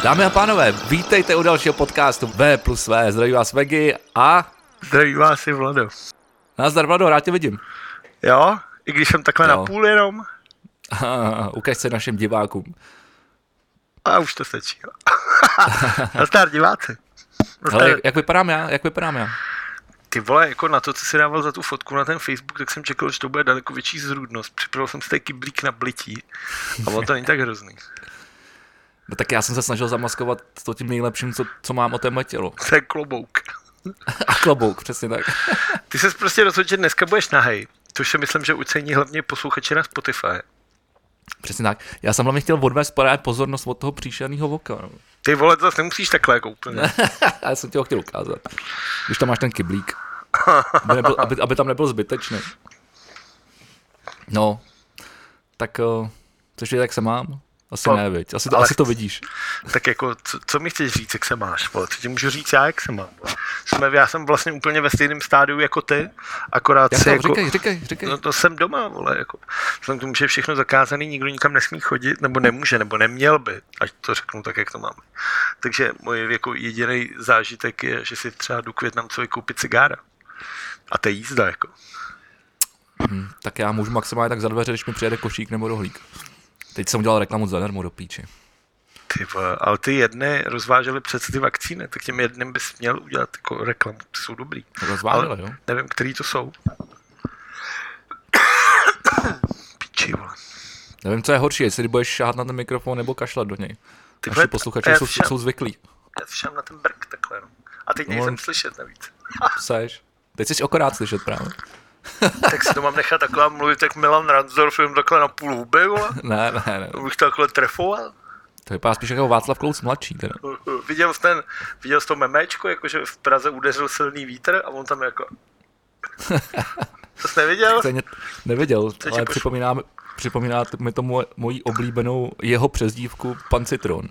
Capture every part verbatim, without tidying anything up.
Dámy a pánové, vítejte u dalšího podcastu V plus V. Zdraví vás Vegy a... Zdraví vás i Vlado. Nazdar Vlado, rád tě vidím. Jo, i když jsem takhle jo. na půl jenom. Ukaž se našim divákům. A už to stačí. Nazdar diváci. Hele, jak, jak vypadám já? Jak vypadám já? Ty vole, jako na to, co jsi dával za tu fotku na ten Facebook, tak jsem čekal, že to bude daleko větší zrůdnost. Připravil jsem si tady kyblík na blití. A ono to není tak hrozný. No tak já jsem se snažil zamaskovat to tím nejlepším, co, co mám o téhle tělo. To je klobouk. A klobouk, přesně tak. Ty ses prostě rozhodl, že dneska budeš nahej, což si myslím, že ucení hlavně posluchači na Spotify. Přesně tak. Já jsem hlavně chtěl odvést právě pozornost od toho příšerného voka. No. Ty vole, to zase nemusíš takhle jako úplně. Já jsem ti ho chtěl ukázat. Když tam máš ten kyblík. Aby, nebyl, aby, aby tam nebyl zbytečný. No, tak uh, což je, jak se mám? Asi no, ne, viď? Asi to, asi to vidíš. Tak jako, co, co mi chceš říct, jak se máš? Vole? Co ti můžu říct já, jak se mám? Jsme, já jsem vlastně úplně ve stejném stádiu jako ty, akorát jak si to, jako... Říkej, říkej, říkej. No to jsem doma, vole, jako. Vzhledem k tomu, že je všechno zakázaný, nikdo nikam nesmí chodit, nebo nemůže, nebo neměl by, ať to řeknu tak, jak to máme. Takže můj jako jediný zážitek je, že si třeba jdu k Vietnamcovi koupit cigára. A to je jízda, jako. Hmm, tak já můžu maximálně tak za dveře, když mi přijede košík nebo rohlík. Teď jsem udělal reklamu zadarmo do píči. Ty vole, ale ty jedny rozvážely přece ty vakcíny, tak těm jedným bys měl udělat jako reklamu, ty jsou dobrý. Rozvážely, jo? Nevím, který to jsou. Píči, vole. Nevím, co je horší, jestli budeš šáhat na ten mikrofon nebo kašlat do něj. Ty naši posluchači jsou, jsou zvyklí. Já si šám na ten brk takhle, no. A teď nejsem no, slyšet navíc. Seš. Teď jsi akorát slyšet právě. Tak si to mám nechat takhle mluvit, jak Milan Ransdorf, jenom takhle na půl huby, vole? Ne, ne, ne. Bych takhle trefoval? To vypadá spíš jako Václav Klaus mladší, teda. Viděl jsi ten, viděl jsi to memečko, jakože v Praze udeřil silný vítr a on tam jako... To jsi neviděl? Ne, neviděl, ale připomíná, připomíná mi to moji, moji oblíbenou jeho přezdívku Pan Citron.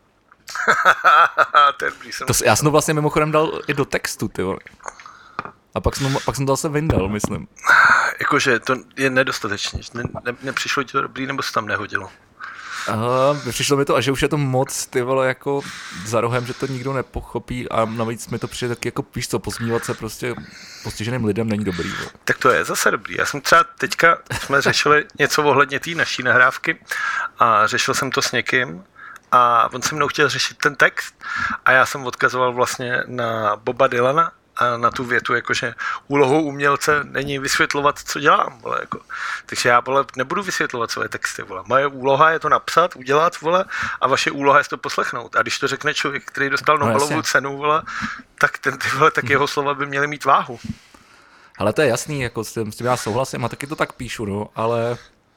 To, já jsem to vlastně mimochodem dal i do textu, ty vole. A pak jsem, pak jsem to zase vyndal, myslím. Jakože to je nedostatečně. Ne, ne, nepřišlo ti to dobrý, nebo se tam nehodilo? Aha, přišlo mi to, a že už je to moc, ty vole, jako za rohem, že to nikdo nepochopí a navíc mi to přijde taky jako, víš co, posmívat se prostě postiženým lidem není dobrý. Vole. Tak to je zase dobrý. Já jsem třeba teďka, jsme řešili něco ohledně té naší nahrávky a řešil jsem to s někým a on se mnou chtěl řešit ten text a já jsem odkazoval vlastně na Boba Dylana, a na tu větu, jakože úlohou umělce není vysvětlovat, co dělám, vole, jako. Takže já, vole, nebudu vysvětlovat své texty, vole. Moje úloha je to napsat, udělat, vole, a vaše úloha je to poslechnout. A když to řekne člověk, který dostal Nobelovu no, cenu, vole, tak ten, ty, vole, tak jeho slova by měly mít váhu. Ale to je jasný, jako s tím, s tím já souhlasím a taky to tak píšu, no, ale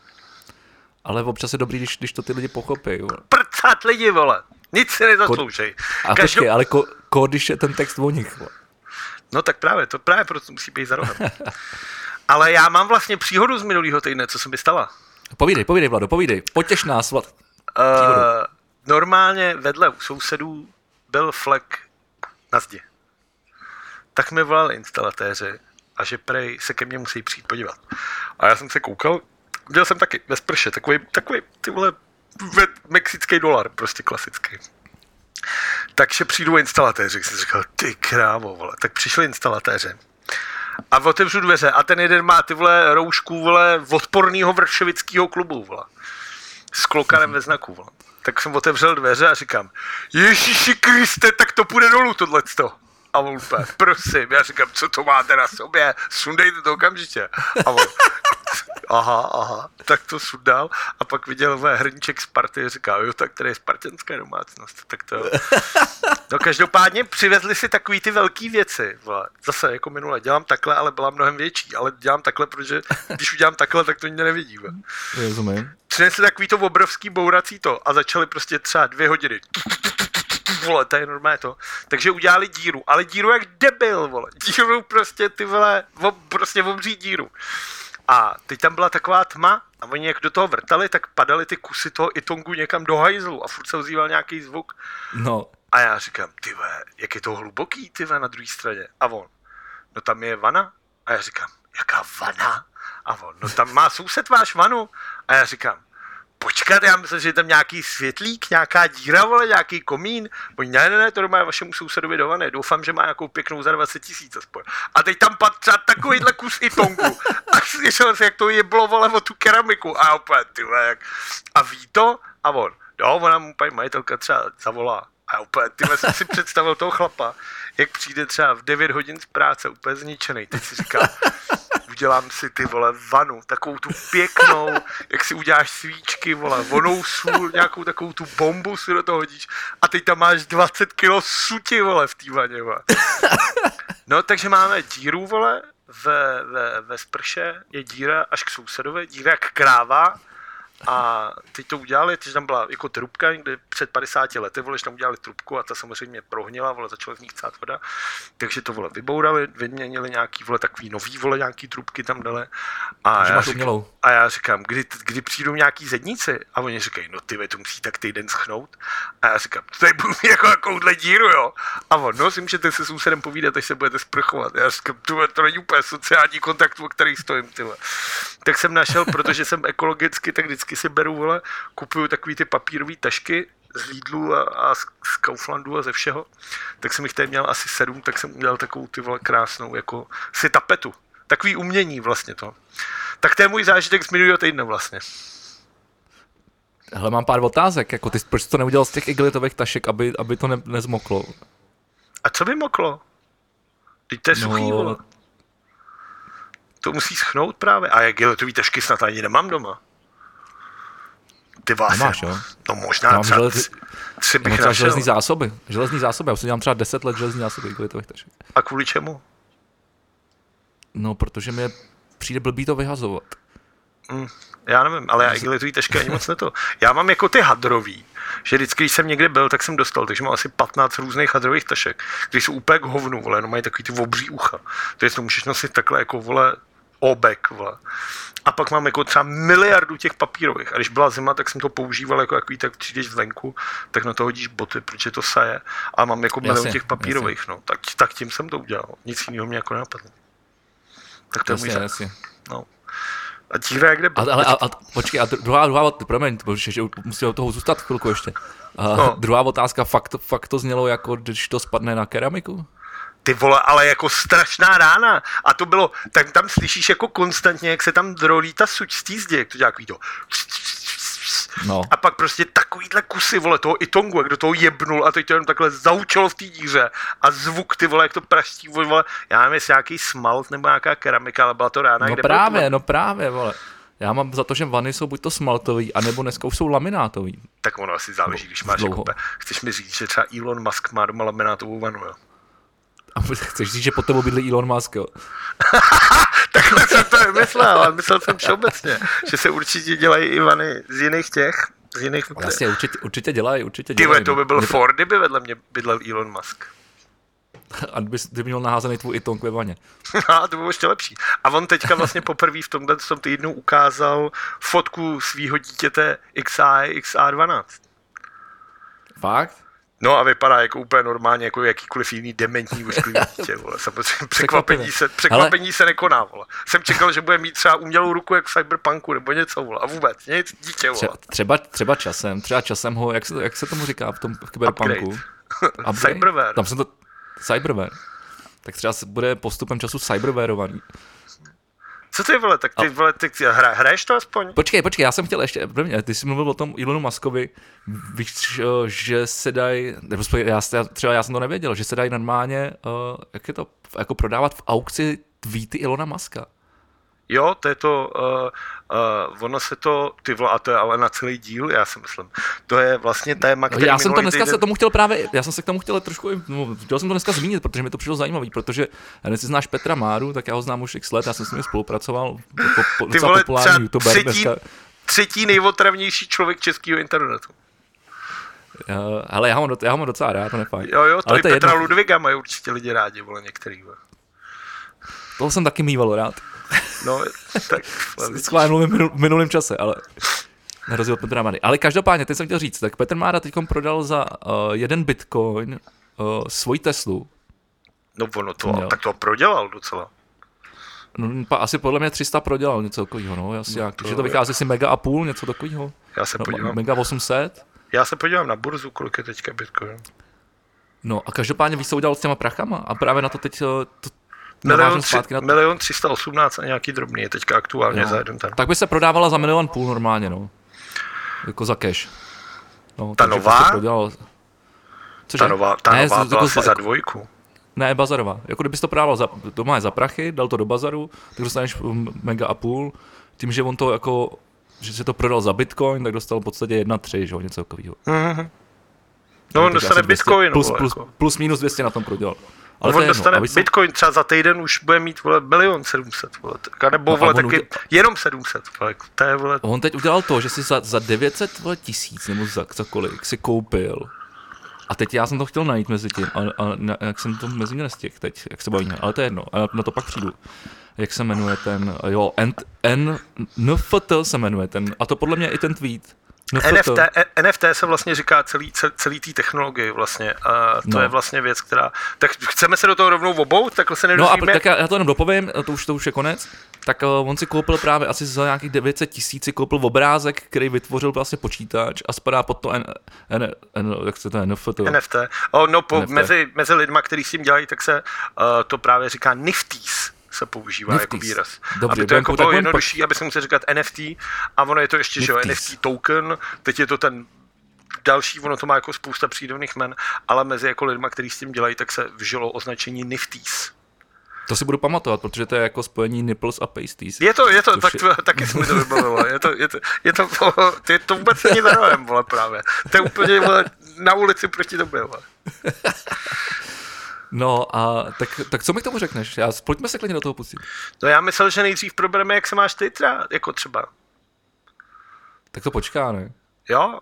ale občas je dobrý, když, když to ty lidi pochopí, vole. Prcat lidi, vole, nic si nezasloužej. Ko- a Každou... počkej, ale ko, ko, když je ten text o nich, vole. No tak právě, to právě proto musí být za rohem. Ale já mám vlastně příhodu z minulého týdne, co se mi stala. Povídej, povídej, Vlado, povídej. Potěš nás, Vlad. Uh, normálně vedle u sousedů byl flek na zdi. Tak mi volali instalatéři a že prej se ke mně musí přijít podívat. A já jsem se koukal, dělal jsem taky ve sprše, takový, takový ty vole, mexický dolar, prostě klasický. Takže přijdu instalatéři, jsem říkal, ty krávo, vole. Tak přišli instalatéři a otevřu dveře a ten jeden má ty vole roušku, vole, odpornýho vršovického klubu, vole. S klokanem mm-hmm. ve znaku, vole. Tak jsem otevřel dveře a říkám, Ježíši Kriste, tak to půjde dolů tohleto. A on úplně, prosím, já říkám, co to máte na sobě, sundejte to okamžitě. A on, aha, aha, tak to sundal a pak viděl ve hrníček Sparty a říká, jo, tak tady je spartanská domácnost, tak to... No každopádně přivezli si takový ty velký věci, vole. Zase jako minule, dělám takhle, ale byla mnohem větší, ale dělám takhle, protože když udělám takhle, tak to nikdo nevidí, vole. Rozumím. Přinesli takový to obrovský bourací to a začali prostě třeba dvě hodiny. Vole, to je normálně to. Takže udělali díru, ale díru jak debil, vole. Díru prostě, ty vole, ob, prostě obří díru. A teď tam byla taková tma a oni jak do toho vrtali, tak padaly ty kusy toho itongu někam do hajzlu a furt se ozýval nějaký zvuk. No. A já říkám, ty vole, jak je to hluboký, ty vole, na druhé straně. A on, no tam je vana. A já říkám, jaká vana? A on, no tam má soused váš vanu. A já říkám, počkat, já myslím, že je tam nějaký světlík, nějaká díra, vole, nějaký komín. Oni, ne, ne, ne, to má vašemu sousedovi dované. Doufám, že má nějakou pěknou za dvacet tisíc aspoň. A teď tam padl třeba takovýhle kus itongu. A slyšel se, jak to jeblo, vole, o tu keramiku. A opět, ty vole, jak... A ví to? A on, jo, ona mu paní majitelka třeba zavolá. A opět, tyhle jsem si představil toho chlapa, jak přijde třeba v devět hodin z práce, úplně zničený. Teď si říká, udělám si, ty vole, vanu, takovou tu pěknou, jak si uděláš svíčky, vole, vonou sůl, nějakou takovou tu bombu si do toho hodíš a teď tam máš dvacet kilo suti, vole, v té vaně, vole. No, takže máme díru, vole, ve, ve, ve sprše, je díra až k sousedovi, díra jak kráva. A teď to udělali, teď tam byla jako trubka někde před padesáti lety, vole, že tam udělali trubku a ta samozřejmě prohnila, vole, začala z ní chcát voda, takže to, vole, vybourali, vyměnili nějaký, vole, takový nový, vole, nějaký trubky tam dali a, já říkám, a já říkám, kdy, kdy přijdou nějaký zedníci a oni říkají, no ty, to musí tak týden schnout a já říkám, to tady budu mít jako takovouhle díru, jo, a on, no si můžete se sousedem povídat, až se budete sprchovat, já říkám, to, to není úplně sociální kontakt, o který stojím, tyhle. Tak jsem našel, protože jsem ekologicky, tak vždycky si beru, vole, kupuju takový ty papírové tašky z Lidlu a, a z, z Kauflandu a ze všeho, tak jsem jich tady měl asi sedm, tak jsem udělal takovou ty, vole, krásnou, jako si tapetu. Takový umění vlastně to. Tak to je můj zážitek z minulého týdne vlastně. Hele, mám pár otázek, jako ty, proč jsi to neudělal z těch igelitových tašek, aby, aby to ne, nezmoklo? A co by moklo? Teď to je suchý, no... vole. To musí schnout právě. A jak igelitový tašky snad ani nemám doma. Ty vás Nemáš, jo? No možná třeba želez... tři bych třeba našel. železný zásoby. Železný zásoby, já už si dělám třeba deset let železný zásoby igelitových tašek. A kvůli čemu? No, protože mi přijde blbý to vyhazovat. Mm, já nevím, ale já igelitový tašky ani moc neto. Já mám jako ty hadrový, že vždycky, když jsem někde byl, tak jsem dostal, takže mám asi patnáct různých hadrových tašek, které jsou úplně k hovnu, vole, no mají takový ty obří ucha. Takže to můžeš nosit takhle jako, vole, obek, vole. A pak mám jako třeba miliardu těch papírových. A když byla zima, tak jsem to používal jako takový, tak přijdeš zvenku, tak na to hodíš boty, protože to saje. A mám jako milion těch papírových, jasně. No. Tak, tak tím jsem to udělal. Nic jiného mě jako nenapadlo. Tak to jasně, je můj jasně. No. A díra jak kde byl. Ale, ale, ale počkej, a druhá, druhá, promiň, že musím od toho zůstat chvilku ještě. A no. Druhá otázka, fakt, fakt to znělo jako, když to spadne na keramiku? Ty vole, ale jako strašná rána. A to bylo, tak tam slyšíš jako konstantně, jak se tam drolí ta suč z té zdi, jak to dělá takový to. No. A pak prostě takovýhle kusy, vole, toho itongu, jak do toho jebnul a teď to jenom takhle zaučilo v té díře a zvuk, ty vole, jak to praští, vole, já nevím, jestli nějaký smalt nebo nějaká keramika, ale byla to rána. No kde právě, bylo, no právě, vole. Já mám za to, že vany jsou buď to smaltový, anebo dneska už jsou laminátový. Tak ono asi záleží, když máš jako, chceš mi říct, že třeba Elon Musk má doma laminátovou vanu, jo? A chceš říct, že pod tebou bydlí Elon Musk, jo? Takhle jsem to nemyslel, ale myslel jsem všeobecně, že se určitě dělají i vany z jiných těch, z jiných... Jasně, určitě, určitě dělají, určitě dělají. Tyhle, to by byl mě... Ford, kdyby vedle mě bydlel Elon Musk. A bys ty měl naházený tvůj itonk ve vaně. A to by bylo ještě lepší. A on teďka vlastně poprvé v tomhle tom týdnu ukázal fotku svýho dítěte X I, X A dvanáct. Fakt? No a vypadá jako úplně normálně, jako jakýkoliv jiný dementní ošklivý dítě, vole. Samozřejmě překvapení se, překvapení Hele. se nekoná, vole. Jsem čekal, že bude mít třeba umělou ruku jak v Cyberpunku nebo něco, vole. A vůbec, nic, dítě, vole. Třeba, třeba časem, třeba časem ho, jak se, jak se tomu říká v tom v Cyberpunku? Cyberware. Tam jsem to, Cyberware. Tak třeba bude postupem času cyberwareovaný. Co ty, vole, tak ty, vole, ty hra, hraješ to aspoň? Počkej, počkej, já jsem chtěl ještě, prvně, ty jsi mluvil o tom Elonu Muskovi, víš, že se dají, já, třeba já jsem to nevěděl, že se dají normálně, uh, jak je to, jako prodávat v aukci tweety Elona Muska. Jo, to je to, uh, uh, ono se to, ty vole, a to je ale na celý díl, já si myslím. To je vlastně téma, který Já jsem to dneska týden... se tomu chtěl právě, já jsem se k tomu chtěl trošku, no, chtěl jsem to dneska zmínit, protože mi to přišlo zajímavý, protože jestli znáš Petra Máru, tak já ho znám už x let, já jsem s ním spolupracoval, po, po, ty vole, populární youtuber třetí, dneska. třetí nejotravnější člověk českého internetu. Uh, ale já ho, mám, já ho mám docela rád, to nefajn. Jo, jo, to ale i to Petra jedno... Ludviga mají určitě lidi rádi, vole, některý, vole. Toho jsem taky mýval rád. No, tak... Schválně mluvím v minulém čase, ale na rozdíl od Petra Máry. Ale každopádně, teď jsem chtěl říct, tak Petr Mára teďkom prodal za uh, jeden bitcoin uh, svoji Teslu. No ono to, no. Tak to prodělal docela. No, asi podle mě tři sta prodělal, něco takového, no, asi no, jak, to, že to vychází si mega a půl, něco takového. Já se no, podívám. Mega osm set? Já se podívám na burzu, kolik je teďka Bitcoin. No a každopádně víš, co udělal s těma prachama? A právě na to teď to, milion, tři, na to. milion tři sta osmnáct a nějaký drobný je teďka aktuálně no. za jeden ten. Tak by se prodávala za milion půl normálně, no. Jako za cash. No, ta nová? Prostě prodělal... Ta nová, ta ne, nová byla asi za dvojku. Ne, bazarová. Jako kdybys to prodával za, doma je za prachy, dal to do bazaru, tak dostaneš mega a půl. Tím, že on to jako, že se to prodal za Bitcoin, tak dostal v podstatě jedna tři, že jo, něco takového. Mm-hmm. No, on dostane Bitcoin. Plus, plus, plus, plus minus dvě stě na tom prodělal. Ale on dostane jedno, Bitcoin jsem... třeba za týden už bude mít, vole, milion sedm set, vole, nebo, no, vole, taky udělal... jenom sedm set, vole, to je, vole. On teď udělal to, že si za, za devět set, vole, tisíc, nebo za, za kolik, si koupil. A teď já jsem to chtěl najít mezi tím, a, a, a jak jsem to mezi mě nestihl teď, jak se bavíme, ale to je jedno, a na to pak přijdu. Jak se jmenuje ten, jo, N, N, N F T se jmenuje ten, a to podle mě i ten tweet. N F T, N F T se vlastně říká celý, celý té technologii vlastně, a to no. je vlastně věc, která, tak chceme se do toho rovnou obout, takhle se nedozvíme. No a tak já, já to jenom dopovím, to už, to už je konec, tak uh, on si koupil právě asi za nějakých devět set tisíc, si koupil obrázek, který vytvořil vlastně počítač a spadá pod to N, N, N, jak se to je, N F T. N F T, oh, no po, N F T. Mezi, mezi lidma, kteří s tím dělají, tak se uh, to právě říká nifties. Se používá Nifties. Jako výraz. Dobře, aby to jako bylo jednodušší, pak... aby se musel říkat N F T a ono je to ještě, že jo, N F T token, teď je to ten další, ono to má jako spousta přídavných jmen, ale mezi jako lidma, kteří s tím dělají, tak se vžilo označení Nifties. To si budu pamatovat, protože to je jako spojení nipples a pasties. Je to, je to, tak, je... taky se mi to vybavilo, je to, je to, je to, je to vůbec není za rohem, vole, právě. To je úplně, vole, na ulici proti tobě, vole. No a tak, tak co mi k tomu řekneš? Já, pojďme se klidně do toho pustit. No já myslel, že nejdřív probereme, jak se máš ty třeba, jako třeba. Tak to počká, ne? Jo?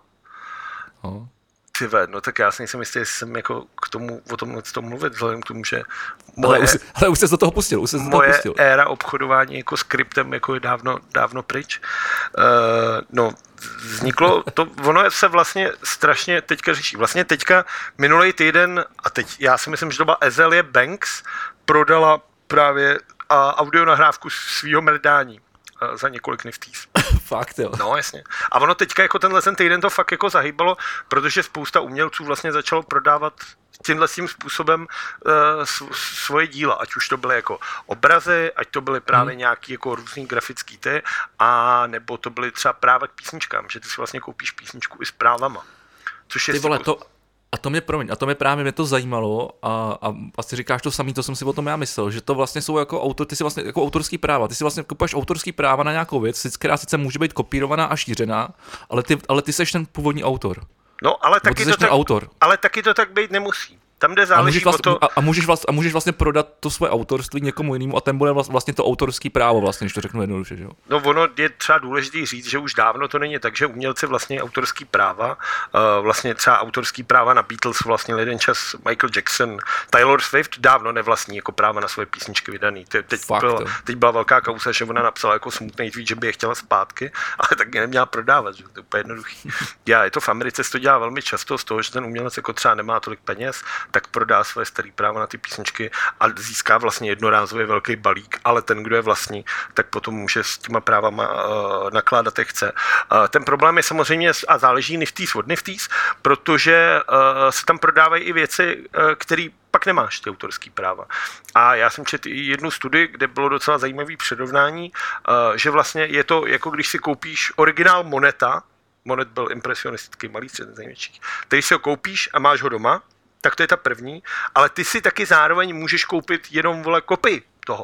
No. Ty ve, no tak já si nejsem jistý, jestli jsem jako k tomu, o tomhle tom mluvit, vzhledem k tomu, že moje, ale, už, ale už jsi do toho pustil, už jsi do toho moje pustil. éra obchodování jako s kryptem jako je dávno, dávno pryč. Uh, no, vzniklo to, ono se vlastně strašně teďka řeší. Vlastně teďka minulý týden, a teď já si myslím, že to byla Azealia Banks, prodala právě uh, audionahrávku svýho mrdání uh, za několik nifties. Fakt, jo. No, jasně. A ono teďka jako tenhle ten týden to fakt jako zahýbalo, protože spousta umělců vlastně začalo prodávat tímhle tím způsobem uh, svoje díla, ať už to byly jako obrazy, ať to byly právě hmm. nějaký jako různý grafický ty, a nebo to byly třeba práva k písničkám, že ty si vlastně koupíš písničku i s právama. Což je ty vole, to, a to mě, promiň, a to mě právě mě to zajímalo a, a asi říkáš to samý, to jsem si o tom já myslel, že to vlastně jsou jako autor, ty si vlastně jako autorský práva, ty si vlastně kupuješ autorský práva na nějakou věc, která sice může být kopírovaná a šířená, ale ty, ale ty seš ten původní autor. No, ale taky, to tak, autor. ale taky to tak být nemusí. Tam, kde záleží a můžeš, vlastně, o to... a, a, můžeš vlastně, a můžeš vlastně prodat to svoje autorství někomu jinému a ten bude vlastně to autorský právo, vlastně, když to řeknu jednoduše, že jo? No ono je třeba důležitý říct, že už dávno to není tak, že umělci vlastně autorský práva, uh, vlastně třeba autorský práva na Beatles vlastně jeden čas Michael Jackson, Taylor Swift dávno nevlastní jako práva na svoje písničky vydaný. Te, teď, Fakt, byla, teď byla velká kauza, že ona napsala jako smutný tweet, že by je chtěla zpátky, ale tak je neměla prodávat, že to je úplně jednoduchý. Já, je to v Americe, se to dělá velmi často z toho, že ten umělec jako třeba nemá tolik peněz, tak prodá své starý práva na ty písničky a získá vlastně jednorázový velký balík, ale ten, kdo je vlastní, tak potom může s těma právama uh, nakládat, jak chce. Uh, ten problém je samozřejmě, a záleží nifties od nifties, protože uh, se tam prodávají i věci, uh, které pak nemáš ty autorský práva. A já jsem četl jednu studii, kde bylo docela zajímavé přirovnání, uh, že vlastně je to, jako když si koupíš originál Moneta, Monet byl impresionistický malíř, jeden z největších, který si ho koupíš a máš ho doma, tak to je ta první, ale ty si taky zároveň můžeš koupit jenom, vole, kopii toho.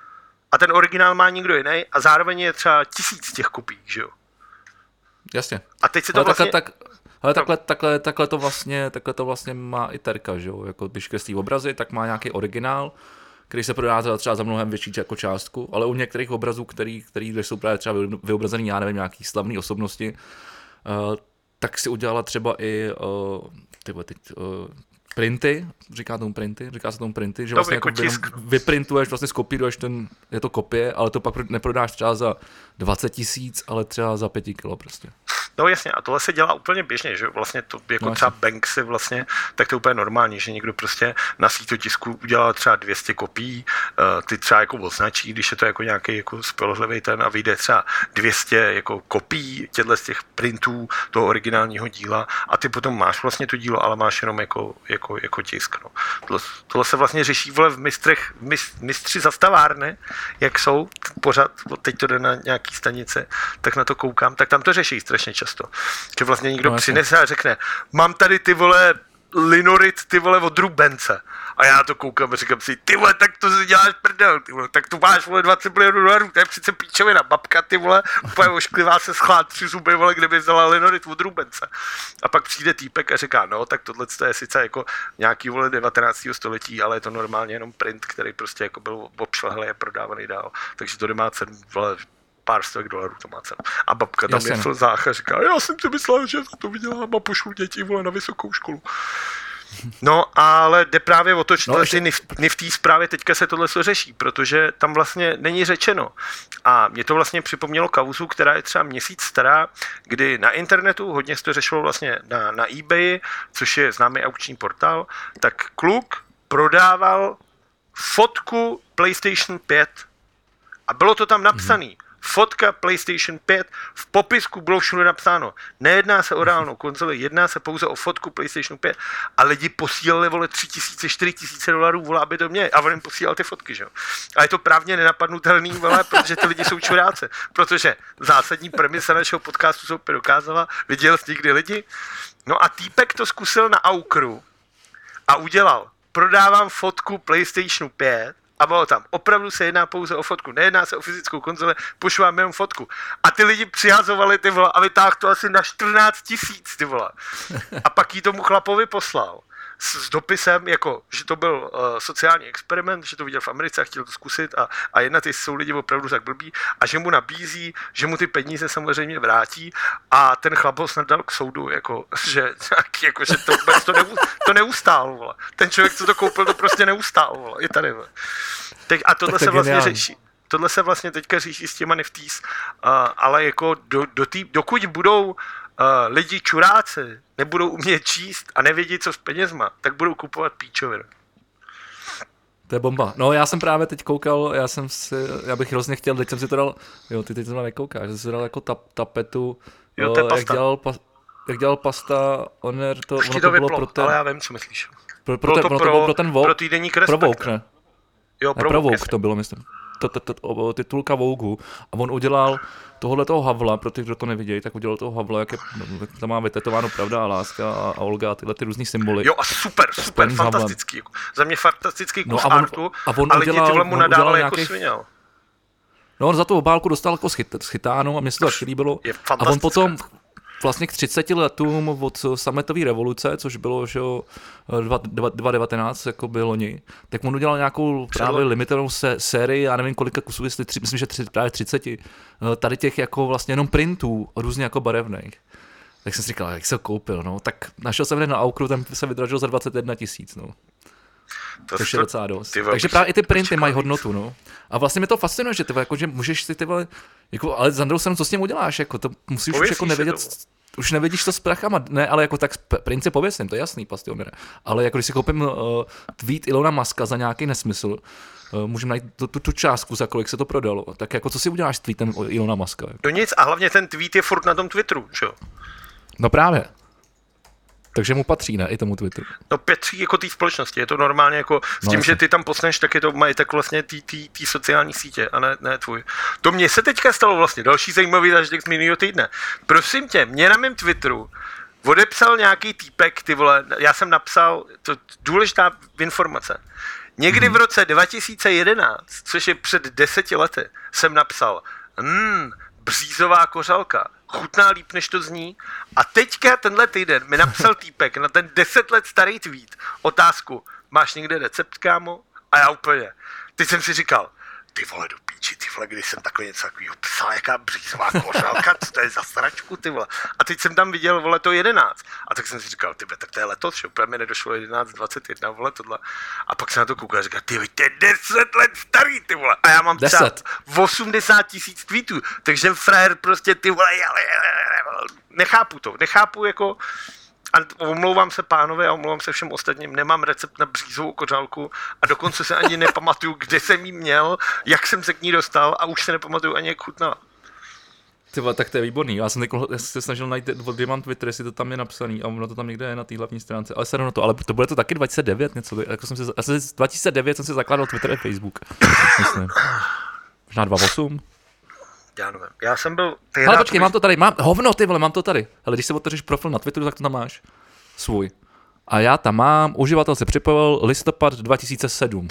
A ten originál má někdo jiný a zároveň je třeba tisíc těch kopií, že jo? Jasně. A teď se to ale vlastně... Takhle, tak, ale takhle, takhle, takhle, to vlastně, takhle to vlastně má i Terka, že jo? Jako když kreslí obrazy, tak má nějaký originál, který se prodá třeba za mnohem větší jako částku, ale u některých obrazů, který, který jsou právě třeba vyobrazený, já nevím, nějaký slavný osobnosti, uh, tak si udělala třeba i uh, tyhle, teď, uh, printy, říká tomu printy, říká se tomu printy, že vlastně jako vyprintuješ, vlastně skopíruješ ten, je to kopie, ale to pak neprodáš třeba za dvacet tisíc, ale třeba za pět kilo prostě. No jasně, a tohle se dělá úplně běžně, že vlastně to jako no, třeba Banksy vlastně, tak to je úplně normální, že někdo prostě na sítotisku udělal třeba dvě stě kopií, ty třeba jako označí, když je to jako nějaký jako spolehlivý ten a vyjde třeba dvě stě jako kopií těchto z těch printů toho originálního díla a ty potom máš vlastně to dílo, ale máš jenom jako, jako, jako tisk. No. Tohle, tohle se vlastně řeší vole v mistrech, mistři zastavárny, jak jsou pořád, teď to jde na nějaký stanice, tak na to koukám, tak tam to řeší strašně často. Že vlastně někdo no, přinese a řekne, mám tady ty vole linorit, ty vole od Rubence. A já to koukám a říkám si, ty vole, tak to si děláš prdel, ty vole, tak tu máš vole dvacet milionů dolarů, to je přece píčovina, babka, ty vole, úplně ošklivá se schlát tři zuby, vole, kde by vzala linorit od Rubence. A pak přijde týpek a říká, no, tak tohle je sice jako nějaký vole devatenáctého století, ale je to normálně jenom print, který prostě jako byl obšlehlý a prodávaný dál. Takže to nemá cenu, vole, pár stovek dolarů to má cenu. A babka tam je v slzách a říká, já jsem si myslel, že to vydělám a pošlu děti vole na vysokou školu. No, ale jde právě o to, že no, ještě... v té zprávě teďka se tohle řeší, protože tam vlastně není řečeno. A mě to vlastně připomnělo kauzu, která je třeba měsíc stará, kdy na internetu, hodně se to řešilo vlastně na, na eBay, což je známý aukční portál, tak kluk prodával fotku PlayStation pět a bylo to tam napsaný. Mm-hmm. Fotka PlayStation pět, v popisku bylo všude napsáno, nejedná se o reálnou konzoli, jedná se pouze o fotku PlayStation pět a lidi posílali, vole, tři tisíce, čtyři tisíce dolarů, vole, aby to měli a on jim posílal ty fotky, že jo. A je to právně nenapadnutelný, vole, protože ty lidi jsou čuráci, protože zásadní premisa našeho podcastu se opět dokázala, viděl jsi někdy lidi? No a týpek to zkusil na Aukru a udělal, prodávám fotku PlayStation pět, a bylo tam, opravdu se jedná pouze o fotku, nejedná se o fyzickou konzoli, pošlu vám jenom fotku. A ty lidi přihazovali, ty vole, a vytáhl to asi na čtrnáct tisíc, ty vole. A pak jí tomu chlapovi poslal s, s dopisem, jako, že to byl uh, sociální experiment, že to viděl v Americe a chtěl to zkusit a, a jedna ty jsou lidi opravdu tak blbí a že mu nabízí, že mu ty peníze samozřejmě vrátí a ten chlap ho snad dal k soudu, jako, že, jako, že to, to, neú, to neustál, vole. Ten člověk, co to koupil, to prostě neustál, vole. Je tady, vole. Teď, a tohle se vlastně geniální. řeší. Tohle se vlastně teďka řeší s těma N F Ts, uh, ale jako do, do tý, dokud budou Uh, lidi čuráci nebudou umět číst a nevědí, co s penězma, tak budou kupovat píčoviny. To je bomba. No já jsem právě teď koukal, já jsem si, já bych hrozně chtěl, teď jsem si to dal, jo, ty teď to nekoukáš, že jsem si dal jako tap, tapetu, jo, to je jak, dělal, jak dělal pasta, Oner, to, ono to, to vyplo, bylo pro ten... ale já vím, co myslíš. Pro, pro, ten, to pro, pro, to bylo pro ten Vogue, pro týdeník Respekt. Pro Vogue, ne? Jo, pro, pro Vogue to bylo, myslím. To, to, to, to, titulka Vogue a on udělal tohle toho Havla, pro ty, kdo to nevidějí, tak udělal toho Havla, jak je, tam má vytetováno pravda a láska a, a Olga a tyhle ty různý symboly. Jo a super, super, fantastický. Za mě fantastický kus no a on, artu a, on a udělal, lidi tyhle mu nadávali jako nějakých... sviněl. No on za tu obálku dostal jako schyt, schytánu a mně se to taky líbilo. A on potom vlastně k třiceti letům od sametové revoluce, což bylo, že jo, dva tisíce devatenáct, jako bylo loni, tak on udělal nějakou právě limitovanou sé- sérii, já nevím kolika kusů, jestli tři, myslím, že tři, právě třicet, tady těch jako vlastně jenom printů, různě jako barevných. Tak jsem si říkal, jak se koupil, no, tak našel jsem hned na Aukru, ten se vydražil za dvacet jedna tisíc, no. To je docela dost. Tyhle, takže právě i ty printy mají hodnotu, no. A vlastně mi to fascinuje, že ty jako, že můžeš si ty vole, jako, ale za druhou stranu, co s tím uděláš, jako, to musíš Pověsíš už jako nevědět, už nevidíš to s prachama, ne, ale jako tak print si pověsím, to je jasný, Pastionere. Ale jako když si koupím uh, tweet Ilona Muska za nějaký nesmysl, uh, můžeme najít tu, tu, tu částku, za kolik se to prodalo, tak jako co si uděláš s tweetem Ilona Muska? Jako? No nic a hlavně ten tweet je furt na tom Twitteru, že jo? No právě. Takže mu patří, ne, i tomu Twitteru. No patří jako té společnosti, je to normálně jako s tím, no, že ty tam posneš, tak je to majetek vlastně té sociální sítě a ne, ne tvůj. To mně se teďka stalo vlastně, další zajímavý zážitek z minulého týdne. Prosím tě, mě na mém Twitteru odepsal nějaký týpek, ty vole, já jsem napsal, to důležitá informace, někdy v roce dva tisíce jedenáct, což je před deseti lety, jsem napsal, hmm, břízová kořalka, chutná líp, než to zní. A teďka tenhle týden mi napsal týpek na ten deset let starý tweet otázku, máš někde recept, kámo? A já úplně. Teď jsem si říkal, ty vole do píči, ty vole, když jsem takhle něco takového psal, jaká břízová kořálka, co to je za sračku, ty vole. A teď jsem tam viděl, vole, to jedenáct. A tak jsem si říkal, ty tak to je letos, že úplně mi nedošlo jedenáct dvacet jedna, vole, tohle. A pak se na to koukal a říkal, ty to je deset let starý, ty vole. A já mám třeba osmdesát tisíc tweetů, takže frajer prostě, ty vole, jale, jale, jale. nechápu to, nechápu jako, a omlouvám se pánovi a omlouvám se všem ostatním, nemám recept na břízovou kořálku a dokonce se ani nepamatuju, kde jsem jí měl, jak jsem se k ní dostal a už se nepamatuju ani jak chutnala. Tyva, tak to je výborný. Já jsem, teď, já jsem se snažil najít, kde mám Twitter, jestli to tam je napsaný a ono to tam někde je na té hlavní stránce. Ale se na to, ale to bude to taky dva tisíce devět něco. Jako jsem si, asi dva tisíce devět jsem si zakládal Twitter a Facebook. Myslím. Možná dva tisíce osm. Já nevím. Já jsem byl... Ale počkej, mám to tady, mám, hovno ty vole, mám to tady. Ale když se otevřeš profil na Twitteru, tak to tam máš. Svůj. A já tam mám, uživatel se připojil listopad dva tisíce sedm.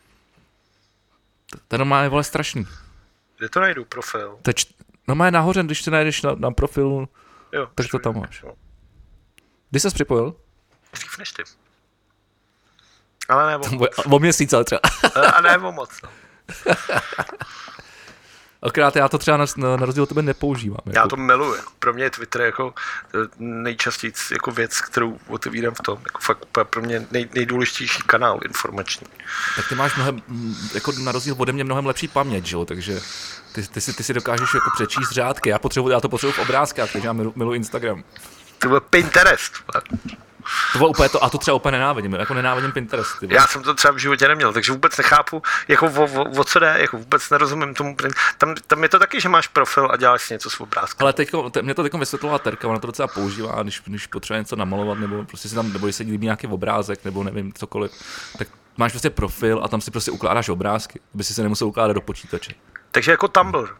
Ten má je vole strašný. Kde to najdu, profil? Teč, no má je nahoře, když to najdeš na, na profilu, jo, tak to tam máš. Jo. Kdy jsi připojil? Dřív než ty. Ale ne o moc. O měsíc, ale třeba. A ne o moc. No. Akorát já to třeba na, na, na rozdíl od tebe nepoužívám. Já jako. to miluji. Pro mě je Twitter jako nejčastěji jako věc, kterou otevírám v tom. Jako fakt pro mě nej, nejdůležitější kanál informační. Tak ty máš mnohem, jako na rozdíl ode mě mnohem lepší paměť, že jo? Takže ty, ty, si, ty si dokážeš jako přečíst řádky. Já, potřebuji, já to potřebuji v obrázkách, takže já milu, miluji Instagram. To byl Pinterest. To bylo úplně to, a to třeba úplně nenávidím, jako nenávidím Pinterest. Ty já jsem to třeba v životě neměl, takže vůbec nechápu, jako o, o, o co jde, jako vůbec nerozumím tomu. Tam, tam je to taky, že máš profil a děláš si něco s obrázkem. Ale teďko, te, mě to teď vysvětlila Terka, ona to docela používá, když, když potřebuje něco namalovat, nebo prostě si tam, nebo když se líbí nějaký obrázek, nebo nevím, cokoliv, tak máš prostě profil a tam si prostě ukládáš obrázky, aby si se nemusel ukládat do počítače. Takže jako Tumblr.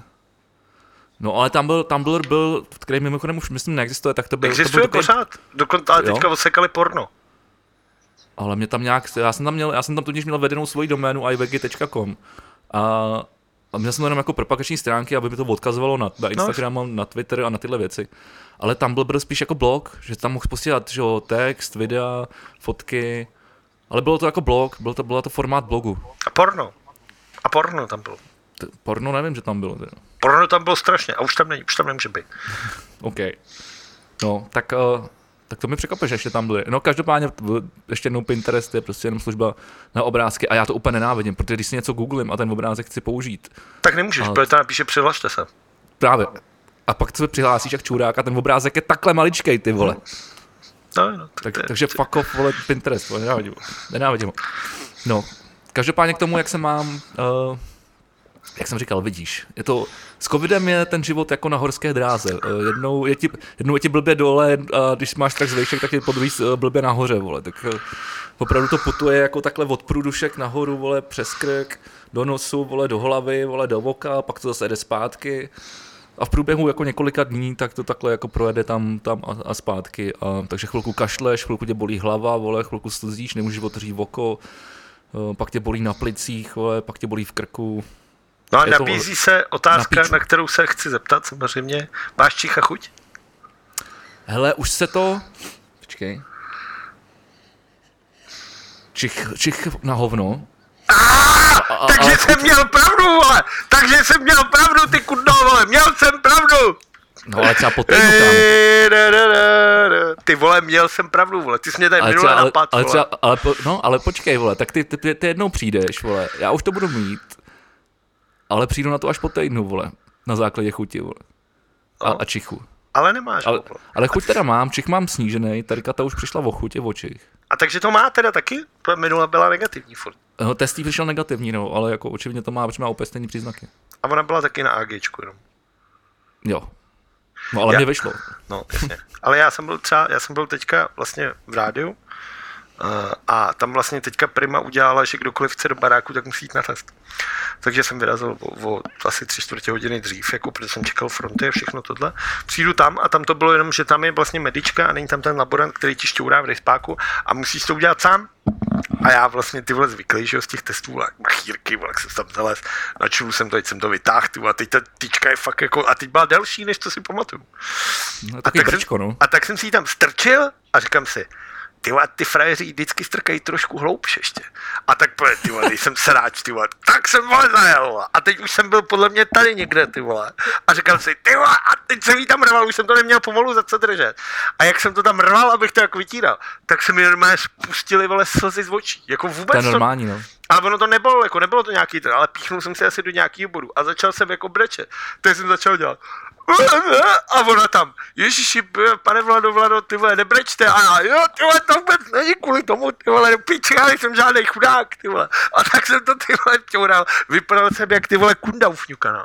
No ale Tumblr, Tumblr byl, který mimochodem už myslím neexistuje, tak to byl... Existuje to byl pořád, dokonce ale teďka odsekali porno. Ale mě tam nějak, já jsem tam měl, já jsem tam tudíž měl vedenou svoji doménu i v g tečka com a, a měl jsem tam jenom jako propagační stránky, aby mi to odkazovalo na, na Instagram, no. na Twitter a na tyhle věci. Ale Tumblr byl spíš jako blog, že tam mohl posílat, že jo, text, videa, fotky, ale bylo to jako blog, bylo to, bylo to formát blogu. A porno. A porno tam bylo. Porno nevím, že tam bylo. Teda. Porno tam bylo strašně a už tam není, už tam nemůže být. OK. No, tak, uh, tak to mi překvapuje, že ještě tam byly. No každopádně ještě jednou Pinterest je prostě jenom služba na obrázky a já to úplně nenávidím, protože když si něco googlím a ten obrázek chci použít. Tak nemůžeš, ale... protože tam napíše přihlašte se. Právě. A pak se přihlásíš jak čurák a ten obrázek je takhle maličkej, ty vole. No, no, tak, tak, takže fuck off, vole, Pinterest, vole, nenávidím. Nenávidím. No, každopádně k tomu, jak se mám... Uh, Jak jsem říkal, vidíš, je to, s covidem je ten život jako na horské dráze. Jednou je ti, jednou je ti blbě dole a když máš tak zvejšek, tak je podruhý blbě nahoře, vole. Tak opravdu to putuje jako takhle od průdušek nahoru, vole, přes krk, do nosu, vole, do hlavy, vole, do voka, pak to zase jde zpátky. A v průběhu jako několika dní, tak to takhle jako projede tam, tam a, a zpátky. A, takže chvilku kašleš, chvilku tě bolí hlava, vole, chvilku slzíš, nemůžeš otevřít oko, pak tě bolí na plicích, vole, pak tě bolí v krku. No a nabízí to, se otázka, na, na kterou se chci zeptat, samozřejmě. Máš čich a chuť? Hele, už se to... Počkej. Čich, čich na hovno. A, a, takže a, jsem chuť... měl pravdu, vole! Takže jsem měl pravdu, ty kudno, vole! Měl jsem pravdu! No ale třeba po týdnu tam. Ty vole, měl jsem pravdu, vole. Ty jsi mě tady minule napad, ale, vole. Třeba, ale, po, no, ale počkej, vole. Tak ty, ty, ty, ty jednou přijdeš, vole. Já už to budu mít. Ale přijdu na to až po týdnu, vole, na základě chuti, vole. A, a čichu. Ale nemáš, ale, ale chuť teda mám, čich mám snížený, Terka ta už přišla o chuti, o čich. A takže to má teda taky? To minule byla negativní furt. No, testý přišel negativní, no, ale jako očividně to má, protože má úplně stejný příznaky. A ona byla taky na AGčku jenom. Jo. No, ale já, mě vyšlo. No, jasně. Ale já jsem byl třeba, já jsem byl teďka vlastně v rádiu uh, a tam vlastně teďka Prima udělala, že kdokoliv chce do baráku, tak musí jít na test. Takže jsem vyrazil o, o asi tři čtvrtě hodiny dřív, jako protože jsem čekal fronty a všechno tohle. Přijdu tam a tam to bylo jenom, že tam je vlastně medička a není tam ten laborant, který ti šťourá v dejspáku a musíš to udělat sám. A já vlastně ty vole zvyklý, že jo, z těch testů, vole, chýrky, vole, jak jsem tam zalez, načul jsem to, teď jsem to vytáhl, ty vole, a teď ta tyčka je fakt jako, a teď byla delší, než co si pamatuju. No, a, tak brčko, jsem, no. a tak jsem si ji tam strčil a říkám si, ty vole, ty frajeři vždycky strkají trošku hloubš ještě. A tak pojď, ty vole, když jsem sráč, ty vole, tak jsem vole zajel. A teď už jsem byl podle mě tady někde, ty vole. A říkal si, ty vole, a teď jsem jí tam rval, už jsem to neměl pomalu za co držet. A jak jsem to tam rval, abych to jako vytíral, tak se mi normálně spustili, vole, slzy z očí. Jako vůbec to je normální, no. Ale ono to nebylo, jako nebylo to nějaký ten, ale píchnul jsem si asi do nějakého bodu a začal jsem jako brečet. Tak jsem začal dělat. a ona tam, ježiši, pane Vlado, Vlado, ty vole, nebrečte, a já, jo, ty vole, to vůbec není kvůli tomu, ty vole, piči, já nejsem žádnej chudák, ty vole. A tak jsem to, ty vole, čoural, vypadal jsem jak ty vole kunda ufňukaná.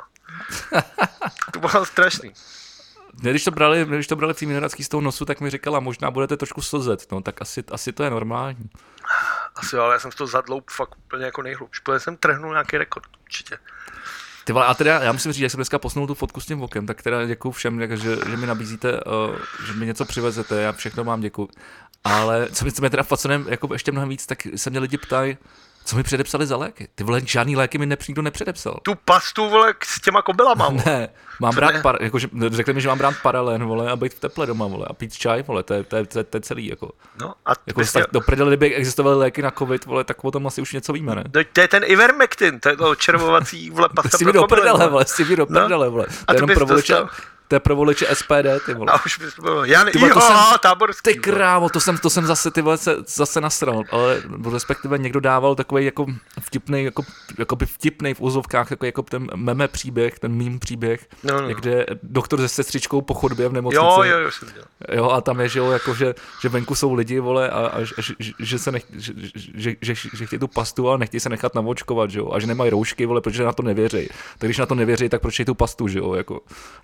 To bylo strašný. Když to brali, když to brali v té Vinohradský z toho nosu, tak mi říkala, možná budete trošku slzet, no, tak asi, asi to je normální. Asi, ale já jsem to zadloup fakt úplně jako nejhlubší, protože jsem trhnul nějaký rekord, určitě. Ty vole, a teda já musím říct, jak jsem dneska posunul tu fotku s tím okem, tak teda děkuju všem, jak, že, že mi nabízíte, uh, že mi něco přivezete, já všechno vám děkuju. Ale co mi, co mi teda fascinuje, jako ještě mnohem víc, tak se mě lidi ptají, co mi předepsali za léky. Ty vole, žádný léky mi nikdo nepředepsal. Tu pastu, vole, s těma kobylama, vole. Ne, mám brát, par, jakože, řekli mi, že mám brát paralen, vole, a být v teple doma, vole, a pít čaj, vole, to je, to je, to je, to je celý, jako. No, a jako tak do prdele, kdyby existovaly léky na covid, vole, tak o tom asi už něco víme, ne? No, to je ten Ivermectin, to je to červovací, vole, pasta pro do prdele, vole, si mi do prdele, vole. To je jenom pro voliče, to je pro voliče S P D, ty vole. A už bys byl, Jan, ty vole, jo, jsem, Táborský. Ty krávo, to jsem, to jsem zase, ty vole, se, zase nasral, ale respektive někdo dával takový jako vtipnej, jako, jako by vtipnej v úzovkách, jako, jako ten meme příběh, ten meme příběh, no, no. Kde doktor se sestřičkou po chodbě v nemocnici. Jo, jo, jo, jsem dělal. Jo, a tam je, že jo, jako, že, že venku jsou lidi, vole, a, a, a že, že, se nech, že, že, že, že chtějí tu pastu, ale nechtějí se nechat navočkovat, že jo, a že nemají roušky, vole, protože na to nevěří. Tak když na to nevěří, tak proč tu pastu, že jo, jako.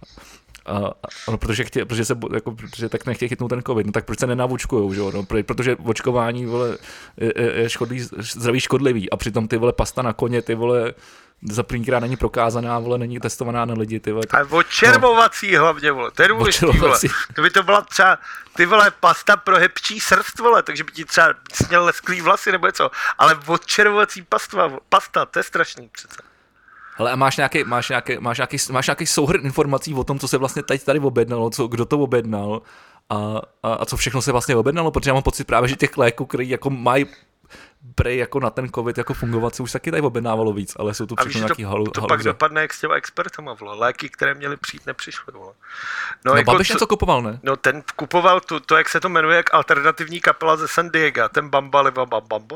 A, a, protože, chtě, protože, se, jako, protože tak nechtějí chytnout ten covid, no tak proč se nenavočkujou, že jo, no, protože očkování, vole, je, je škodlivý, zdraví škodlivý a přitom ty, vole, pasta na koně, ty, vole, za prvníkrát není prokázaná, vole, není testovaná na lidi, ty, vole. A očervovací no. Hlavně, vole, to je důležitý, vole. To by to byla třeba, ty, vole, pasta pro hebčí srst, vole, takže by ti třeba směl lesklý vlasy nebo něco, ale očervovací pasta, pasta, to je strašný přece. Ale a máš nějaký, máš, nějaký, máš, nějaký, máš nějaký souhrn informací o tom, co se vlastně teď tady objednalo, co, kdo to objednal a, a, a co všechno se vlastně objednalo, protože já mám pocit právě, že těch léků, který jako mají prej jako na ten covid jako fungovat, se už taky tady objednávalo víc, ale jsou tu všechno nějaký halu. To, to pak dopadne jak s těma expertama, vole. Léky, které měly přijít, nepřišly, vole. No, no jako Babiš něco kupoval, ne? No ten kupoval tu, to, jak se to jmenuje, jak alternativní kapela ze San Diego, ten Bambaliva Bambam.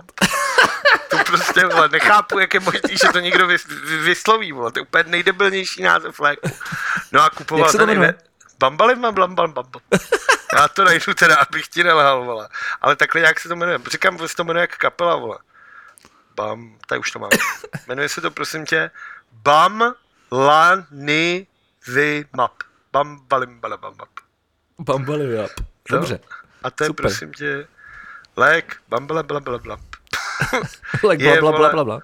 To prostě, vole, nechápu, jak je možný, že to někdo vysloví, vole. To je úplně nejdebilnější název léku. No a kupoval jak se to jmenuje? Bambaliva Bambam Bambam. Já to najdu teda, abych ti nelhal, vole. Ale takhle jak se to jmenuje. Říkám, že se to jmenuje jak kapela, vole. Bam, tady už to mám. Jmenuje se to, prosím tě, Bam La Ni Vi Map. Bam Balim Balabam Map. Bam Balim Map. Dobře. A to je, super. Prosím tě, lék Bam Bala Bla Bla Bla. Lék bla bla bla bla bla.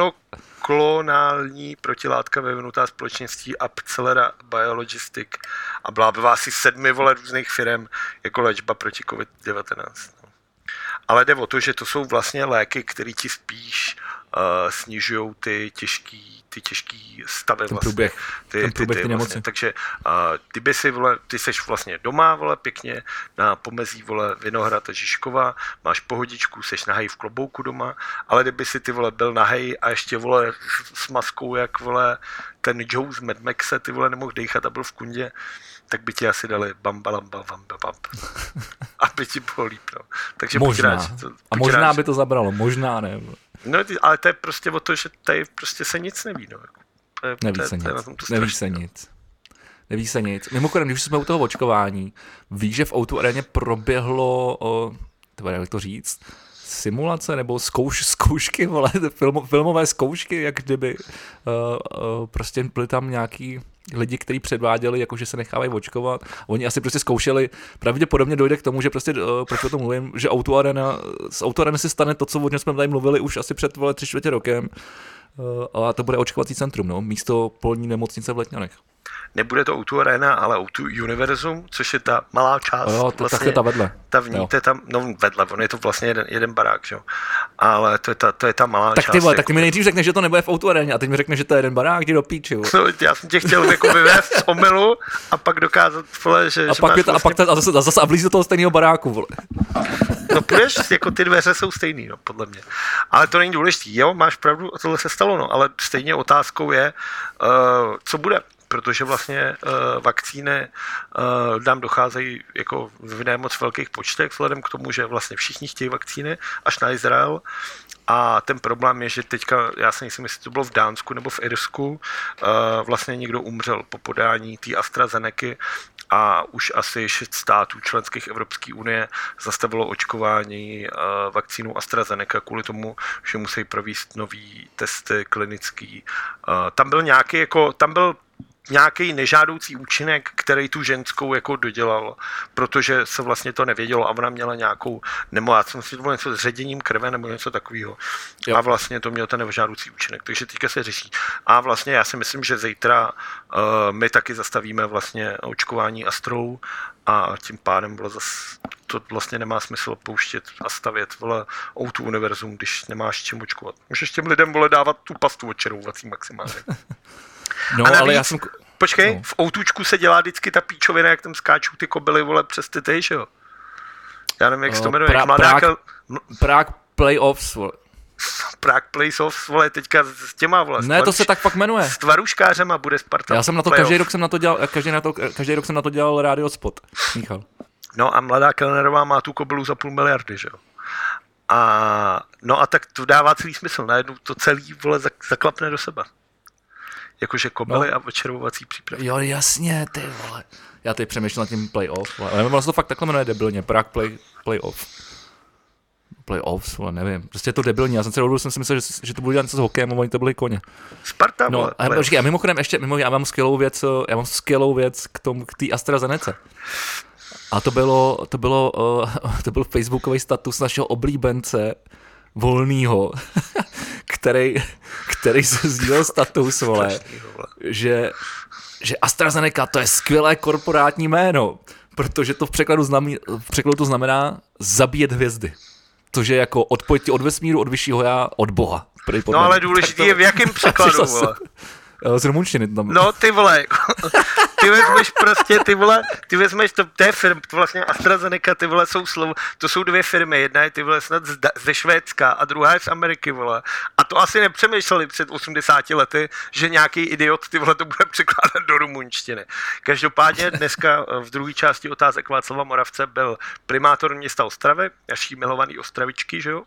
Monoklonální protilátka vyvinutá společností Abcelera Biologistic a blábla asi sedmi, vole, různých firem jako léčba proti covid devatenáct. No. Ale jde o to, že to jsou vlastně léky, které ti spíš uh, snižují ty těžký, ty těžký stavy ten vlastně. Průběh, ty, ten průběh ty, ty, ty vlastně. Takže uh, ty by si, vole, ty seš vlastně doma, vole, pěkně na pomezí, vole, Vinohrad a Žižkova, máš pohodičku, seš nahej v klobouku doma, ale kdyby si ty, vole, byl nahej a ještě, vole, s maskou, jak, vole, ten Joe z Mad Maxe, ty, vole, nemohl dejchat a byl v kundě, tak by ti asi dali bambalamba, bambabam, aby ti bylo líp, no. Takže možná. Rád, to, a možná rád, by to zabralo, možná ne. No, ale to je prostě o to, že tady prostě se nic neví, no. To je, neví to je, se to je, nic, to neví se nic. Neví se nic. Mimochodem, když jsme u toho očkování, víš, že v O dva Areně proběhlo, o, tyhle, jak to říct, simulace nebo zkouš, zkoušky, vole, film, filmové zkoušky, jak kdyby uh, uh, prostě byly tam nějaký lidi, kteří předváděli, jakože se nechávají očkovat. Oni asi prostě zkoušeli, pravděpodobně dojde k tomu, že prostě, uh, proč o tom mluvím, že O dva Arena, z O dva Areny se stane to, co o něm jsme tady mluvili už asi před, vole, tři čtvrtě rokem. Uh, a to bude očkovací centrum, no, místo polní nemocnice v Letňanech. Nebude to O dva Arena, ale O dva Univerzum, což je ta malá část. Jo, to vlastně, tak je ta vedle. Ta vníte tam, no vedle, on je to vlastně jeden, jeden barák, že jo. Ale to je ta, to je ta malá tak část. Ty vole, jako... tak ty mi nejdřív řekneš, že to nebude v O dva Areně a teď mi řekneš, že to je jeden barák, jdi do píči, jo. No, já jsem tě chtěl jako vyvést z omylu a pak dokázat, vole, že... A že pak, máš to, vlastně... a pak to, a zase, a zase a blíž do toho stejného baráku, vole. No půjdeš, jako ty dveře jsou stejný, no, podle mě. Ale to není důležitý, jo, máš pravdu, tohle se stalo, no, ale stejně otázkou je, uh, co bude. Protože vlastně uh, vakcíny uh, nám docházejí jako v nemoc velkých počtech, vzhledem k tomu, že vlastně všichni chtějí vakcíny, až na Izrael. A ten problém je, že teďka, já si nejsem, jestli to bylo v Dánsku nebo v Irsku, vlastně někdo umřel po podání té AstraZenecy a už asi šest států členských Evropské unie zastavilo očkování vakcínou AstraZeneca kvůli tomu, že musí provést nový testy klinický. Tam byl nějaký, jako, tam byl nějaký nežádoucí účinek, který tu ženskou jako dodělal, protože se vlastně to nevědělo a ona měla nějakou, nebo já jsem si to bylo něco s ředěním krve nebo něco takového. A vlastně to mělo ten nežádoucí účinek, takže teďka se řeší. A vlastně já si myslím, že zítra uh, my taky zastavíme vlastně očkování Astrou a tím pádem bylo zas, to vlastně nemá smysl pouštět a stavět vole ó dva univerzum, když nemáš čím očkovat. Můžeš těm lidem vole dávat tu pastu očerouvací maximálně. No, navíc, ale já jsem... Počkej, no. v outučku se dělá vždycky ta píčovina, jak tam skáčou ty kobily, vole, přes ty tej, že jo? Já nevím, jak se to jmenuje. Pra, Prague, kel... Prague Playoffs, vole. Prague Playoffs, vole, teďka s těma, vole. Ne, tvaruš... to se tak fakt jmenuje. S tvaruškářema bude Sparta. Já jsem na to, každý rok jsem na to dělal, každý, na to, každý rok jsem na to dělal Radio Spot, Michal. No a mladá Kellnerová má tu kobylu za půl miliardy, že jo? A no a tak to dává celý smysl, najednou to celý, vole, zaklapne do sebe. Jakože kobely no. A očervovací přípravy. Jo, jasně, ty vole. Já teď přemýšlím nad tím playoff, vole. Ale ono se to fakt takhle jmenuje debilně. Prague play, playoff. Playoffs, vole, nevím. Prostě je to debilní. Já jsem se jsem si myslel, že, že to bude dělat něco s hokejem a oni to byli koně. Sparta, no, vole. A, počkej, a mimochodem ještě, mimo, já mám skvělou věc, já mám skvělou věc k tomu, k té AstraZenece. A to bylo, to bylo, uh, to byl facebookový status našeho oblíbence Volnýho, který, který se sdílel status, vole, že, že AstraZeneca to je skvělé korporátní jméno, protože to v překladu, znamí, v překladu to znamená zabíjet hvězdy. To, že jako odpojit od vesmíru, od vyššího já, od Boha. No ale důležitý je v jakém překladu, vole. Z rumunštiny tam. No ty vole, ty vezmeš prostě, ty vole, ty vezmeš, to, to je firm, to vlastně AstraZeneca, ty vole jsou slovo, to jsou dvě firmy, jedna je ty vole snad ze Švédska a druhá je z Ameriky, vole. A to asi nepřemýšleli před osmdesáti lety, že nějaký idiot, ty vole, to bude překládat do rumunštiny. Každopádně dneska v druhé části otázek Václava Moravce byl primátor města Ostravy, naší milovaný Ostravičky, že jo?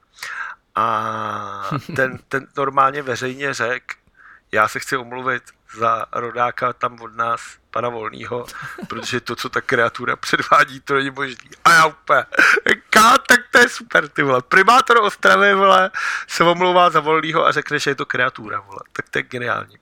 A ten, ten normálně veřejně řekl, já se chci omluvit za rodáka tam od nás, pana Volnýho, protože to, co ta kreatura předvádí, to není možný. A já úplně, ká, tak to je super, ty vole. Primátor Ostravy, vole, se omlouvá za Volnýho a řekne, že je to kreatura, vole. Tak to je geniální.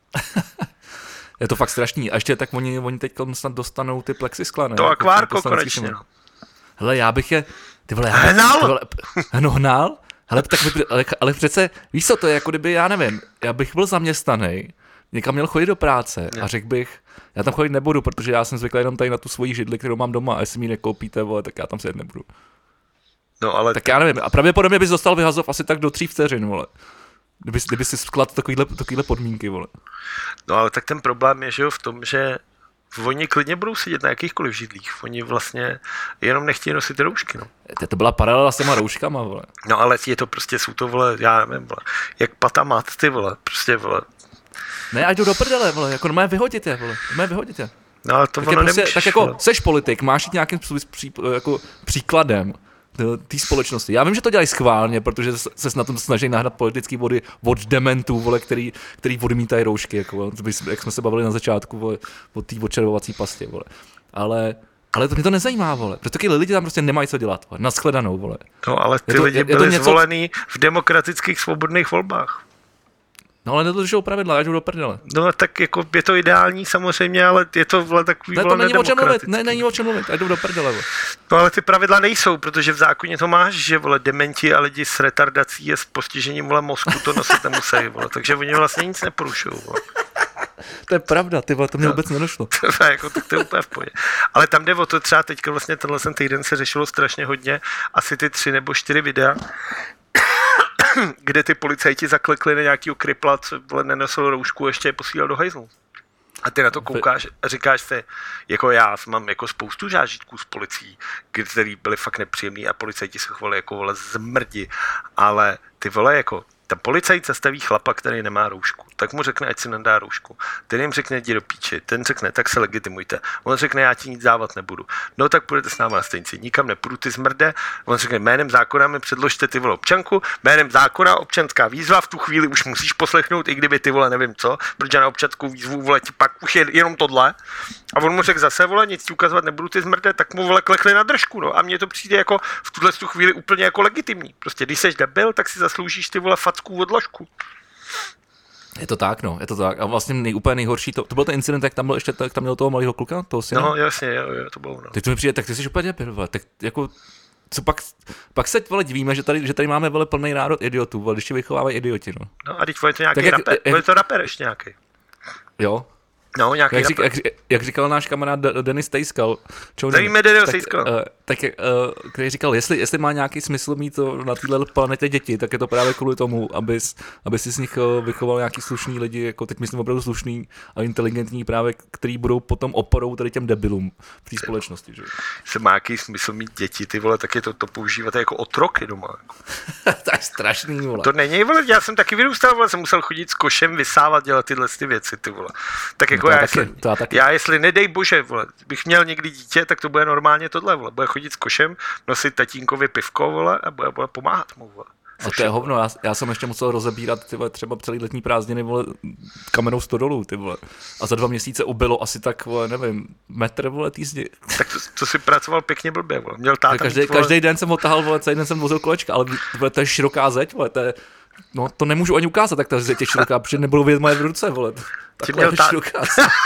Je to fakt strašný. A ještě tak oni, oni teď snad dostanou ty plexiskla, ne? To akvárko konečně, no. Hele, já bych je... Ty vole, já bych, hnal? Ty vole, no hnal? Hele, tak by, ale, ale přece, víš co, to je jako kdyby, já nevím, já bych byl zaměstnaný, někam měl chodit do práce a řekl bych, já tam chodit nebudu, protože já jsem zvyklý jenom tady na tu svoji židli, kterou mám doma a jestli mi ji nekoupíte, vole, tak já tam sedět nebudu. No, ale tak já nevím, a pravděpodobně bys dostal vyhazov asi tak do tří vteřin, vole. Kdyby, kdyby si skladl takovýhle, takovýhle podmínky, vole. No ale tak ten problém je, že jo, v tom, že oni klidně budou sedět na jakýchkoliv židlích. Oni vlastně jenom nechtějí nosit roušky, no. To byla paralela s těma rouškama, vole. No ale je to prostě, jsou to, vole, já nevím, vole, jak pata mat, ty, vole, prostě, vole. Ne, ať jdu do prdele, vole, jako má vyhodit je, vole, má vyhodit je. No ale to tak ono prostě, nemůžeš, tak jako, vole. seš politik, máš jít nějakým pří, jako příkladem té společnosti. Já vím, že to dělají schválně, protože se na tom snaží nahrát politický vody od dementů, vole, který, který odmítají roušky, jako, jak jsme se bavili na začátku, vole, o té očervovací pastě, vole. Ale, ale to mě to nezajímá, vole. Protože taky lidi tam prostě nemají co dělat, vole. Naschledanou, vole. No ale ty to, lidi je, byli je něco... zvolený v demokratických svobodných volbách. No ale nedodržou pravidla, já jdu do prdele. No tak jako je to ideální samozřejmě, ale je to vole takový ne, to vole není o čem mluvit, nedemokratický. ne, není o čem mluvit, já jdu do prdele. Vole. No ale ty pravidla nejsou, protože v zákoně to máš, že vole dementi a lidi s retardací a s postižením vole mozku to nosit nemusí, vole, takže oni vlastně nic neporušují. To je pravda, ty vole, to mě no, vůbec nedošlo. To je, jako, tak to je úplně v pohodě. Ale tam jde o to, třeba teďka vlastně tenhle týden se řešilo strašně hodně, asi ty tři nebo čtyři videa, kde ty policajti zaklekli na nějakýho kripla, co nenosil roušku, ještě je posílal do hajzlu. A ty na to koukáš a říkáš si, jako já mám jako spoustu zážitků s policií, který byly fakt nepříjemný a policajti se chovali jako vole zmrdi, ale ty vole jako, ten policajt zastaví chlapa, který nemá roušku. tak mu řekne, ať si nadá roušku. Ten jim řekne, jdi do píči. Ten řekne, tak se legitimujte. On řekne, já ti nic dávat nebudu. No tak půjdete s náma na stanici. Nikam nepůjdu, ty zmrde. On řekne, jménem zákona mi předložte ty vole občanku. Jménem zákona občanská výzva, v tu chvíli už musíš poslechnout, i kdyby ty vole nevím co, protože na občanskou výzvu vole ti pak už je jenom tohle. A on mu řekl zase vole, nic ti ukazovat nebudu, ty zmrde, tak mu vole klekli na držku. No. A mně to přijde jako v tuhle tu chvíli úplně jako legitimní. Prostě když seš debil, tak si zasloužíš ty vole facku odložku. Je to tak, no, je to tak. A vlastně nej, úplně nejhorší, to, to byl ten incident, jak tam byl ještě, jak tam měl toho malého kluka, toho syna. No, jasně, jo, jo, to bylo, no. Teď to mi přijde, tak ty jsi úplně debil, tak jako, co pak, pak se vole divíme, že tady, že tady máme vole plný národ idiotů, vole, když tě vychovávají idioti, no. No a teď je to nějaký jak, raper, jak, je to raper ještě nějaký. Jo. No, nějaký jak, raper. jak, jak říkal náš kamarád Denis Tejskal, Zdravíme Denis Tejskal. Uh, tak, uh, který říkal, jestli, jestli má nějaký smysl mít to na téhle planetě děti, tak je to právě kvůli tomu, abys, aby si z nich uh, vychoval nějaký slušný lidi, jako teď myslím opravdu slušný a inteligentní právě, který budou potom oporou tady těm debilům v té společnosti. Že? Se má nějaký smysl mít děti, ty vole, tak je to, to používat jako otroky doma. To je strašný, vole. To není, vole, já jsem taky vyrůstal, vole, jsem musel chodit s košem, vysávat, dělat tyhle ty věci, ty vole. Tak jako no já, taky, jestli, taky. já jestli nedej bože, vole, bych měl někdy dítě, tak to bude normálně tohle, vole. Bude chodit s košem, nosit tatínkovi pivko, vole, a bude, bude pomáhat mu, vole. A to je hovno, já, já jsem ještě musel rozebírat ty vole, třeba celý letní prázdniny, vole, kamennou stodolů, ty vole. A za dva měsíce ubylo asi tak, vole, nevím, metr, vole, týzdi. Tak to, to si pracoval pěkně blbě, vole. Měl táta každý, mít, vole... každý den jsem ho tahal, vole, celý den jsem vozil kolečka, ale vole, to je široká zeď, vole, to je, no to nemůžu ani ukázat, tak ta zeď je široká, protože nebudou vidět moje ruce, vole. Takhle je ta... široká.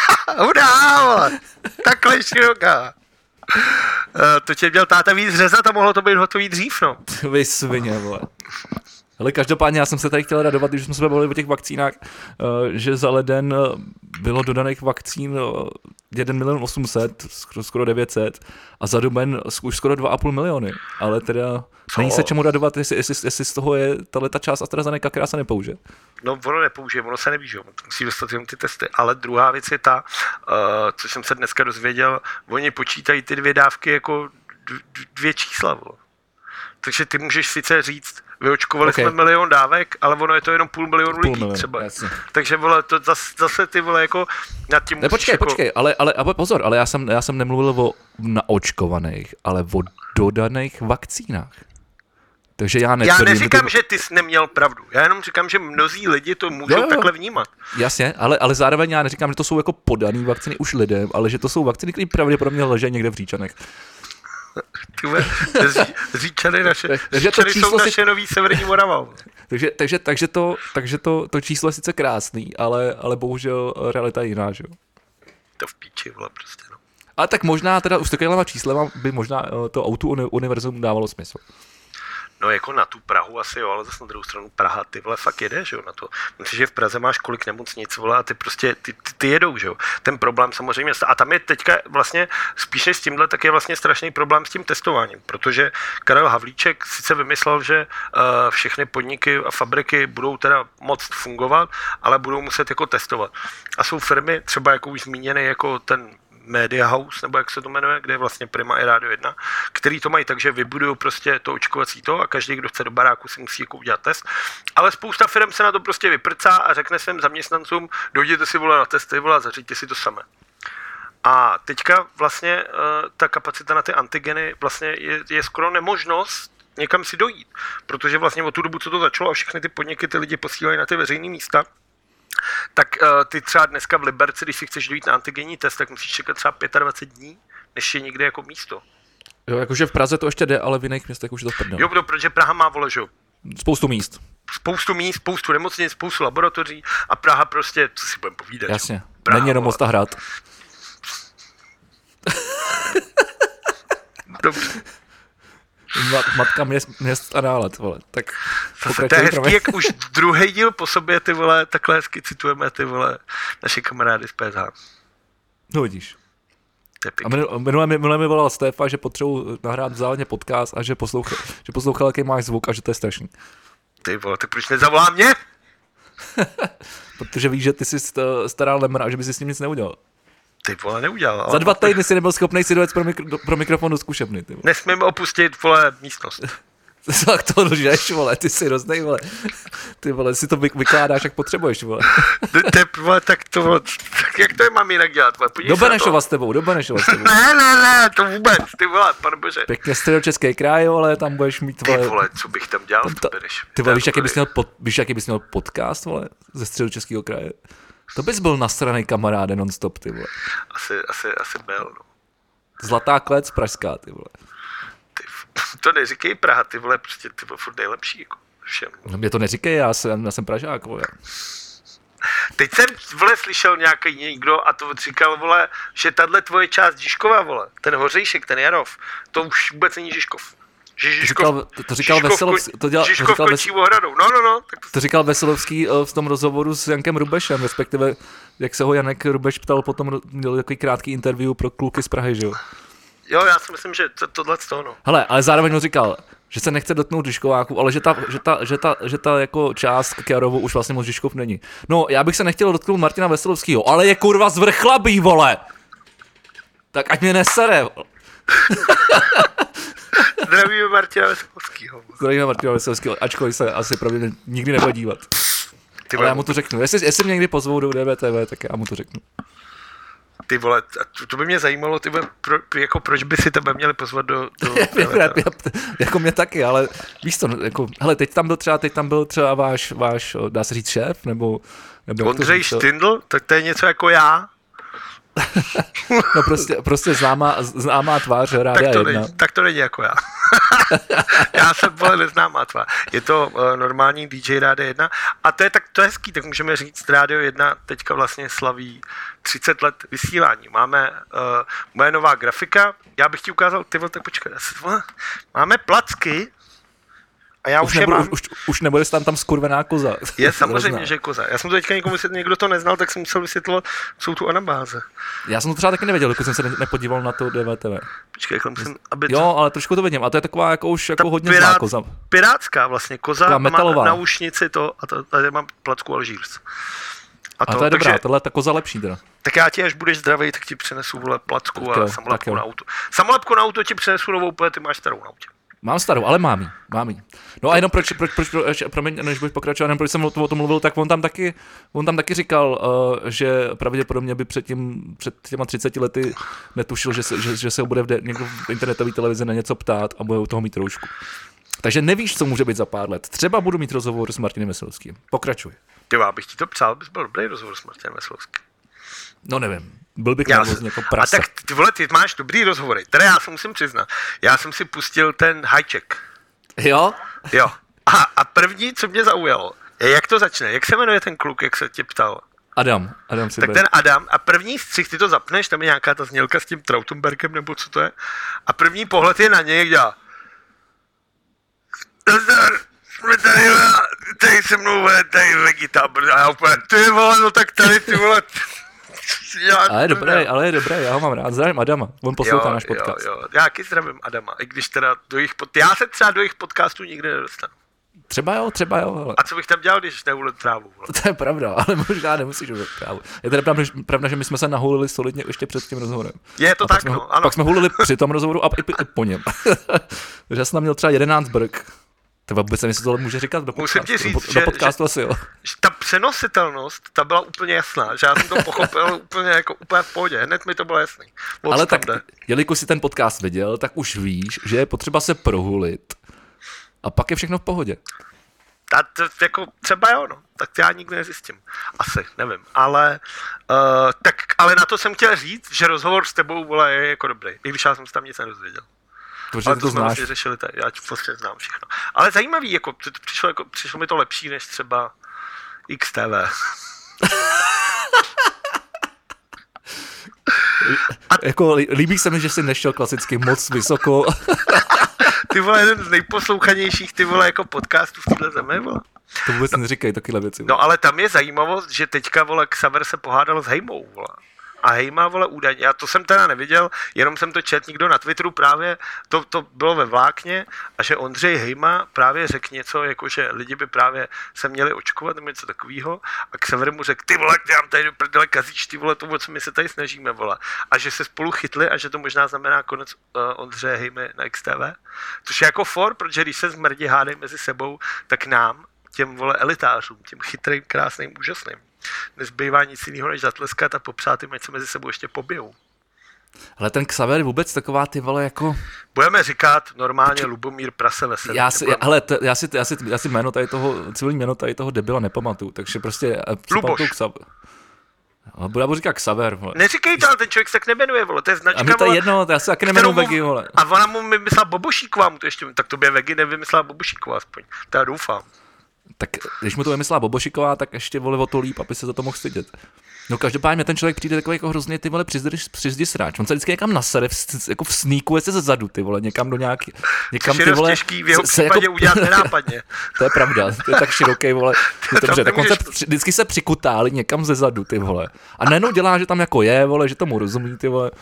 Udá, vole, takhle široká. Uh, to tě měl táta víc řezat a mohlo to být hotový dřív, no. Vy svině, vole. Ale každopádně já jsem se tady chtěl radovat, když jsme se bavili o těch vakcínách, že za leden bylo dodaných vakcín jeden milion osm set, skoro devět set a za duben už skoro dva a půl miliony. Ale teda co? Není se čemu radovat, jestli, jestli, jestli z toho je tato část AstraZeneca, která se nepoužije. No ono nepoužije, ono se neví, že musí dostat jenom ty testy. Ale druhá věc je ta, uh, co jsem se dneska dozvěděl, oni počítají ty dvě dávky jako dvě čísla. Vole. Takže ty můžeš sice říct, vyočkovali okay. jsme milion dávek, ale ono je to jenom půl milionu půl lidí milion, třeba. Jasně. Takže vole, to zase, zase ty vole jako nad tím ne, počkej, jako... počkej, ale, ale, ale pozor, ale já jsem, já jsem nemluvil o naočkovaných, ale o dodaných vakcínách. Takže já netvrdím, Já neříkám, ty... že ty jsi neměl pravdu. Já jenom říkám, že mnozí lidi to můžou jo, jo. takhle vnímat. Jasně, ale, ale zároveň já neříkám, že to jsou jako podaný vakcíny už lidem, ale že to jsou vakcíny, které pravděpodobně leží někde v Říčanech. Tyhle, Říčany naše, Říčany jsou naše si... nový Severní Morava. takže, takže, takže, to, takže to, to číslo je sice krásný, ale, ale bohužel realita je jiná, že jo? To v píči, vole, prostě, no. Ale tak možná teda už takovýma číslema by možná to auto univerzum dávalo smysl. No jako na tu Prahu asi jo, ale zase na druhou stranu Praha, ty vole fakt jede, že jo, na to. Myslím, že v Praze máš kolik nemocnic, vole, a ty prostě, ty, ty, ty jedou, že jo. Ten problém samozřejmě, a tam je teďka vlastně, spíš než s tímhle, tak je vlastně strašný problém s tím testováním, protože Karel Havlíček sice vymyslel, že uh, všechny podniky a fabriky budou teda moct fungovat, ale budou muset jako testovat. A jsou firmy, třeba jako už zmíněny, jako ten Media House, nebo jak se to jmenuje, kde je vlastně Prima i Rádio jedna, který to mají tak, že vybudují prostě to očkovací to a každý, kdo chce do baráku, si musí jako udělat test. Ale spousta firm se na to prostě vyprcá a řekne svým zaměstnancům, dojděte si vole na testy, vole, a zařiďte si to samé. A teďka vlastně uh, ta kapacita na ty antigeny vlastně je, je skoro nemožnost někam si dojít, protože vlastně od tu dobu, co to začalo a všechny ty podniky, ty lidi posílají na ty veřejné místa, tak uh, ty třeba dneska v Liberci, když si chceš dojít na antigenní test, tak musíš čekat třeba dvacet pět dní, než je někde jako místo. Jo, jakože v Praze to ještě jde, ale v jiných městech už je to v prdele. Jo, no, protože Praha má, vole, že jo. Spoustu míst. Spoustu míst, spoustu nemocnic, spoustu laboratoří a Praha prostě, co si budeme povídat. Jasně, Praha, není jenom Mostahrad. Dobře. Matka měst, měst a nálet, vole. Tak to je hezký, jak už druhý díl po sobě, ty vole, takhle hezky citujeme, ty vole, naše kamarády z P S H. No vidíš. A minule, minule mi volal Stefa, že potřebuji nahrát vzdáleně podcast a že poslouchal, že poslouchal, jaký máš zvuk a že to je strašný. Ty vole, tak proč nezavolá mě? Protože víš, že ty jsi stará lemra a že by si s ním nic neudělal. Ty vole, neudělal. Za dva týdny si nebyl schopný si dojet pro, mikro, pro mikrofon do zkušebny. Nesmím opustit, vole, místnost. Tak to lžeš, vole, ty si rozdej, vole. Ty vole, si to vykládáš, jak potřebuješ, vole. Te, vole, tak to, vole, tak jak to je mám jinak dělat, vole, do Benešova s tebou, do Benešova s tebou. Ne, ne, ne, to vůbec, ty vole, pane bože. Pěkně středočeský kraj, vole, tam budeš mít, vole. Ty vole, co bych tam dělal v Benešově. Ty vole, víš, jaký bys měl, pod, víš, jaký bys měl podcast, vole, ze středočeského kraje? To bys byl nasranej kamaráde non-stop, ty vole. Asi, asi, asi byl, no. Zlatá klec pražská, ty vole. Ty, to neříkej Praha, ty vole, prostě ty vole furt nejlepší, jako všem. No mě to neříkej, já jsem, já jsem Pražák, vole. Teď jsem, vole, slyšel nějaký někdo a to říkal, vole, že tahle tvoje část Žižkova, vole, ten Hořejšek, ten Jarov, to už vůbec není Žižkov. Že Žižkov, to říkal, to říkal Veselovský, to dělal, Žižkov to říkal končí Ves... ohradou, no, no, no. Tak to... to říkal Veselovský v tom rozhovoru s Jankem Rubešem, respektive, jak se ho Janek Rubeš ptal, potom měl takový krátký interview pro kluky z Prahy, že jo? Jo, já si myslím, že to, tohle z toho, no. Hele, ale zároveň mu říkal, že se nechce dotknout Žižkováků, ale že ta, že ta, že ta, že ta jako část k Jarovu už vlastně moc Žižkov není. No, já bych se nechtěl dotknout Martina Veselovského, ale je kurva zvrchlabý, vole! Tak ať mě nesere. Zdravíme Martina Veselovského. Zdravíme Martina Veselovského, ačkoliv se asi pravděpodobně nikdy nebude dívat. Ty ale já mu to řeknu. Jestli, jestli mě někdy pozvou do D V T V, tak já mu to řeknu. Ty vole, to, to by mě zajímalo, ty vole, pro, jako proč by si tebe měli pozvat do, do já, já, jako mě taky, ale víš co, jako, hele, teď tam byl třeba, teď tam byl třeba váš, váš, dá se říct šéf, nebo... nebo Ondřej Štindl, tak to je něco jako já. No prostě, prostě známá, známá tvář Rádia tak to jedna. Není, tak to není jako já. Já jsem, vole, neznámá tvář. Je to uh, normální D J Rádia jedna a to je tak to je hezký, tak můžeme říct, Rádio jedna teďka vlastně slaví třicet let vysílání. Máme uh, moje nová grafika, já bych ti ukázal, ty vole, tak počkej, máme placky, a já už, už, nebudu, mám... už, už nebude tam tam skurvená koza. Je samozřejmě, že je koza. Já jsem to teďka někomu vysvětlil, někdo to neznal, tak jsem musel vysvětlovat, jsou tu anabáze. Já jsem to třeba taky nevěděl, dokud jsem se nepodíval na to D V T V. Počkej, jak musím, aby... Jo, ale trošku to vidím. A to je taková jako už jako hodně pirát, zná koza. Pirátská vlastně koza, a má na ušnici to, a to, tady mám placku Alžírs. A to, a to je takže, dobrá, tohle je ta koza lepší teda. Tak já ti, až budeš zdravý, tak ti přinesu, vole, placku a samolepku na auto. Samolepku na auto ti přinesu novou, protože ty máš starou na autě. Mám starou, ale mám jí, mám jí. No a jenom proč, proč, proč, proč promiň, než bych pokračoval, jenom proč jsem o tom, o tom mluvil, tak on tam taky, on tam taky říkal, uh, že pravděpodobně by před, tím, před těma třiceti lety netušil, že se, že, že se ho bude v de, někdo v internetové televizi na něco ptát a bude u toho mít roušku. Takže nevíš, co může být za pár let. Třeba budu mít rozhovor s Martinem Veselovským. Pokračuj. Ty bych ti to psal, bys byl dobrý rozhovor s Martinem Veselovským. No nevím. Byl bych nervózní jako prase. A tak ty vole, ty máš dobrý rozhovory. Teda já se musím přiznat. Já jsem si pustil ten highcheck. Jo? Jo. A, a první, co mě zaujalo, je, jak to začne. Jak se jmenuje ten kluk, jak se tě ptal? Adam. Adam si tak bude. ten Adam a první střih, ty to zapneš, tam je nějaká ta znělka s tím Trautenbergem, nebo co to je. A první pohled je na něj, jak dělá. Jsme tady, tady se mnou, tady Vegeta. A já úplně, ty vole, no tak tady, ty vole. Já, ale je dobré, ale je dobré, já ho mám rád. Zdravím Adama, on poslouchá náš podcast. Jo, jo. Já taky zdravím Adama, i když teda do jejich pod... Já se třeba do jejich podcastů nikdy nedostanu. Třeba jo, třeba jo. Ale... A co bych tam dělal, když neulil trávu? Vole? To je pravda, ale možná nemusíš ulit trávu. Je teda pravda, pravda, že my jsme se nahulili solidně ještě před tím rozhovorem. Je to a tak, jsme, no, ano. Pak jsme hulili při tom rozhovoru a i, i po něm. Takže já jsem tam měl třeba jedenáct brk. Třeba vůbec nevím, jestli tohle může říkat do podcastu. Musím ti říct, do, že, do podcastu že, asi, jo. Že ta přenositelnost, ta byla úplně jasná, že já jsem to pochopil úplně jako úplně v pohodě, hned mi to bylo jasný. Moc ale tak, jde. Jelikož si ten podcast viděl, tak už víš, že je potřeba se prohulit a pak je všechno v pohodě. A to, jako třeba jo, no, tak já nikdy nezjistím. Asi, nevím, ale uh, tak, ale na to jsem chtěl říct, že rozhovor s tebou, vole, je jako dobrý, i když já jsem se tam nic nedozvěděl. To, ale to, to jsme znáš. vlastně řešili tady, já vlastně znám všechno. Ale zajímavý, jako, to přišlo, jako, přišlo mi to lepší, než třeba X T V. A... Jako líbí se mi, že jsi nešel klasicky moc vysoko. Ty vole, jeden z nejposlouchanějších, ty vole, jako podcastů v téhle zemi, vole. To vůbec no, neříkají takovéhle věci. Vole. No ale tam je zajímavost, že teďka, vole, Xaver se pohádal s Hejmou, vole. a Hejma, vole, údajně, já to jsem teda neviděl, jenom jsem to četl někdo na Twitteru právě, to, to bylo ve Vlákně, a že Ondřej Hejma právě řekl něco, jako že lidi by právě se měli očkovat nebo něco takového, a Xaver mu řekl, ty vole, dělám tady do prdele, kazíš ty vole, to, co my se tady snažíme, vole. A že se spolu chytli a že to možná znamená konec uh, Ondřeje Hejmy na X T V. Což je jako for, protože když se zmrdí hádají mezi sebou, tak nám, těm vole elitářům, těm chytrým, krásným, úžasným, nezbývá nic jiného, než zatleskat a popřát jim, ať se mezi sebou ještě pobijou. Ale ten Xaver vůbec taková ty vole jako... Budeme říkat normálně Lubomír Prase Veselý. Já si, ale t, já, si, já, si, já si jméno tady toho, civilní jméno tady toho debila nepamatuju, takže prostě... Luboš. Ale budu já říkat Xaver, vole. Neříkej to, ale ten člověk se tak nemenuje, vole, to je značka, a mi to je jedno, já se taky nemenuji Vegy, vole. A ona mu vymyslela Bobošíková, mu to ještě, tak tobě Vegy nevymyslela Bobošíková aspoň, to já doufám. Tak když mu to vymyslela Bobošíková, tak ještě vole o to líp, aby se za to mohl stydět. No každopádně ten člověk přijde takový jako hrozně ty vole přizdi sráč. On se vždycky někam nasere, v, jako v sníku se zezadu ty vole, někam do nějaký, někam ty vole. Těžký v jeho případě jako, udělat nenápadně. To je pravda, to je tak široký vole. Dobře, tak on se vždycky se přikutálí někam zezadu ty vole. A najednou dělá, že tam jako je, vole, že tomu rozumí ty vole.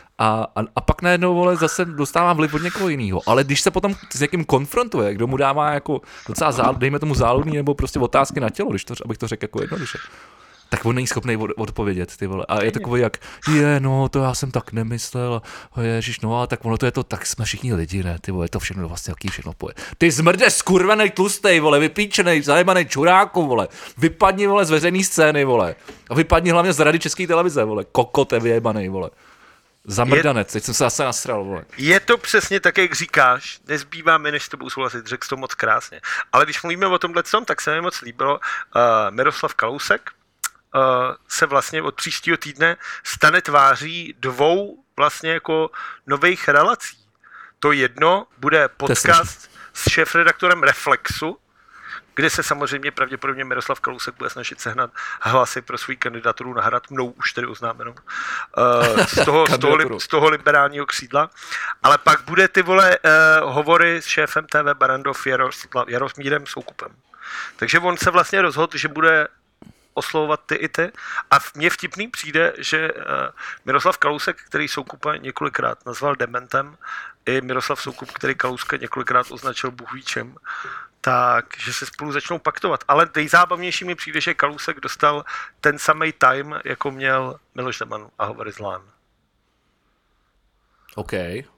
A, a, a pak najednou vole zase dostává vliv od někoho jiného. Ale když se potom s někým konfrontuje, kdo mu dává jako docela zál, dejme tomu záludný nebo prostě otázky na tělo, když to, abych to řekl jako jednoduše, tak on není schopný odpovědět, ty vole. A je takový jak, je, no, to já jsem tak nemyslel, ježiš, no, a tak ono to je to, tak jsme všichni lidi, ne, ty vole, je to všechno vlastně, jaký všechno poje. Ty zmrde skurvenej tlustej, vole, vypíčenej, zajebanej čuráku, vole, vypadni, vole, z veřejný scény, vole, a vypadni hlavně z rady České televize, vole, kokote vyjebanej, vole. Zamrdanec, teď jsem se zase nasral, vole. Je to přesně tak, jak říkáš, nezbývá mi, než s tebou souhlasit, řekl jsi to moc krásně. Ale když mluvíme o tomhle tom, tak se mi moc líbilo, uh, Miroslav Kalousek uh, se vlastně od příštího týdne stane tváří dvou vlastně jako nových relací. To jedno bude podcast s šéfredaktorem Reflexu, kde se samozřejmě pravděpodobně Miroslav Kalousek bude snažit sehnat hlasy pro svou kandidaturu na hrad, mnou už tedy oznámenou, uh, z, toho, z, toho, z toho liberálního křídla. Ale pak bude ty vole uh, hovory s šéfem T V Barrandov Jaromírem Soukupem. Takže on se vlastně rozhodl, že bude oslovovat ty i ty. A mně vtipný přijde, že uh, Miroslav Kalousek, který Soukupa několikrát nazval dementem, i Miroslav Soukup, který Kalouska několikrát označil bůhvíčem, tak, že se spolu začnou paktovat. Ale nejzábavnější mi přijde, že Kalousek dostal ten samý time, jako měl Miloš Zeman a hovory z Lán. OK.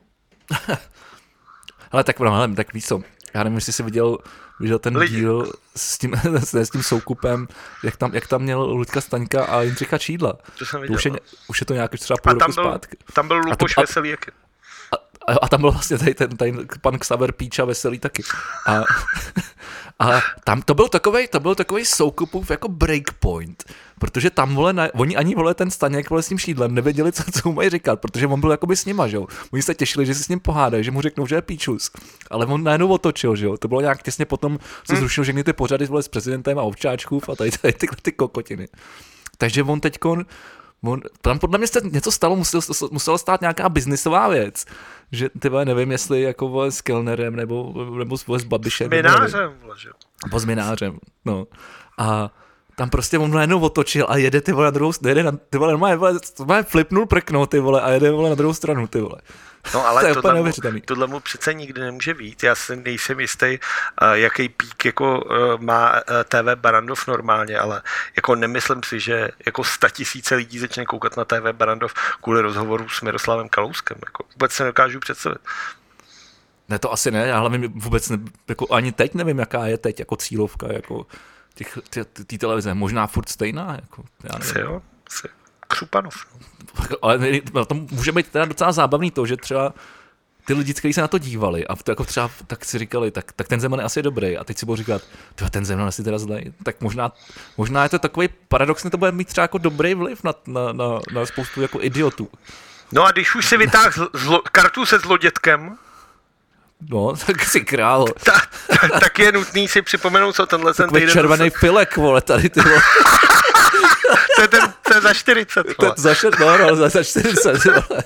Ale tak, no, hele, tak víš co, já nevím, jestli jsi viděl, viděl ten Lidi. díl s tím, s tím Soukupem, jak tam, jak tam měl Luďka Staňka a Jindřicha Čídla. To jsem viděl. To už, je, už je to nějak třeba půl roku zpátky. Tam byl Luboš a, Veselý. A, a, a tam byl vlastně tady ten, tady pan Xaver Píča Veselý taky. A, a tam to byl takovej, to byl takovej Soukupův jako breakpoint, protože tam vole, na, oni ani vole ten Staněk vole s tím Šídlem nevěděli, co, co mu mají říkat, protože on byl jakoby s nima, že jo. Oni se těšili, že si s ním pohádají, že mu řeknou, že je píčus, ale on najednou otočil, že jo. To bylo nějak těsně potom, co zrušil všechny ty pořady vole s prezidentem a Ovčáčkův a tady, tady ty, ty kokotiny. Takže on teďkon On, tam podle mě se něco stalo, musel, musela stát nějaká biznisová věc, že ty vole, nevím, jestli jako vole s Kellnerem nebo, nebo s Babišem. S minářem, že? Nebo s minářem, no. A tam prostě on najednou otočil a jede ty vole na druhou stranu, jede na, ty vole, normálně, vole, normálně flipnul prkno, ty vole, a jede vole na druhou stranu, ty vole. No ale to tohle, mu, tohle mu přece nikdy nemůže být. Já si nejsem jistý, uh, jaký pík jako uh, má uh, T V Barrandov normálně, ale jako nemyslím si, že jako statisíce lidí začne koukat na T V Barrandov kvůli rozhovoru s Miroslavem Kalouskem. Jako, vůbec se nedokážu představit. Ne, to asi ne, já hlavně vůbec ne, jako ani teď nevím, jaká je teď jako cílovka jako těch, tý, tý televize. Možná furt stejná. Jako, já nevím. Asi jo, asi. Křupanov. Ale to může být teda docela zábavný to, že třeba ty lidi, kteří se na to dívali a to jako třeba tak si říkali, tak, tak ten Zeman je asi dobrý a teď si budou říkat, ten Zeman asi teda zlej. Tak možná, možná je to takový paradoxně, to bude mít třeba jako dobrý vliv na, na, na, na spoustu jako idiotů. No a když už si vytáhl zlo, kartu se zlodětkem, no, tak si král. Ta, ta, tak je nutný si připomenout, co tenhle ten týden... červený se... filek, vole, tady ty vole. To je, ten, to je za čtyřicet, vole. To je za, no, no, za, za čtyřicet, vole.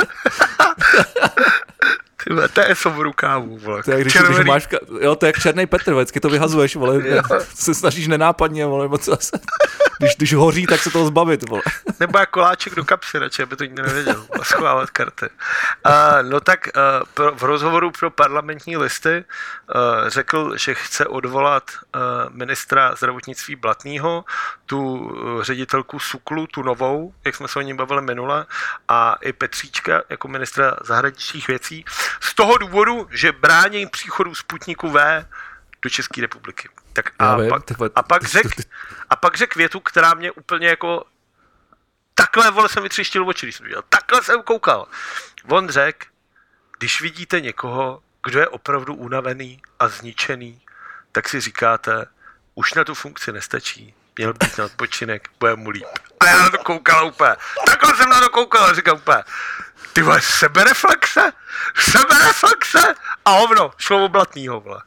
Tyhle, to je v rukávu, vole. To je, když, když máš, jo, to je jak černý Petr, vždycky to vyhazuješ, vole, se snažíš nenápadně, vole, nebo co zase. Když, když hoří, tak se toho zbavit, vole. Nebo jako koláček do kapsy, radši, aby to nikdo nevěděl. A schovávat karty. Uh, no tak uh, pro, v rozhovoru pro Parlamentní listy uh, řekl, že chce odvolat uh, ministra zdravotnictví Blatnýho, tu uh, ředitelku SÚKLu, tu novou, jak jsme se o ní bavili minule, a i Petříčka jako ministra zahraničních věcí. Z toho důvodu, že brání příchodu Sputniku V do České republiky. Tak a, vím, pak, tyhle, a pak řek, a pak řek větu, která mě úplně jako takhle, vole, jsem vytřištil oči, když jsem viděl. Takhle jsem koukal. On řekl, když vidíte někoho, kdo je opravdu unavený a zničený, tak si říkáte, už na tu funkci nestačí, měl být na odpočinek, bude mu líp. A já na to koukal úplně. Takhle jsem na to koukal a říkám úplně, ty vole, sebereflexe? Sebereflexe? A hovno, šlo o Blatnýho, vole.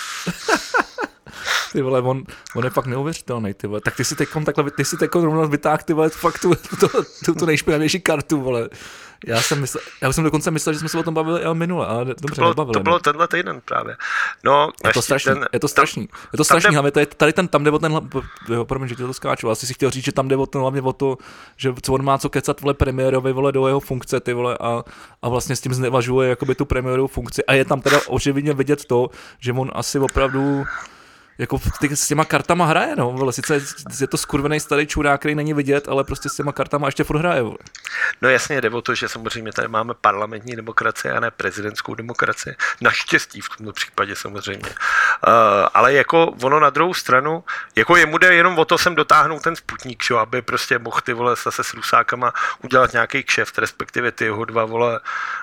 Ty vole, on, on je fakt neuvěřitelný, ty vole. Tak ty si teďkon takhle, ty si teďkon rovnou vytáhl, ty vole, fakt tu, tu, tu, tu nejšpinavější kartu, vole. Já jsem myslel, já jsem dokonce myslel, že jsme se o tom bavili ale minule, ale dobře, to bylo, nebavili. To bylo tenhle týden právě. No, je to strašný, ten, je to strašný, tam, je to strašný, hlavně tady, tady ten, tam jde o ten, jo, promiň, že ti to skáču, asi si chtěl říct, že tam jde o ten, hlavně o to, že co on má co kecat, vole, premiérovi, vole, do jeho funkce, ty vole, a, a vlastně s tím znevažuje, jakoby tu premiérovou funkci, a je tam teda očividně vidět to, že on asi opravdu jako ty, s těma kartama hraje, no, vole, sice je to skurvený starý čurák, který není vidět, ale prostě s těma kartama ještě furt hraje, vole. No jasně, jde o to, že samozřejmě tady máme parlamentní demokracii a ne prezidentskou demokracii. Naštěstí v tomto případě samozřejmě. Uh, ale jako ono na druhou stranu, jako jemu jde jenom o to sem dotáhnout ten Sputnik, čo, aby prostě mohl ty, vole, zase s Rusákama udělat nějaký kšeft, respektive ty jeho dva, vole,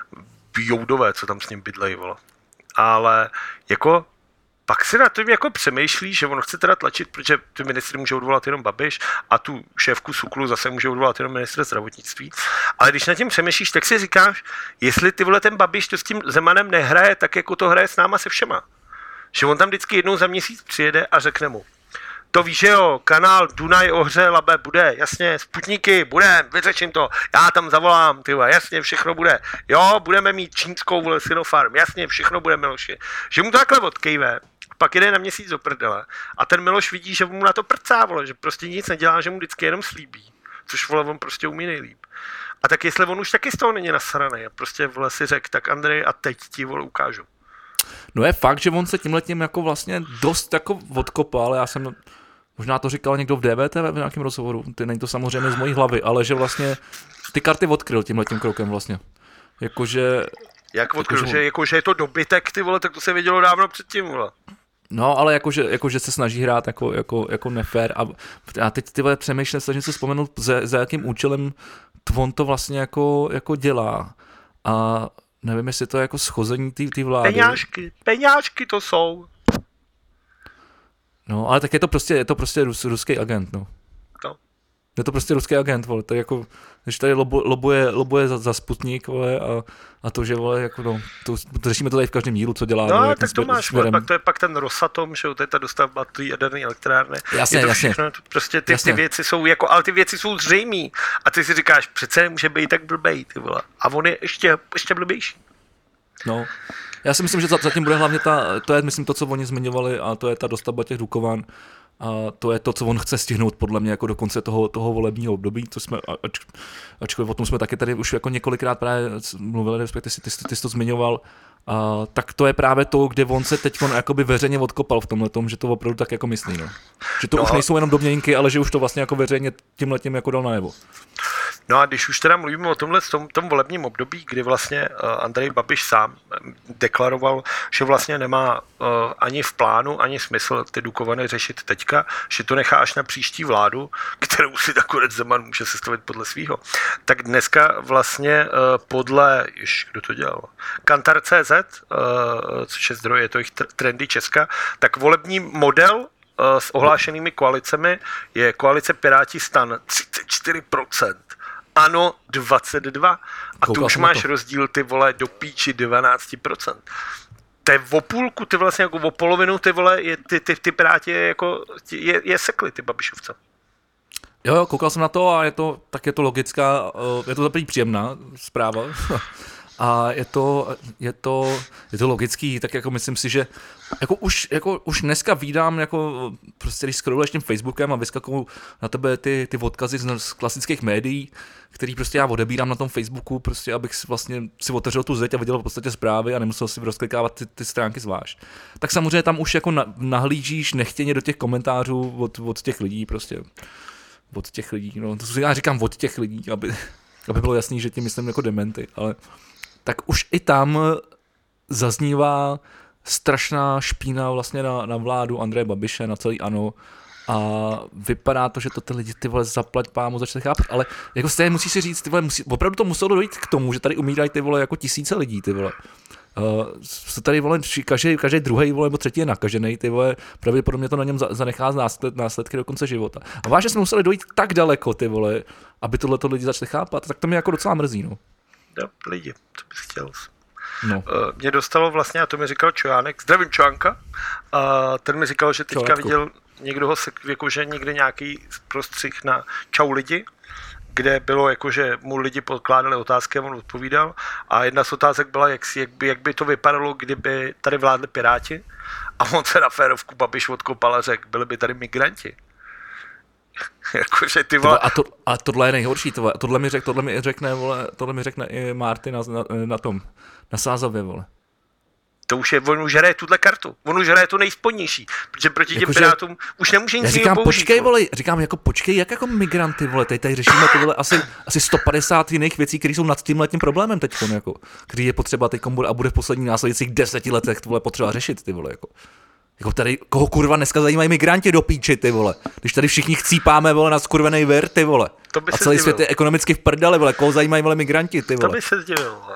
joudové, co tam s ním bydlejí, vole. Ale jako pak si na tím jako přemýšlí, že on chce teda tlačit, protože ty ministry může odvolat jenom Babiš a tu šéfku SÚKLu zase může odvolat jenom ministr zdravotnictví. Ale když na tím přemýšlíš, tak si říkáš, jestli ty, vole, ten Babiš to s tím Zemanem nehraje tak, jako to hraje s náma se všema. Že on tam vždycky jednou za měsíc přijede a řekne mu, to víš, že jo, kanál Dunaj Ohře Labe bude, jasně, Sputniky, bude, vyřeším to, já tam zavolám, ty vole, jasně, všechno bude, jo, budeme mít čínskou, vole, Sinopharm, jasně, všechno bude, Miloši. Že mu to takhle odkejve, pak jde na měsíc do prdele a ten Miloš vidí, že mu na to prcá, vole, že prostě nic nedělá, že mu vždycky jenom slíbí, což, vole, on prostě umí nejlíp. A tak jestli on už taky z toho není nasranej a prostě, vole, si řek, tak Andrej, a teď ti, vole, ukážu. No je fakt, že on se tímhletím jako vlastně dost jako odkopal, já jsem, možná to říkal někdo v D V T V v nějakém rozhovoru, ty není to samozřejmě z mojí hlavy, ale že vlastně ty karty odkryl tímhletím krokem vlastně. Jakože... Jak odkryl, jako, že, jako, že je to dobytek, ty vole, tak to se vědělo dávno předtím, vole. No, ale jakože, jakože se snaží hrát jako, jako, jako nefér a, a teď ty vole přemýšlím, snažím se vzpomenout, za, za jakým účelem on to vlastně jako, jako dělá a nevím, jestli to je jako schození té vlády. Peňážky, peňážky to jsou. No, ale tak je to prostě, je to prostě rus, ruský agent, no. No. Je to prostě ruský agent, vole, tak jako, když tady lobo, lobuje, lobuje za, za Sputnik, vole, a, a to, že, vole, jako no, to, to řešíme to tady v každém dílu, co dělá. No, vole, tak to máš, vole, pak to je pak ten Rosatom, že jo, to je ta dostavba té jaderné elektrárny. Jasně, je to jasně. Všechno, prostě ty, jasně. ty věci jsou jako, ale ty věci jsou zřejmý. A ty si říkáš, přece nemůže být tak blbej, ty vole. A on je ještě, ještě blbější. No, já si myslím, že zatím bude hlavně ta, to je, myslím, to, co oni zmiňovali, a to je ta dostavba těch Dukovan. A to je to, co on chce stihnout podle mě jako do konce toho, toho volebního období, to jsme, ač, ačkoliv o tom jsme taky tady už jako několikrát právě mluvili, respektive ty, ty, ty jsi to zmiňoval, a, tak to je právě to, kde on se teď jakoby veřejně odkopal v tomhletom, že to opravdu tak jako myslí, no. Že to no. už nejsou jenom domněnky, ale že už to vlastně jako veřejně tímhletím jako dal najevo. No a když už teda mluvíme o tomhle tom, tom volebním období, kdy vlastně uh, Andrej Babiš sám deklaroval, že vlastně nemá uh, ani v plánu, ani smysl ty Dukovany řešit teďka, že to nechá až na příští vládu, kterou si nakonec Zeman může sestavit podle svýho. Tak dneska vlastně uh, podle, jež, kdo to dělal, Kantar tečka cé zet, uh, což je zdroj, je to jich trendy Česka, tak volební model uh, s ohlášenými koalicemi je koalice Piráti Stan třicet čtyři procent. Ano, dvacet dva. A tu už máš rozdíl, ty vole, do píči dvanáct procent. To je o půlku, ty vlastně jako o polovinu, ty vole, je, ty, ty, ty Piráti je, jako, je, je sekli, ty Babišovce. Jo, jo, koukal jsem na to a je to, tak je to logická, je to takový příjemná zpráva. a je to, je to, je to logický, tak jako myslím si, že jako už, jako už dneska vídám, jako prostě když scrolluješ tím Facebookem a vyskakují na tebe ty, ty odkazy z, z klasických médií, který prostě já odebírám na tom Facebooku, prostě abych si vlastně si otevřel tu zeď a viděl v podstatě zprávy a nemusel si rozklikávat ty, ty stránky zvlášť. Tak samozřejmě tam už jako na, nahlížíš nechtěně do těch komentářů od, od těch lidí prostě. Od těch lidí, no to já říkám od těch lidí, aby, aby bylo jasný, že tím myslím jako dementy, ale tak už i tam zaznívá strašná špína vlastně na, na vládu Andreje Babiše, na celý ANO a vypadá to, že to ty lidi ty vole zaplať pámu začali chápat, ale jako stejně musíš si říct, ty vole, musí, opravdu to muselo dojít k tomu, že tady umírají ty vole jako tisíce lidí, ty vole. Uh, tady vole, každý, každý druhý vole, nebo třetí je nakažený, ty vole, pravděpodobně to na něm zanechá násled, následky do konce života. A vážně jsme museli dojít tak daleko, ty vole, aby tohleto lidi začali chápat, tak to mě jako docela mrzí, no. No, lidi, co bys chtěl. No. Uh, mě dostalo vlastně, a to mi říkal Čojánek, zdravím Čoánka, uh, ten mi říkal, že teďka Čoátku. Viděl někdo ho, jakože někde nějaký prostřih na Čau lidi, kde bylo jako, že mu lidi podkládali otázky a on odpovídal a jedna z otázek byla, jak, si, jak, by, jak by to vypadalo, kdyby tady vládli Piráti a on se na férovku Babiš odkopal a řekl, byli by tady migranti. Jakože ty vole... A, to, a tohle je nejhorší, tohle, tohle, mi, řek, tohle mi řekne, vole, tohle mi řekne i Marty na, na, na tom, na Sázavě, vole. To už je, on už hraje tuhle kartu, on už hraje to nejspodnější, protože proti těm jako Pirátům už nemůže nic říkám, použít, počkej, vole, říkám, jako počkej, jak jako migranty, vole, tady, tady řešíme tyhle asi, asi sto padesát jiných věcí, které jsou nad tímhletím problémem teď, jako, který je potřeba teď a bude v posledních následujících deseti letech vole, potřeba řešit, ty vole, jako. Jako tady, koho kurva dneska zajímají migranti do píči, ty vole. Když tady všichni chcípáme, vole, na skurvenej vir, ty vole. A celý zdivil. Svět je ekonomicky v prdeli, vole, koho zajímají, vole, migranti, ty vole. To by se zdivil, vole.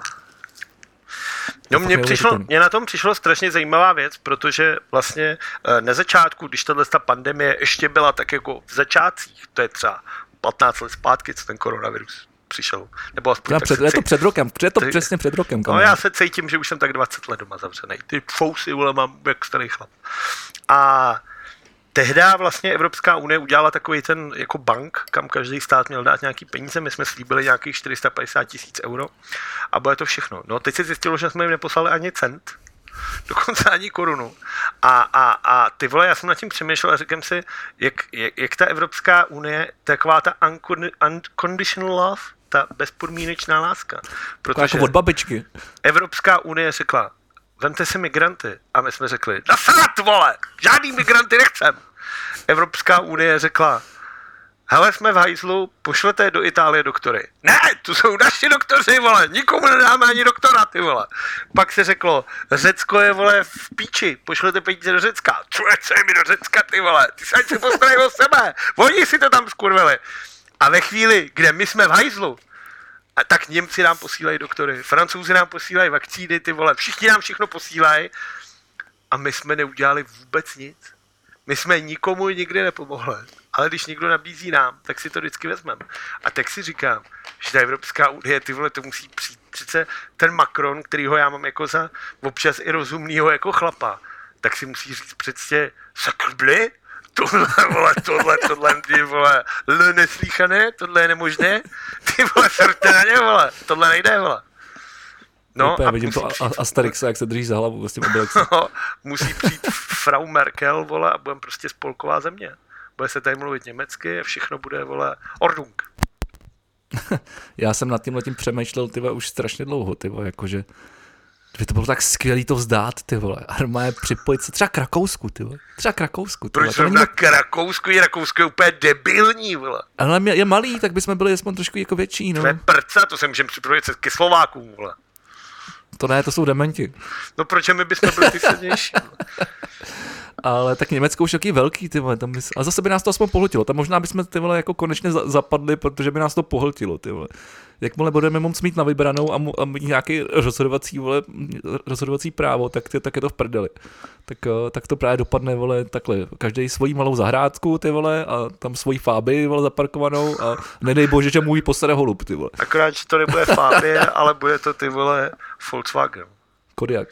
No mně, přišlo, mně na tom přišlo strašně zajímavá věc, protože vlastně na začátku, když tato pandemie ještě byla tak jako v začátcích, to je třeba patnáct let zpátky, co ten koronavirus přišel. Nebo aspoň před, je to před rokem, je to ty, přesně před rokem. No já se cítím, že už jsem tak dvacet let doma zavřenej. Ty fousy, vole, mám jak starý chlap. A tehdy vlastně Evropská unie udělala takový ten jako bank, kam každý stát měl dát nějaký peníze. My jsme slíbili nějakých čtyři sta padesát tisíc euro a bude to všechno. No teď se zjistilo, že jsme jim neposlali ani cent, dokonce ani korunu. A, a, a ty vole, já jsem nad tím přemýšlel a říkám si, jak, jak, jak ta Evropská unie, taková ta unconditional love, ta bezpodmínečná láska. Protože jako od babičky. Evropská unie řekla, vemte si migranty. A my jsme řekli, nasrat, vole, žádný migranty nechcem. Evropská unie řekla, hele, jsme v hajzlu, pošlete do Itálie doktory. Ne, tu jsou naši doktoři, vole, nikomu nedáme ani doktora, ty vole. Pak se řeklo, Řecko je, vole, v píči, pošlete peníze do Řecka. Co je mi do Řecka, ty vole, ty se ať si postarají o sebe, oni si to tam skurvili. A ve chvíli, kde my jsme v hajzlu, a tak Němci nám posílají doktory, Francouzi nám posílají vakcíny, ty vole, všichni nám všechno posílají a my jsme neudělali vůbec nic. My jsme nikomu nikdy nepomohli, ale když někdo nabízí nám, tak si to vždycky vezmeme. A tak si říkám, že ta Evropská unie, ty vole, to musí přijít. Přece ten Macron, kterýho já mám jako za občas i rozumnýho jako chlapa, tak si musí říct přece, sakrbli, tohle, vole, tohle, tohle, ty vole, l neslíchané, tohle je nemožné, ty vole, srte na ně, vole, tohle nejde, vole. No, a vidím to a, Asterixa, jak se drží za hlavu s tím obelexem. No, musí přijít Frau Merkel, vole, a budeme prostě spolková země. Bude se tady mluvit německy a všechno bude, vole, Ordnung. Já jsem nad tímhletím přemýšlel, ty vole, už strašně dlouho, ty vole, jakože by to bylo tak skvělý to vzdát, ty vole. Armáje připojit se třeba k Rakousku, ty vole. Třeba k Rakousku, ty vole. Proč zrovna k Rakousku? Je Rakousko je úplně debilní, vole. Ale je malý, tak bychom byli aspoň trošku jako větší, no. To je prca, to se můžeme připravit ke Slovákům, vole. To ne, to jsou dementi. No proč my bychom byli ty silnější? Ale tak Německo už taky velký, ty vole, tam bys... A zase by nás to aspoň pohltilo. Tam možná bychom, ty vole, jako konečně za- zapadli, protože by nás to pohltilo, ty vole. Jakmile budeme moc mít na vybranou a, mu, a mít nějaký rozhodovací, vole, rozhodovací právo, tak, ty, tak je to v prdeli. Tak, tak to právě dopadne, vole, takhle. Každý svojí malou zahrádku, ty vole, a tam svojí Fáby, vole, zaparkovanou a nedej bože, že můj posede holub, ty vole. Akorát, že to nebude Fábie, ale bude to, ty vole, Volkswagen. Kodiaq.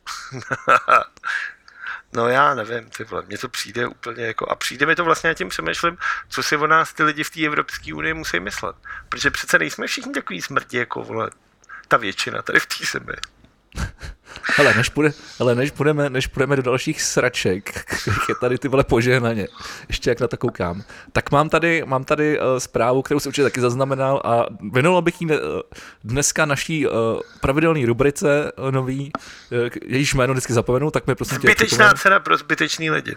No já nevím, ty vole, mně to přijde úplně jako, a přijde mi to vlastně, já tím přemýšlím, co si o nás ty lidi v té Evropské unii musí myslet. Protože přece nejsme všichni takový smrti, jako vole, ta většina tady v té zemi. Hele, než, půjde, hele než, půjdeme, než půjdeme do dalších sraček, je tady ty vole požehnaně, ještě jak na to koukám, tak mám tady, mám tady uh, zprávu, kterou si určitě taky zaznamenal a věnoval bych jí uh, dneska naší uh, pravidelné rubrice uh, nový, uh, jejíž jméno vždycky zapomenu, tak mi prosím tě... Zbytečná cena pro zbytečný lidi.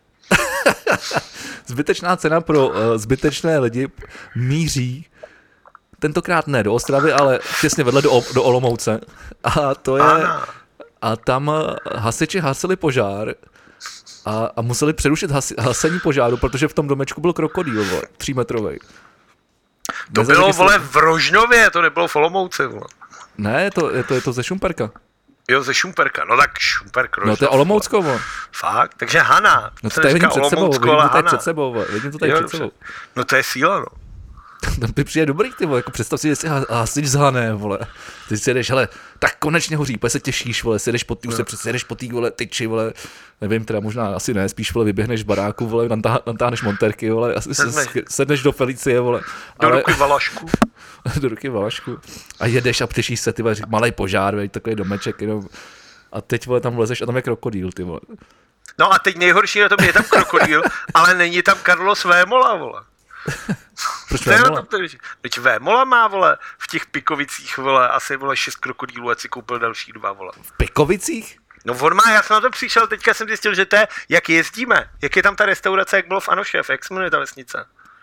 Zbytečná cena pro uh, zbytečné lidi míří tentokrát ne do Ostravy, ale těsně vedle do, do Olomouce. A to je... Ano. A tam hasiči hasili požár a, a museli přerušit hasi, hasení požáru, protože v tom domečku byl krokodýl, vole, třímetrovej. To Nezařekli bylo, vole, v Rožnově, to nebylo v Olomouci, vole. Ne, je to, je to, je to ze Šumperka. Jo, ze Šumperka, no tak Šumperk, Rožnov. No to je Olomoucko, vole. Fakt, takže Hana. No to tady vidím před sebou, vidím to tady před sebou, vole. Vidím to tady jo, před sebou. No to je síla, no. Tam ty přijde dobrý, ty vole, jako představ si, jestli hasič zhané, vole. Ty si jedeš, hele, tak konečně hoří, pojď se těšíš, vole, si jedeš po tý, už se přece jedeš po tý, vole, tyči, vole, nevím, teda možná asi ne, spíš, vole, vyběhneš z baráku, vole, natá, natáhneš monterky, vole, asi se, sedneš do Felicie, vole. Do ale, ruky valašku. do ruky valašku. A jedeš a těšíš se, ty vole, malej požár, vej, takový domeček, jenom. A teď, vole, tam vlezeš a tam je krokodýl, ty vole. No a teď nejhorší na tom je tam krokodýl, ale není tam Carlos Vémola, vole. Proč Vémola? Teď Vémola má, vole, v těch Pikovicích, vole, asi, vole, šest krokodýlů, ať si koupil další dva, vole. V Pikovicích? No on má, já jsem na to přišel, teďka jsem zjistil, že to je, jak jezdíme, jak je tam ta restaurace, jak bylo v Anošev, jak se jmenuje ta vesnice?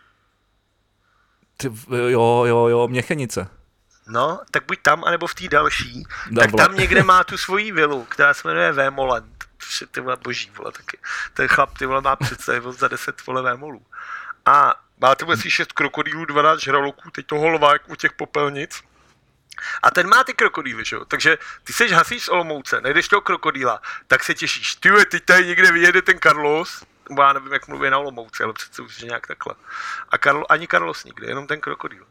Ty, jo, jo, jo, Měchenice. No, tak buď tam, anebo v té další, Dabla. Tak tam někde má tu svoji vilu, která se jmenuje Vémoland. Ty vole, boží, vole, taky. Ten chlap, ty vole, má představivost za deset, vole, Vémolů. A máte asi šest krokodýlů, dvanáct žraloků, teď toho lva, jak u těch popelnic. A ten má ty krokodýly, že jo? Takže ty seš hasíš z Olomouce, najdeš toho krokodýla, tak se těšíš. Ty teď tady někde vyjede ten Carlos, nebo já nevím, jak mluví na Olomouci, ale přece už je nějak takhle. A Karlo, ani Carlos nikde, jenom ten krokodýl.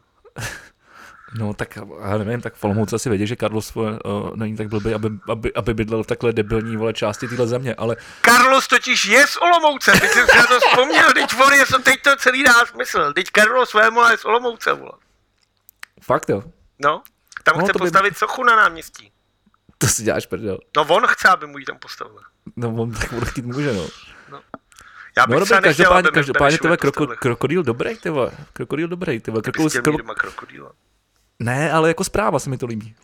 No tak já nevím, tak v Olomouci asi vědí, že Carlos uh, není tak blbý, aby, aby, aby bydlel v takhle debilní, vole, části téhle země, ale... Carlos totiž je z Olomouce, teď jsem si na to vzpomněl, teď on je, teď to celý dá smysl, teď Carlos Vémola je z Olomouce, vole. Fakt jo? No, tam no, chce postavit by... sochu na náměstí. To si děláš prdel. No on chce, aby mu ji tam postavil. No on tak bude chtít může, no. No. Já bych no dobrý, každopádně, každopádně tebe kroko, krokodýl dobrý, ty vole, krokodýl dobrý, ty vole. Krokodýl, Ty jsi chtěl mít doma krokodýla. Ne, ale jako zpráva se mi to líbí.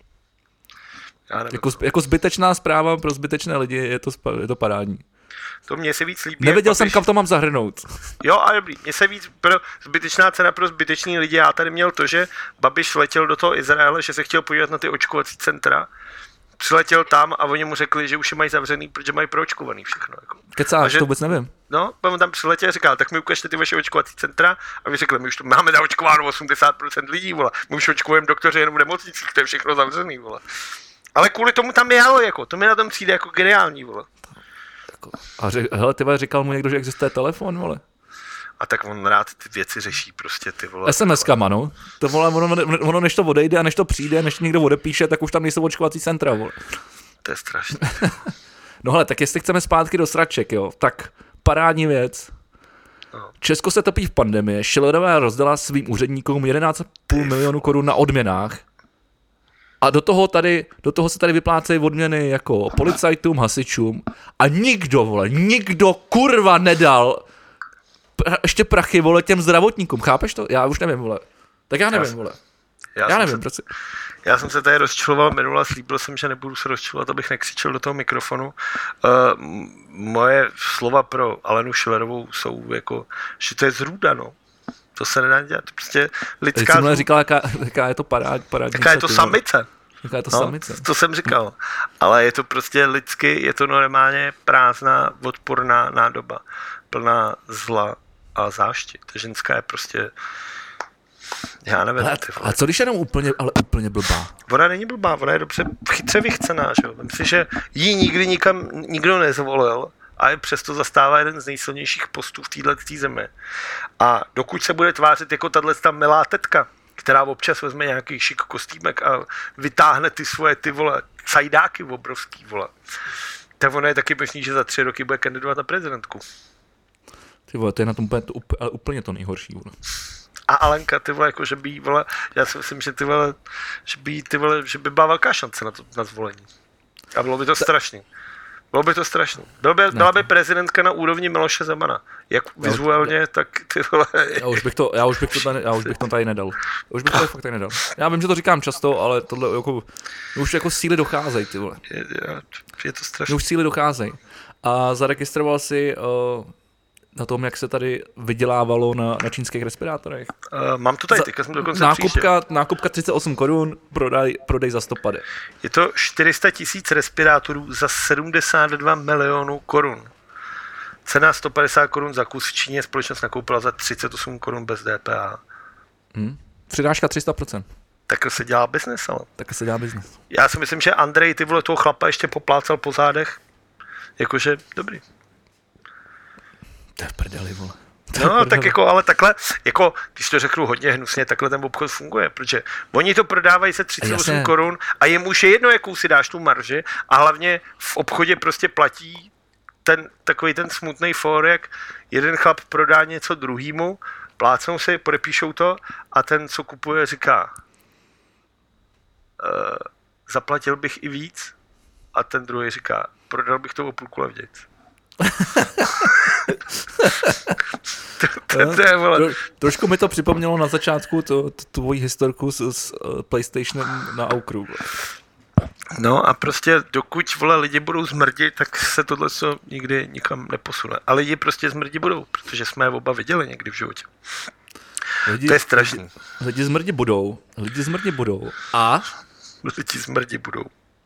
Jako, jako zbytečná zpráva pro zbytečné lidi je to, je to parádní. To mně se víc líbí. Nevěděl jsem, kam to mám zahrnout. Jo, ale dobrý. Mně se víc pro zbytečná cena pro zbytečný lidi. Já tady měl to, že Babiš letěl do toho Izraele, že se chtěl podívat na ty očkovací centra. Přiletěl tam a oni mu řekli, že už je mají zavřený, protože mají proočkovaný všechno. Jako. Kecáš, že, to vůbec nevím. No, on tam přiletěl a říkal, tak mi ukažte ty vaše očkovací centra a vy řekli, my už tu máme naočkováno osmdesát procent lidí, vole. My už očkujeme doktoři jenom v nemocnicích, to je všechno zavřený, vole. Ale kvůli tomu tam jelo, jako, to mi na tom přijde jako geniální, vole. A řek, hele, ty vole, říkal mu někdo, že existuje telefon, vole. A tak on rád ty věci řeší prostě, ty vole. es em eskama, no. To vole, ono, ono, než to odejde a než to přijde, než někdo odepíše, tak už tam nejsou očkovací centra, vole. To je strašné. No hele, tak jestli chceme zpátky do sraček, jo, tak parádní věc. No. Česko se topí v pandemii, Schillerová rozdala svým úředníkům jedenáct celá pět milionu korun na odměnách. A do toho, tady, do toho se tady vyplácejí odměny jako policajtům, hasičům a nikdo, vole, nikdo kurva nedal pra, ještě prachy, vole, těm zdravotníkům, chápeš to? Já už nevím, vole. Tak já nevím, vole. Já, já nevím, se, prostě. Já jsem se tady rozčiloval minule, slíbil jsem, že nebudu se rozčilovat, abych nekřičel do toho mikrofonu. Uh, moje slova pro Alenu Schillerovou jsou jako, že to je zrůda, no. To se nedá dělat. Prostě lidská... Teď jsem říkal, jaká, jaká je to parád, parádní. Jaká je to samice. Jaká je to no, samice. To jsem říkal. Ale je to prostě lidsky, je to normálně prázdná, odporná nádoba. Plná zla a zášti. Ta ženská je prostě... Já nevím. Ale, a co když jenom úplně, ale úplně blbá? Ona není blbá, ona je dobře chytře vychcená, že jo. Myslím, že jí nikdy nikam nikdo nezvolil a přesto zastává jeden z nejsilnějších postů v této zemi. A dokud se bude tvářit jako tato milá tetka, která občas vezme nějaký šik kostýmek a vytáhne ty svoje ty vole cajdáky obrovský, vole, tak ono je taky možný, že za tři roky bude kandidovat na prezidentku. Ty vole, to je na tom úplně to, úplně to nejhorší, vole. A Alenka, ty vole, jako, že by jí, vole, já si myslím, že ty vole, že by, jí, ty vole, že by byla velká šance na to, na zvolení. A bylo by to strašný. Bylo by to strašný. Byla by, byla by prezidentka na úrovni Miloše Zemana. Jak vizuálně, tak ty vole... Já už bych to, já už bych to, tady, já už bych to tady nedal. Já už bych to tady fakt tady nedal. Já vím, že to říkám často, ale tohle jako, už jako síly docházejí, ty vole. Je, je, je to strašný. Už síly docházejí. A zaregistroval si uh, na tom, jak se tady vydělávalo na, na čínských respirátorech. Uh, mám to tady, teďka jsem dokonce nákupka, nákupka třicet osm korun, prodej, prodej za sto padesát. Je to čtyři sta tisíc respirátorů za sedmdesát dva milionů korun. Cena sto padesát korun za kus v Číně, společnost nakoupila za třicet osm korun bez D P H. Hmm. Přidáška tři sta procent. Takhle se dělá biznes, ale. Takhle se dělá biznes. Já si myslím, že Andrej, ty vole, toho chlapa ještě poplácal po zádech. Jakože, dobrý. To je v prdeli, vole. No, tak jako, ale takhle, jako, když to řeknu hodně hnusně, takhle ten obchod funguje, protože oni to prodávají se třicet osm korun a jim už je jedno, jakou si dáš tu marži a hlavně v obchodě prostě platí ten, takový ten smutný for, jak jeden chlap prodá něco druhýmu, plácnou si, podepíšou to a ten, co kupuje, říká e, zaplatil bych i víc a ten druhý říká, prodal bych to o půlku levnějc. to, to, to je, Tro, trošku mi to připomnělo na začátku tu tvoji historku s, s PlayStationem na Aukru. No a prostě dokud, vole, lidi budou zmrdit, tak se tohle co nikdy nikam neposune. A lidi prostě zmrdit budou, protože jsme je oba viděli někdy v životě. Lidi, to je strašný. Lidi, lidi zmrdit budou, lidi zmrdit budou a... Lidi zmrdit budou.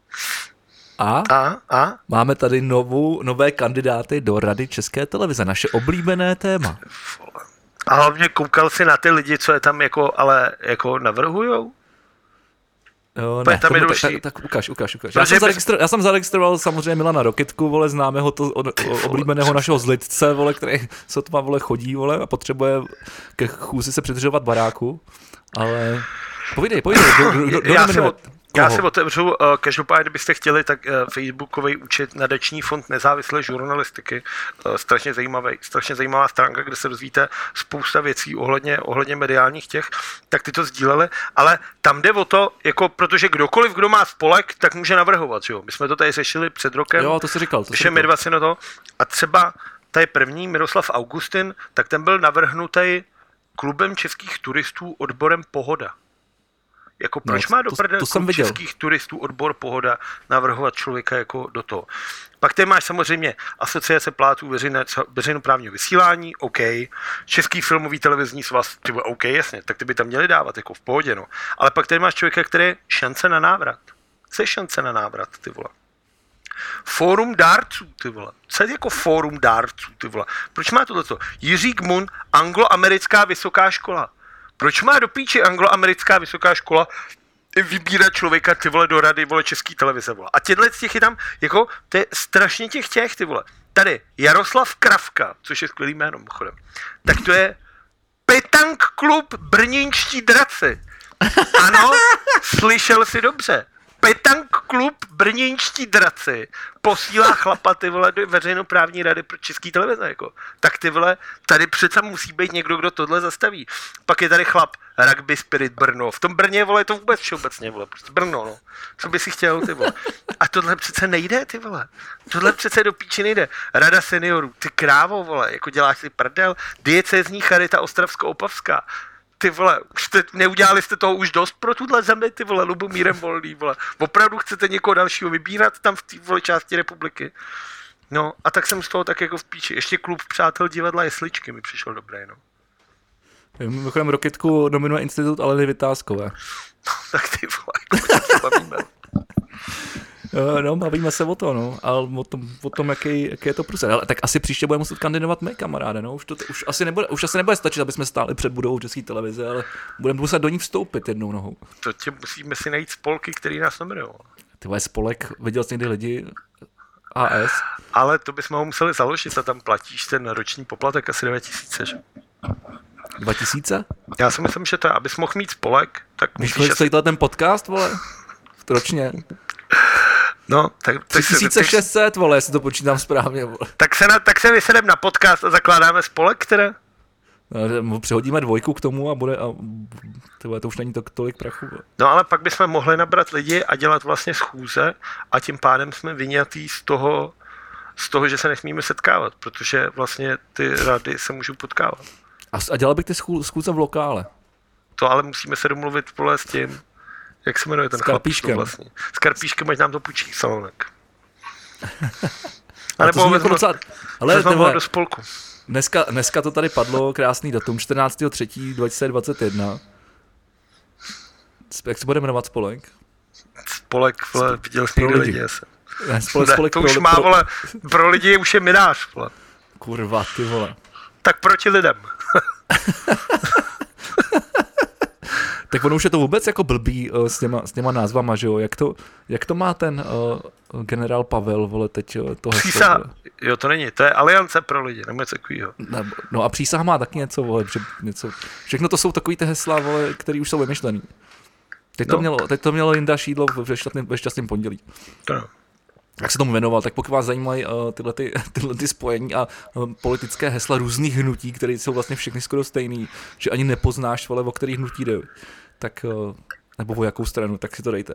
A, a, a máme tady novou, nové kandidáty do Rady České televize, naše oblíbené téma. A hlavně koukal si na ty lidi, co je tam jako, ale jako navrhujou? Jo, ne, tomu, tak, tak, tak ukáž, ukáž, ukáž. Já jsem, zaregistro, já jsem zaregistroval samozřejmě Milana Rokitku, vole, známého to, o, o, oblíbeného našeho zlidce, vole, který sotva, vole, chodí, vole, a potřebuje ke chůzi se přidržovat baráku, ale povídej, povídej, do, do, do, do já, si od, já si otevřu, uh, každopádně, kdybyste chtěli, tak uh, facebookový účet Nadační fond nezávislé žurnalistiky, uh, strašně zajímavý, strašně zajímavá stránka, kde se dozvíte spousta věcí ohledně, ohledně mediálních těch, tak ty to sdíleli, ale tam jde o to, jako, protože kdokoliv, kdo má spolek, tak může navrhovat, jo. My jsme to tady řešili před rokem. Jo, to jsi říkal. To my dva si na to. A třeba tady první, Miroslav Augustin, tak ten byl navrhnutý klubem českých turistů odborem Pohoda. Jako proč no, má do prdele klub českých turistů odbor Pohoda navrhovat člověka jako do toho. Pak ty máš samozřejmě asociace plátů veřejné, veřejnoprávního vysílání, OK. Český filmový televizní svaz, ty bylo OK, jasně, tak ty by tam měli dávat jako v pohodě, no. Ale pak tady máš člověka, který je šance na návrat. Co je šance na návrat, ty vole? Fórum dárců, ty vole. Co je jako fórum dárců, ty vole? Proč má tohleto? Jiří Gmund, angloamerická vysoká škola. Proč má do píči angloamerická vysoká škola vybírat člověka, ty vole, do rady, vole, Český televize, vole. A těhle z těch je tam, jako, to je strašně těch těch, ty vole. Tady Jaroslav Kravka, což je skvělý jméno, mimochodem. Tak to je Petank klub Brněnští draci. Ano, slyšel jsi dobře. Petank klub Brněnští draci posílá chlapa, ty vole, do veřejnoprávní rady pro Český televize, jako. Tak ty vole, tady přece musí být někdo, kdo tohle zastaví. Pak je tady chlap Rugby Spirit Brno. V tom Brně, vole, je to vůbec všeobecně, vole, prostě Brno, no. Co by si chtěl, ty vole. A tohle přece nejde, ty vole. Tohle přece do píči nejde. Rada seniorů, ty krávo, vole, jako děláš si prdel. Diecézní charita Ostravsko-Opavská. Ty vole, už jste, neudělali jste toho už dost pro tuhle zemi, ty vole, Lubomírem Volný, vole. Opravdu chcete někoho dalšího vybírat tam v té vole části republiky? No, a tak jsem z toho tak jako v píči. Ještě klub přátel divadla Jesličky mi přišel dobré, no. Mimochodem Rokitku nominuje institut Aleny Vytázkové. No, tak ty vole, jako se bavíme. No, bavíme se o to, no, ale o tom, o tom jaký, jaký je to průsled. Ale tak asi příště budeme muset kandidovat my, kamaráde, no, už, to, už, asi nebude, už asi nebude stačit, aby jsme stáli před budovou České televize, ale budeme muset do ní vstoupit jednou nohou. To tě musíme si najít spolky, který nás nominují. Ty vole, spolek, viděl jsi někdy lidi A S? Ale to bychom ho museli založit a tam platíš ten roční poplatek asi devět tisíc, že? Dva tisíce? Já si myslím, že to, abys mohl mít spolek, tak musíš... Když asi... ten podcast, vole, ročně. No, tak... tři tisíce šest set, vole, jestli to počítám správně, vole. Tak se, na, tak se vysedem na podcast a zakládáme spolek, které? Přehodíme dvojku k tomu a bude, a tyhle, to už není to tolik prachu. No ale pak bychom mohli nabrat lidi a dělat vlastně schůze a tím pádem jsme vyňatý z toho, z toho, že se nesmíme setkávat, protože vlastně ty rady se můžou potkávat. A, a dělal bych ty schůze v lokále? To ale musíme se domluvit vole s tím, jak se jmenuje ten chlap vlastně. S Karpíškem, ať nám to půjčí salonek. A nebo vezmu, docela... ale vezmu do spolku. Dneska, dneska to tady padlo, krásný datum, čtrnáctého třetího dva tisíce dvacet jedna. Jak se bude jmenovat spolek? Spolek, vole, viděl jsi někdy lidi. Ne, spolek, ne, spolek to pro, už má, pro... vole, pro lidi už je minář, vole. Kurva, ty vole. Tak proti lidem. Tak ono už je to vůbec jako blbý uh, s, těma, s těma názvama, že jo? Jak to, jak to má ten uh, generál Pavel, vole, teď uh, to heslo? Přísah, jo, to není, to je Aliance pro lidi, nebo něco takovýho. No a přísah má taky něco, vole, že něco, všechno to jsou takový ty hesla, vole, který už jsou vymyšlený. Teď to, no. mělo, teď to mělo Jinda Šídlo ve šťastným, ve šťastným pondělí. To. Jak se tomu jmenoval, tak pokud vás zajímají uh, tyhle, ty, tyhle ty spojení a uh, politické hesla různých hnutí, které jsou vlastně všechny skoro stejný, že ani nepoznáš, vole, o který hnutí jde, tak, uh, nebo o jakou stranu, tak si to dejte.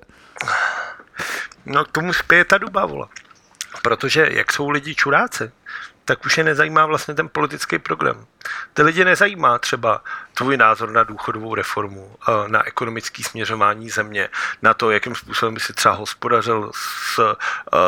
No k tomu spěje ta doba, vole. Protože jak jsou lidi čuráci, tak už je nezajímá vlastně ten politický program. Ty lidi nezajímá třeba tvůj názor na důchodovou reformu, na ekonomické směřování země, na to, jakým způsobem by si třeba hospodařil s,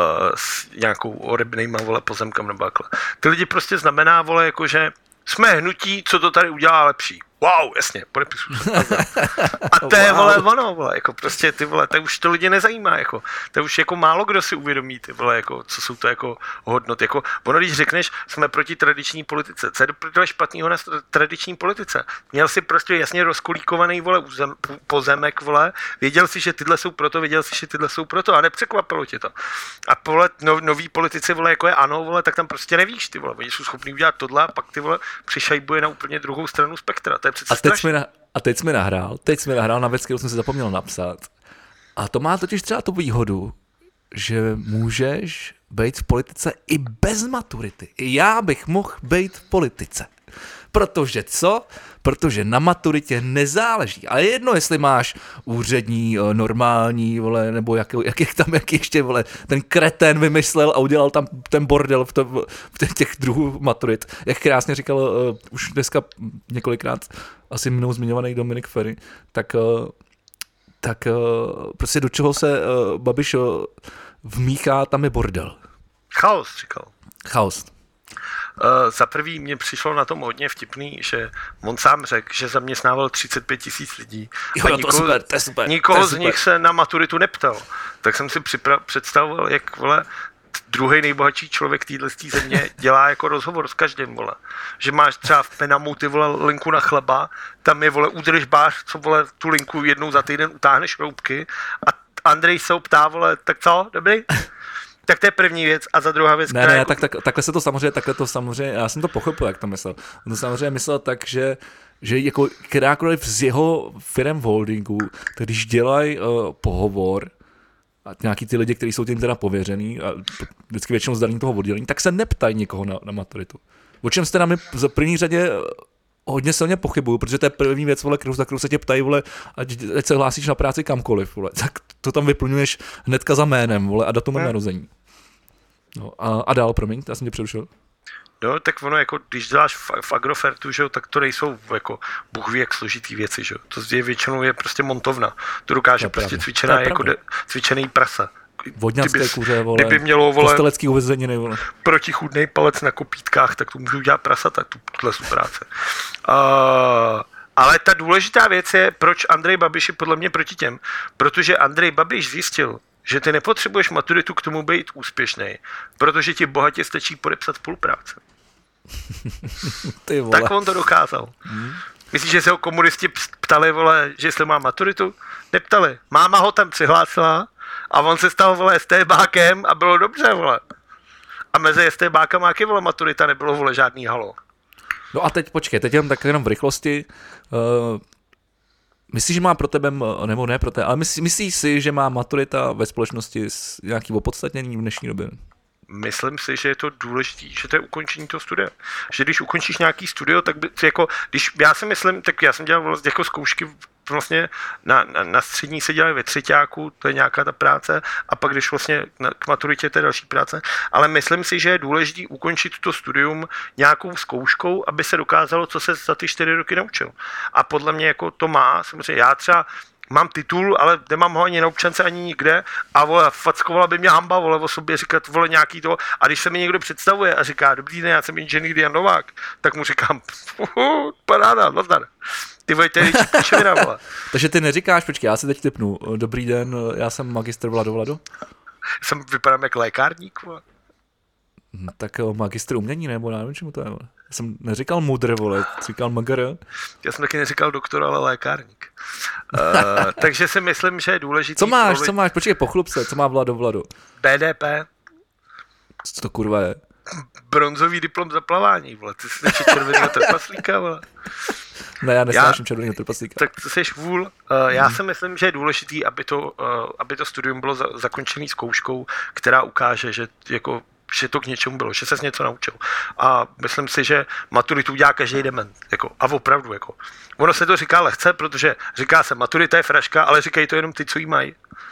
s nějakou orebnejma, vole, pozemkem nebo takhle. Ty lidi prostě znamená, vole, jakože jsme hnutí, co to tady udělá lepší. Wow, jasně, podepisuju se. A to je, vole, ono, vole, jako prostě ty, vole, to už to lidi nezajímá, jako, to už jako málo kdo si uvědomí, ty, vole, jako, co jsou to jako hodnoty, jako, ono, když řekneš, jsme proti tradiční politice, co je do špatného na tradiční politice? Měl si prostě jasně rozkolíkovaný, vole, uzem, pozemek, vole, věděl si, že tyhle jsou proto, věděl si, že tyhle jsou proto a nepřekvapilo tě to. A vole, no, noví politici, vole, jako je ANO, vole, tak tam prostě nevíš, ty, vole, oni jsou schopní udělat tohle a pak ty, vole, přišajbuje na úplně druhou stranu spektra. A teď, jsi mi na, a teď jsi mi nahrál, teď jsi mi nahrál na věc, kterou jsem si zapomněl napsat. A to má totiž třeba tu výhodu, že můžeš být v politice i bez maturity. I já bych mohl být v politice. Protože co? Protože na maturitě nezáleží. Ale jedno, jestli máš úřední, normální, vole, nebo jak, jak, jak tam jak ještě, vole, ten kretén vymyslel a udělal tam ten bordel v, to, v těch druhů maturit. Jak krásně říkal uh, už dneska několikrát asi mnou zmiňovaný Dominik Ferry, tak, uh, tak uh, prostě do čeho se uh, Babiš uh, vmíchá, tam je bordel. Chaos, říkal. Chaos. Uh, za prvý mě přišlo na tom hodně vtipný, že on sám řekl, že zaměstnával třicet pět tisíc lidí jo, a to nikoho, super, to je super, nikoho to je z super. nich se na maturitu neptal. Tak jsem si připra- představoval, jak, vole, druhý nejbohatší člověk téhle země dělá jako rozhovor s každým, vole. Že máš třeba v Penamu, ty, vole, linku na chleba, tam je, vole, údržbář, co, vole, tu linku jednou za týden utáhne šroubky a Andrej se ptá, vole, tak co, dobrý? Tak to je první věc a za druhá věc... Ne, ne, tak, tak, takhle se to samozřejmě, takhle to samozřejmě, já jsem to pochopil, jak to myslel. On to samozřejmě myslel tak, že, že jako kterákoliv z jeho firem v holdingu, když dělají uh, pohovor, a nějaký ty lidi, kteří jsou tím teda pověřený, a vždycky většinou zdaní toho oddělení, tak se neptají někoho na, na maturitu. O čem jste na mě v první řadě hodně silně pochybuju, protože to je první věc, vole, kterou, kterou se tě ptají, vole, ať, ať se hlásíš na práci kamkoliv, vole, tak to tam vyplňuješ hnedka za jménem, vole, a datumem hmm. narození. No a, a dál, promiň, já jsem tě přerušil. No, tak ono, jako, když děláš v, v Agrofertu, že jo, tak to nejsou, jako, Bůh ví, jak složitý věci, že jo. To je většinou je prostě montovna. To dokáže to prostě cvičená, jako de, cvičený prasa. Vodňanské kuře, vole, kdyby mělo, vole, kostelecký uvězeniny, vole. Protichůdnej palec na kopítkách, tak to můžou dělat prasata, tu, tuhle práce. Uh, ale ta důležitá věc je, proč Andrej Babiš je podle mě proti těm. Protože Andrej Babiš zjistil, že ty nepotřebuješ maturitu k tomu být úspěšný, protože ti bohatě stačí podepsat spolupráce. Ty vole. Tak on to dokázal. Hmm. Myslíš, že se ho komunisti ptali, vole, že jestli má maturitu? Neptali. Máma ho tam přihlásila a on se stal, vole, STBákem a bylo dobře, vole. A mezi STBákama jaký, vole, maturita, nebylo, vole, žádný halo. No a teď počkej, teď jenom tak jenom v rychlosti. Uh, myslíš, že má pro tebe, nebo ne pro tebe, ale myslí, myslíš si, že má maturita ve společnosti s nějakým opodstatněním v dnešní době? myslím si, že je to důležité, že to je ukončení toho studia. Že když ukončíš nějaký studio, tak by, jako, když já si myslím, tak já jsem dělal vlastně jako zkoušky vlastně na, na, na střední se dělají ve třeťáku, to je nějaká ta práce, a pak když vlastně na, k maturitě to je další práce, ale myslím si, že je důležité ukončit to studium nějakou zkouškou, aby se dokázalo, co se za ty čtyři roky naučil. A podle mě jako to má, samozřejmě já třeba mám titul, ale nemám ho ani na občance, ani nikde a vole, fackovala by mě hamba, vole, o sobě říkat, vole, nějaký to, a když se mi někdo představuje a říká, dobrý den, já jsem inženýr Jan Novák, tak mu říkám, paráda, nazdar. Ty vole, ty pičovina, vole. Takže ty neříkáš, počkej, já si teď tipnu, dobrý den, já jsem magistr Vlado Vlado. Jsem vypadám jak lékárník, vole. Tak magistr umění, nebo já nevím, čemu to je, vole. Já jsem neříkal mudr, vole, říkal magr. Já jsem taky neříkal doktor, ale lékárník. Uh, takže si myslím, že je důležitý... Co máš, provit... co máš, počkej, pochlup se, co má Vlado Vlado? B D P. Co to kurva je? Bronzový diplom za plavání, vole, ty jsi nečet červenýho trpaslíka, vole. Ne, já nesnáším červenýho trpaslíka. Tak to jsi vůl. Uh, já hmm. si myslím, že je důležitý, aby to, uh, aby to studium bylo za, zakončený zkouškou, která ukáže, že jako že to k něčemu bylo, že ses něco naučil. A myslím si, že maturitu dělá každý dement. Jako, a opravdu. Jako. Ono se to říká lehce, protože říká se, maturita je fraška, ale říkají to jenom ty, co jí mají.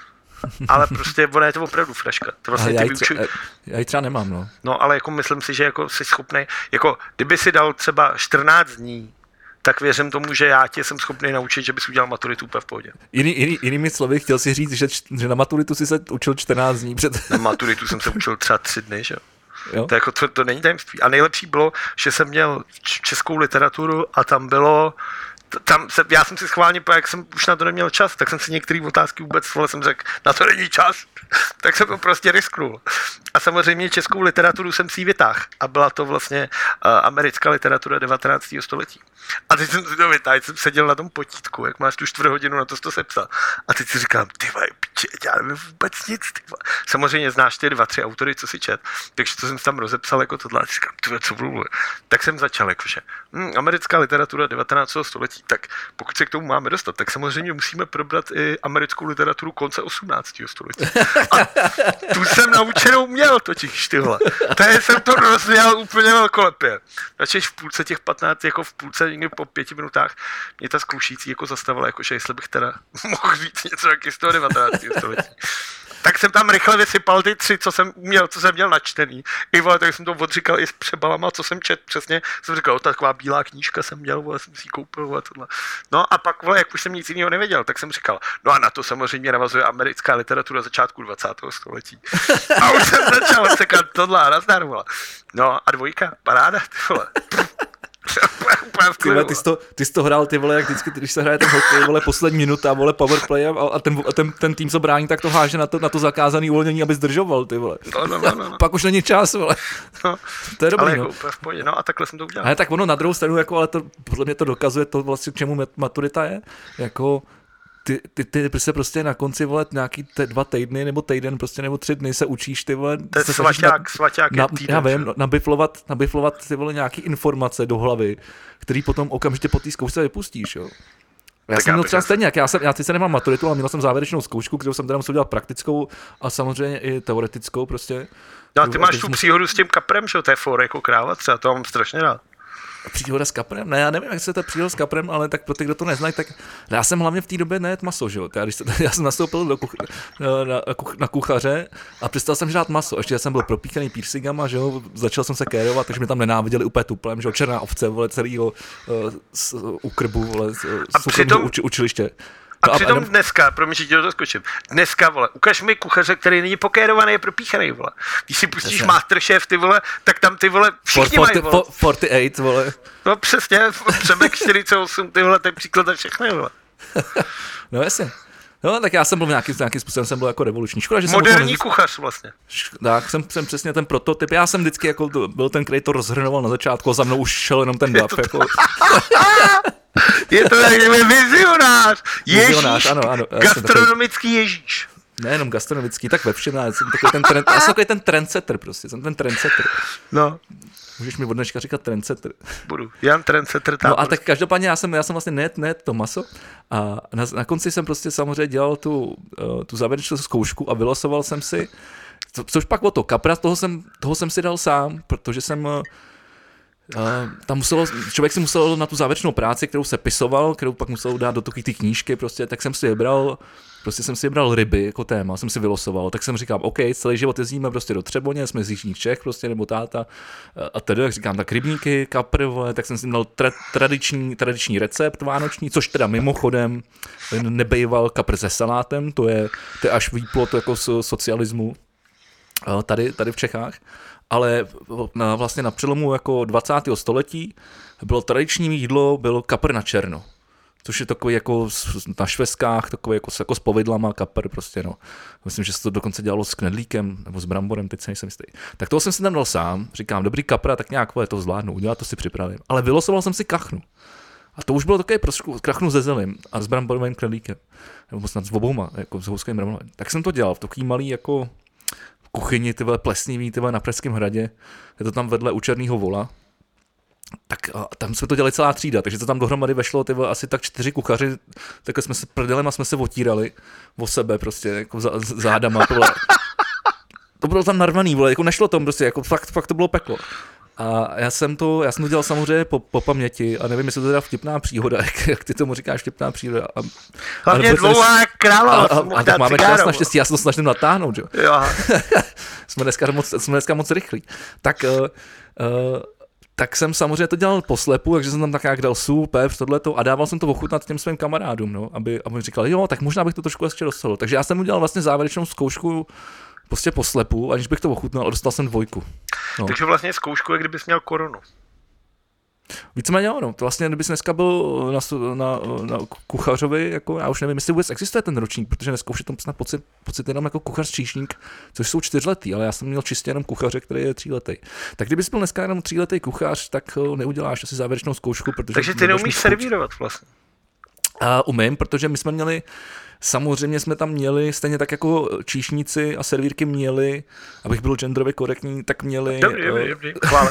Ale prostě ona je to opravdu fraška. To vlastně já, ty ji třeba, vyučuj... já ji třeba nemám, no. No, ale jako myslím si, že jako jsi schopnej, jako kdyby si dal třeba čtrnáct dní, tak věřím tomu, že já tě jsem schopný naučit, že bys udělal maturitu úplně v pohodě. Jiný, jiný, jinými slovy, chtěl si říct, že, že na maturitu si se učil čtrnáct dní před... Na maturitu jsem se učil třeba tři dny, že jo? To, jako, to, to není tajemství. A nejlepší bylo, že jsem měl českou literaturu a tam bylo... Tam se, já jsem si schválně, jak jsem už na to neměl čas, tak jsem si některé otázky vůbec vole, jsem řekl, na to není čas, tak jsem to prostě risknul. A samozřejmě českou literaturu jsem si ji vytáhl a byla to vlastně uh, americká literatura devatenáctého století. A teď jsem si to vytáhl, jsem seděl na tom potítku, jak máš tu čtvrt hodinu na to, to sepsal. A teď si říkám, ty vole, piče, já nevím vůbec nic, ty vole. Samozřejmě znáš ty dva, tři autory, co si čet, takže to jsem tam rozepsal jako tohle, a říkám, ty vole, co budu. Tak jsem začal, jakože, hm, americká literatura devatenáctého století, tak pokud se k tomu máme dostat, tak samozřejmě musíme probrat i americkou literaturu konce osmnáctého století. A tu jsem naučenou měl totiž, tyhle. Tady jsem to rozvěl úplně velkolepě. Načež v půlce těch patnáct, jako v půlce někdy po pěti minutách, mě ta zkoušící jako zastavila, jakože jestli bych teda mohl říct něco taky z toho devatenáctého století. Tak jsem tam rychle vysypal ty tři, co jsem měl, co jsem měl načtený. I vole, tak jsem to odříkal i s přebalama, co jsem čet přesně. Jsem říkal, taková bílá knížka jsem měl, vole, jsem si ji koupil, vole, tohle. No a pak, vole, jak už jsem nic jiného nevěděl, tak jsem říkal, no a na to samozřejmě navazuje americká literatura začátku dvacátého století. A už jsem začal říkat tohle a nazdar, vole. No a dvojka, paráda, ty vole. Ty, vole, ty, jsi to, ty jsi to hrál, ty vole, jak vždycky, když se hraje ten hokej, vole, poslední minuta, vole, powerplay a, a, ten, a ten, ten tým, co brání, tak to háže na to, na to zakázané uvolnění, aby zdržoval, ty vole. No, no, no, no, no. Pak už není čas, vole. No, to je dobrý, ale no. jako úplně v pohodě, no a takhle jsem to udělal. Ale tak ono na druhou stranu, jako, ale to, podle mě to dokazuje to vlastně, k čemu maturita je, jako... Ty, ty, ty prostě prostě na konci, vole, nějaký te, dva týdny nebo týden prostě nebo tři dny se učíš, ty vole. To je svaťák, na, svaťák na, týden, já vím, nabiflovat, nabiflovat ty vole nějaký informace do hlavy, který potom okamžitě po té zkoušce vypustíš, jo. Já tak jsem měl třeba stejně, jak já jsem, já teď se nemám maturitu, ale měl jsem závěrečnou zkoušku, kterou jsem teda musel dělat praktickou a samozřejmě i teoretickou prostě. No a ty máš tu příhodu s tím kaprem, že to je for jako kráva, třeba to mám strašně rád. Příhoda s kaprem? Ne, já nevím, jak se to příhoda s kaprem, ale tak pro ty, kdo to neznají, tak já jsem hlavně v té době nejet maso, že jo. Já, když, já jsem nastoupil do kuch, na, na kuchaře a přestal jsem žrát maso. Ještě já jsem byl propíchaný piercingama, že jo, začal jsem se kérovat, takže mě tam nenáviděli úplně tuplem, že jo, černá ovce, vole, celýho uh, u krbu, vole, z přitom... uči, učiliště. A no přitom a dneska, promiň, že ti to zaskočím, dneska, vole, ukaž mi kuchaře, který není pokérovaný, je propíchaný, vole. Když si pustíš Jasně. Masterchef, ty vole, tak tam ty vole všichni mají, vole. čtyřicet osm, vole. No přesně, Přemek čtyřicet osm, ty vole, to je příklad za všechny, vole. No jasně. No, tak já jsem byl nějakým, nějakým způsobem, jsem byl jako revoluční. Škoda, že moderní jsem kuchař vlastně. Tak, jsem, jsem přesně ten prototyp. Já jsem vždycky jako byl ten, který to rozhrnoval na začátku a za mnou už šel jenom ten dav. Jako... Je to takový vizionář. Ježíš, vizionář, ano, ano. Gastronomický Ježíš. Nejenom gastronomický, tak ve všem. Já jsem takový ten, trend, já jsem takový ten trendsetter prostě, jsem ten trendsetter. No. Můžeš mi od dneška říkat trendsetter. Budu, Jan trendsetter. No a tak každopádně já jsem, já jsem vlastně net, net to maso a na, na konci jsem prostě samozřejmě dělal tu, uh, tu závěrečnou zkoušku a vylosoval jsem si, což pak o to, kapra, toho jsem, toho jsem si dal sám, protože jsem... Uh, tam muselo, člověk si musel na tu závěrečnou práci, kterou se pisoval, kterou pak musel dát do takové ty knížky, prostě, tak jsem si vybral, prostě jsem si vybral ryby jako téma, jsem si vylosoval, tak jsem říkal, OK, celý život jezdíme prostě do Třeboně, jsme z jižních Čech, prostě, nebo táta, a tedy, jak říkám, tak rybníky, kapr, vole, tak jsem si dal tra- tradiční, tradiční recept vánoční, což teda mimochodem nebejval kapr se salátem, to je, to je až výplod jako socialismu tady, tady v Čechách. Ale na, vlastně na přelomu jako dvacátého století bylo tradiční jídlo, bylo kapr na černo. Což je takový jako na švestkách, takový jako, jako s povidlama kapr prostě, no. Myslím, že se to dokonce dělalo s knedlíkem nebo s bramborem, teď se nejsem jistý. Tak toho jsem si tam dal sám, říkám, dobrý kapra, tak nějak to zvládnu, udělat to si připravím. Ale vylosoval jsem si kachnu. A to už bylo takový prostě kachnu ze zelim a s bramborovým knedlíkem. Nebo snad s obouma, jako s houským bramborem. Tak jsem to dělal v takový malý jako kuchyni, ty vole, plesnivý, ty vole, na Pražském hradě, je to tam vedle u Černýho vola, tak a tam jsme to dělali celá třída, takže to tam dohromady vešlo, ty vole, asi tak čtyři kuchaři, takhle jsme se prdelema jsme se otírali o sebe prostě, jako za, zádama, to bylo, to bylo tam narvaný, vole, jako nešlo tam prostě, jako fakt, fakt to bylo peklo. A já jsem to, já jsem to dělal samozřejmě po, po paměti a nevím, jestli to teda vtipná příhoda, jak, jak ty tomu říkáš vtipná příhoda. A, hlavně dlouhá jak kráva. A, a, a tak máme čas naštěstí, já se to snažím natáhnout, jo. jo. jsme, dneska moc, jsme dneska moc rychlí. Tak, uh, uh, tak jsem samozřejmě to dělal poslepu, takže jsem tam tak nějak dal sůl, pepř, tohleto a dával jsem to ochutnat těm svým kamarádům, no, aby, aby říkali, jo, tak možná bych to trošku ještě dostal. Takže já jsem udělal vlastně závěrečnou zkoušku prostě poslepu, aniž bych to ochutnal a dostal jsem dvojku. No. Takže vlastně zkoušku je, kdybys měl korunu. Víceméně ano, to vlastně kdybys dneska byl na, na, na kuchařovi, jako já už nevím, jestli vůbec existuje ten ročník, protože dneska už je tam snad pocit, pocit jenom jako kuchař číšník, což jsou čtyřletý, ale já jsem měl čistě jenom kuchaře, který je tříletý. Tak kdybys byl dneska jenom tříletý kuchař, tak neuděláš asi závěrečnou zkoušku, protože... Takže ty neumíš servírovat vlastně. A umím, protože my jsme měli, samozřejmě jsme tam měli, stejně tak jako číšníci a servírky měli, abych byl genderově korektní, tak měli... Dobrý, dobrý, dobrý,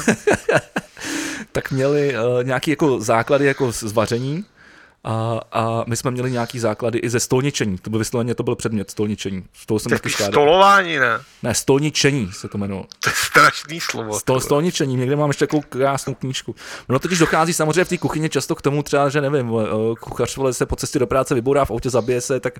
tak měli uh, nějaký jako základy jako z vaření a, a my jsme měli nějaký základy i ze stolničení. To byl vysloveně, to byl předmět stolničení. Z toho jsem taky stolování, ne? Ne, stolničení se to jmenovalo. To je strašný slovo. Stol, stolničení, někde mám ještě takovou krásnou knížku. No totiž dochází samozřejmě v té kuchyni často k tomu třeba, že nevím, kuchař vole, se po cestě do práce vybourá v autě, zabije se, tak...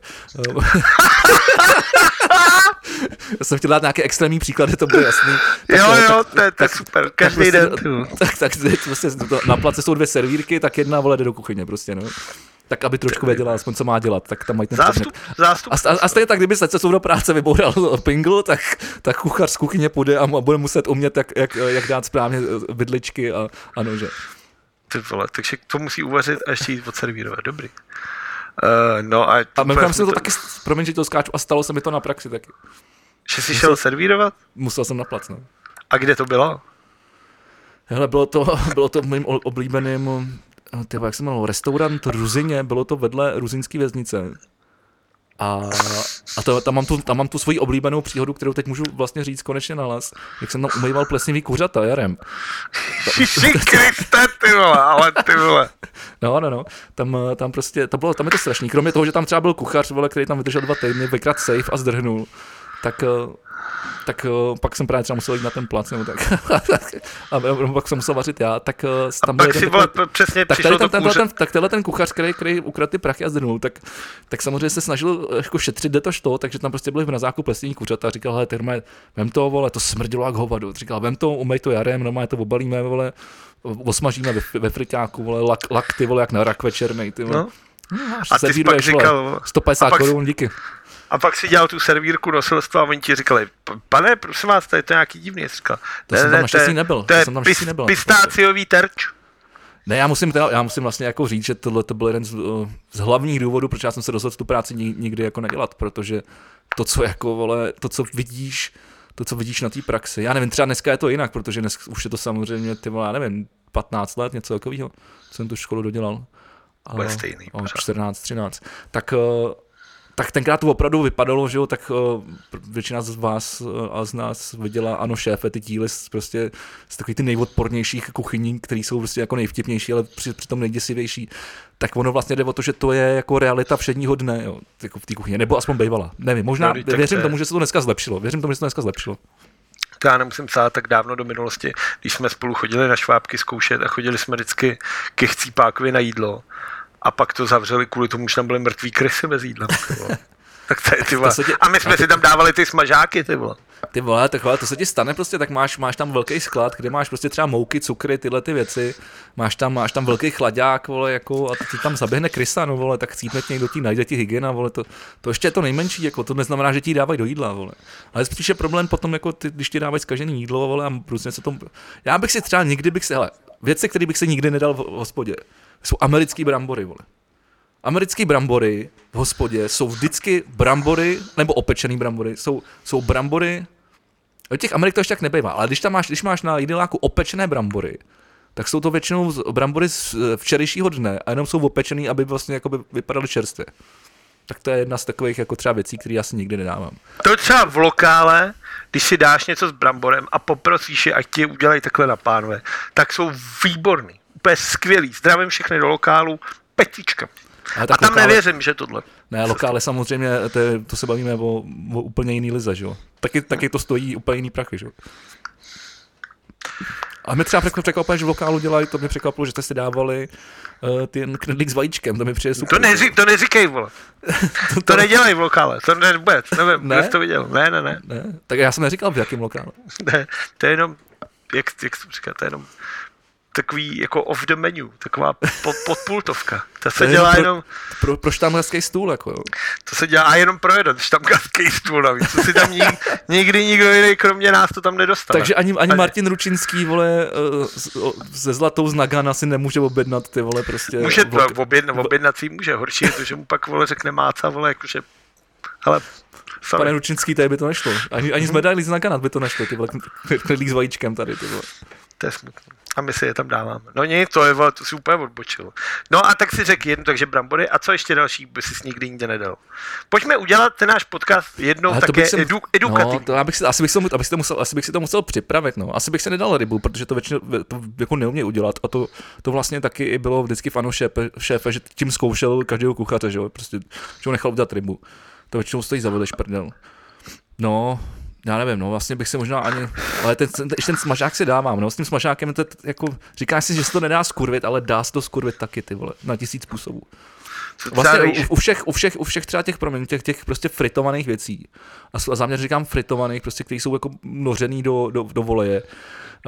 Já jsem chtěl dát nějaké extrémní příklady, to bylo jasný. Tak, jo, jo, tak, to je tak, super, každý den. Tak, tak, tak prostě na place jsou dvě servírky, tak jedna vole jde do kuchyně prostě, no. Tak aby trošku věděla, aspoň co má dělat, tak tam mají ten zástup, zástup. A, a, a stejně tak, kdyby se cestou do práce vyboural pingl, tak, tak kuchař z kuchyně půjde a bude muset umět, jak, jak, jak dát správně vidličky a, a nože. Ty vole, takže to musí uvařit a ještě jít odservírovat, dobrý. Uh, no a a mimochodem jsem to taky, promiň, že to skáču, a stalo se mi to na praxi taky. Že jsi šel servírovat? Musel jsem na plac, no. A kde to bylo? Hele, bylo to, bylo to mým oblíbeným, tyhle, jak se jmenovalo, restaurant Ruzině, bylo to vedle Ruzinské věznice. A, a to, tam, mám tu, tam mám tu svoji oblíbenou příhodu, kterou teď můžu vlastně říct konečně nahlas, jak jsem tam umýval plesnivý kuřata jarem. Ježiši Kriste, ty vole, ale ty vole. No, no, no, tam, tam prostě, to bylo, tam je to strašný, kromě toho, že tam třeba byl kuchař, vole, který tam vydržel dva týdny, vykrat safe a zdrhnul, tak... tak uh, pak jsem právě třeba musel jít na ten plac, nebo tak. a pak jsem musel vařit já, tak uh, tam byl jeden takový, vole, přesně tak tady ten, ten, ten, tak tenhle ten kuchař, který, který ukradl ty prachy a zdrhnul, tak, tak samozřejmě se snažil jako šetřit detož to, takže tam prostě byli v mrazáku plesní kuřata a říkal, hele, ty normálně, vem to, vole, to smrdilo jak hovado, říkal, vem to, umej to jarem, normálně to obalíme, vole, osmažíme ve, ve friťáku, vole, lak, lak, ty vole, jak na rakve černej, ty vole. No. No, a ty pak říkal, sto padesát korun, díky. A pak si dělal tu servírku nosilstva a oni ti říkali, pane, prosím vás, to je to nějaký divný. Říkal, to ne, jsem tam naštěstí nebyl. To je pis, nebyl. Pistáciový terč. Ne, já musím, teda, já musím vlastně jako říct, že tohle to byl jeden z, z hlavních důvodů, proč já jsem se rozhodl tu práci nikdy jako nedělat, protože to, co jako, vole, to, co vidíš, to, co vidíš na té praxi, já nevím, třeba dneska je to jinak, protože dnes už je to samozřejmě, ty vole, já nevím, patnáct let, něco takového, co jsem tu školu dodělal. Bude stejný. čtrnáct, třináct. Tak tak tenkrát to opravdu vypadalo, že jo, tak uh, většina z vás uh, a z nás viděla, ano, Šéfe, ty díly z, prostě z takových ty nejodpornějších kuchyní, které jsou prostě jako nejvtipnější, ale při, přitom nejděsivější, tak ono vlastně jde o to, že to je jako realita všedního dne, jo, jako v té kuchyni, nebo aspoň bývala. Nevím, možná no, věřím tomu, že se to dneska zlepšilo, věřím tomu, že se to dneska zlepšilo. To já nemusím psát tak dávno do minulosti, když jsme spolu chodili na švábky zkoušet a chodili jsme vždycky ke Chcípákovi na jídlo a pak to zavřeli kvůli tomu, že tam byly mrtví krysy bez jídla. Tak to je, ty vole. Tě, a my jsme a si tam dávali ty smažáky, ty vole. Ty vole, takhle, to se ti stane prostě, tak máš, máš tam velký sklad, kde máš prostě třeba mouky, cukry, tyhle ty věci, máš tam, máš tam velký chlaďák, vole, jako, a ti tam zaběhne krysa, no, vole, tak cítne někdo ti, najde ti hygiena, vole, to, to ještě je to nejmenší, jako, to neznamená, že ti dávají do jídla, vole. Ale spíš je problém potom, jako ty, když ti dávají zkažený jídlo, vole, a prostě se tom, já bych si třeba nikdy bych si, hele, věci, které bych si nikdy nedal v hospodě, jsou americký brambory, vole. Americký brambory v hospodě jsou vždycky brambory, nebo opečený brambory, jsou, jsou brambory, od těch Amerik to ještě tak nebejvá, ale když tam máš, když máš na jídelníku opečené brambory, tak jsou to většinou brambory z včerejšího dne a jenom jsou opečený, aby vlastně jako by vypadaly čerstvě. Tak to je jedna z takových jako třeba věcí, které já si nikdy nedávám. To třeba v lokále, když si dáš něco s bramborem a poprosíš je, ať ti udělají takhle na pánve, tak jsou výborný, úplně skvělý, zdravím všechny do lokálu, petička. A tam lokále, nevěřím, že tohle. Ne, lokále samozřejmě, to, je, to se bavíme o, o úplně jiný lize, že jo. Taky, taky to stojí úplně jiný prachy, že jo. A mě třeba překvapilo, že v lokálu dělají, to mě překvapilo, že jste si dávali uh, ten knedlík s vajíčkem, to mi přijde super. To, neří, to neříkej, vole. to, to, to nedělají v lokále, to ne, vůbec, nevím, ne? Kdo jsi to viděl. Ne, ne, ne, ne. Tak já jsem neříkal, v jakém lokále. Ne, to je jenom, jak, jak jsem říkal, to je jenom takový jako off the menu, taková pod, podpultovka. To se to dělá pro, jenom... Pro, pro štamgastský stůl, jako jo. To se dělá jenom pro jeden štamgastský stůl navíc. To si tam nik, nikdy nikdo jiný, kromě nás, to tam nedostane. Takže ani, ani Martin Ručinský, vole, se zlatou z Nagana si nemůže objednat, ty vole, prostě... Může to, objednat, objednat si může. Horší je to, že mu pak, vole, řekne máca, vole, jakože... Hele, sorry. Pane Ručinský, tady by to nešlo. Ani, ani z medailí z Nagana by to nešlo, ty vole, knedlík s vajíčkem tady, ty vole. To je smutné. A my si je tam dáváme. No nic, to je, vole, to si úplně odbočilo. No a tak si řekl jednu, takže brambory. A co ještě další by si nikdy nikde nedal? Pojďme udělat ten náš podcast jednou ale také jsem, edu, edukativní. No, to bych si, asi, bych si, abych si musel, asi bych si to musel připravit. No. Asi bych se nedal rybu, protože to většinou to jako neumějí udělat. A to, to vlastně taky bylo vždycky v Ano šéfe, šéfe, že tím zkoušel každého kuchaře, že, prostě, že ho nechal udělat rybu. To většinou stojí za vole šprdel. No... Já nevím, no vlastně bych si možná ani, ale ten, ten, ten smažák si dávám, no s tím smažákem to jako, říkáš si, že se to nedá skurvit, ale dá se to skurvit taky, ty vole, na tisíc způsobů. Vlastně u, u, všech, u, všech, u všech třeba těch, promiň, těch, těch prostě fritovaných věcí, a, a záměr říkám fritovaných, prostě, které jsou jako nořený do, do, do voleje, uh,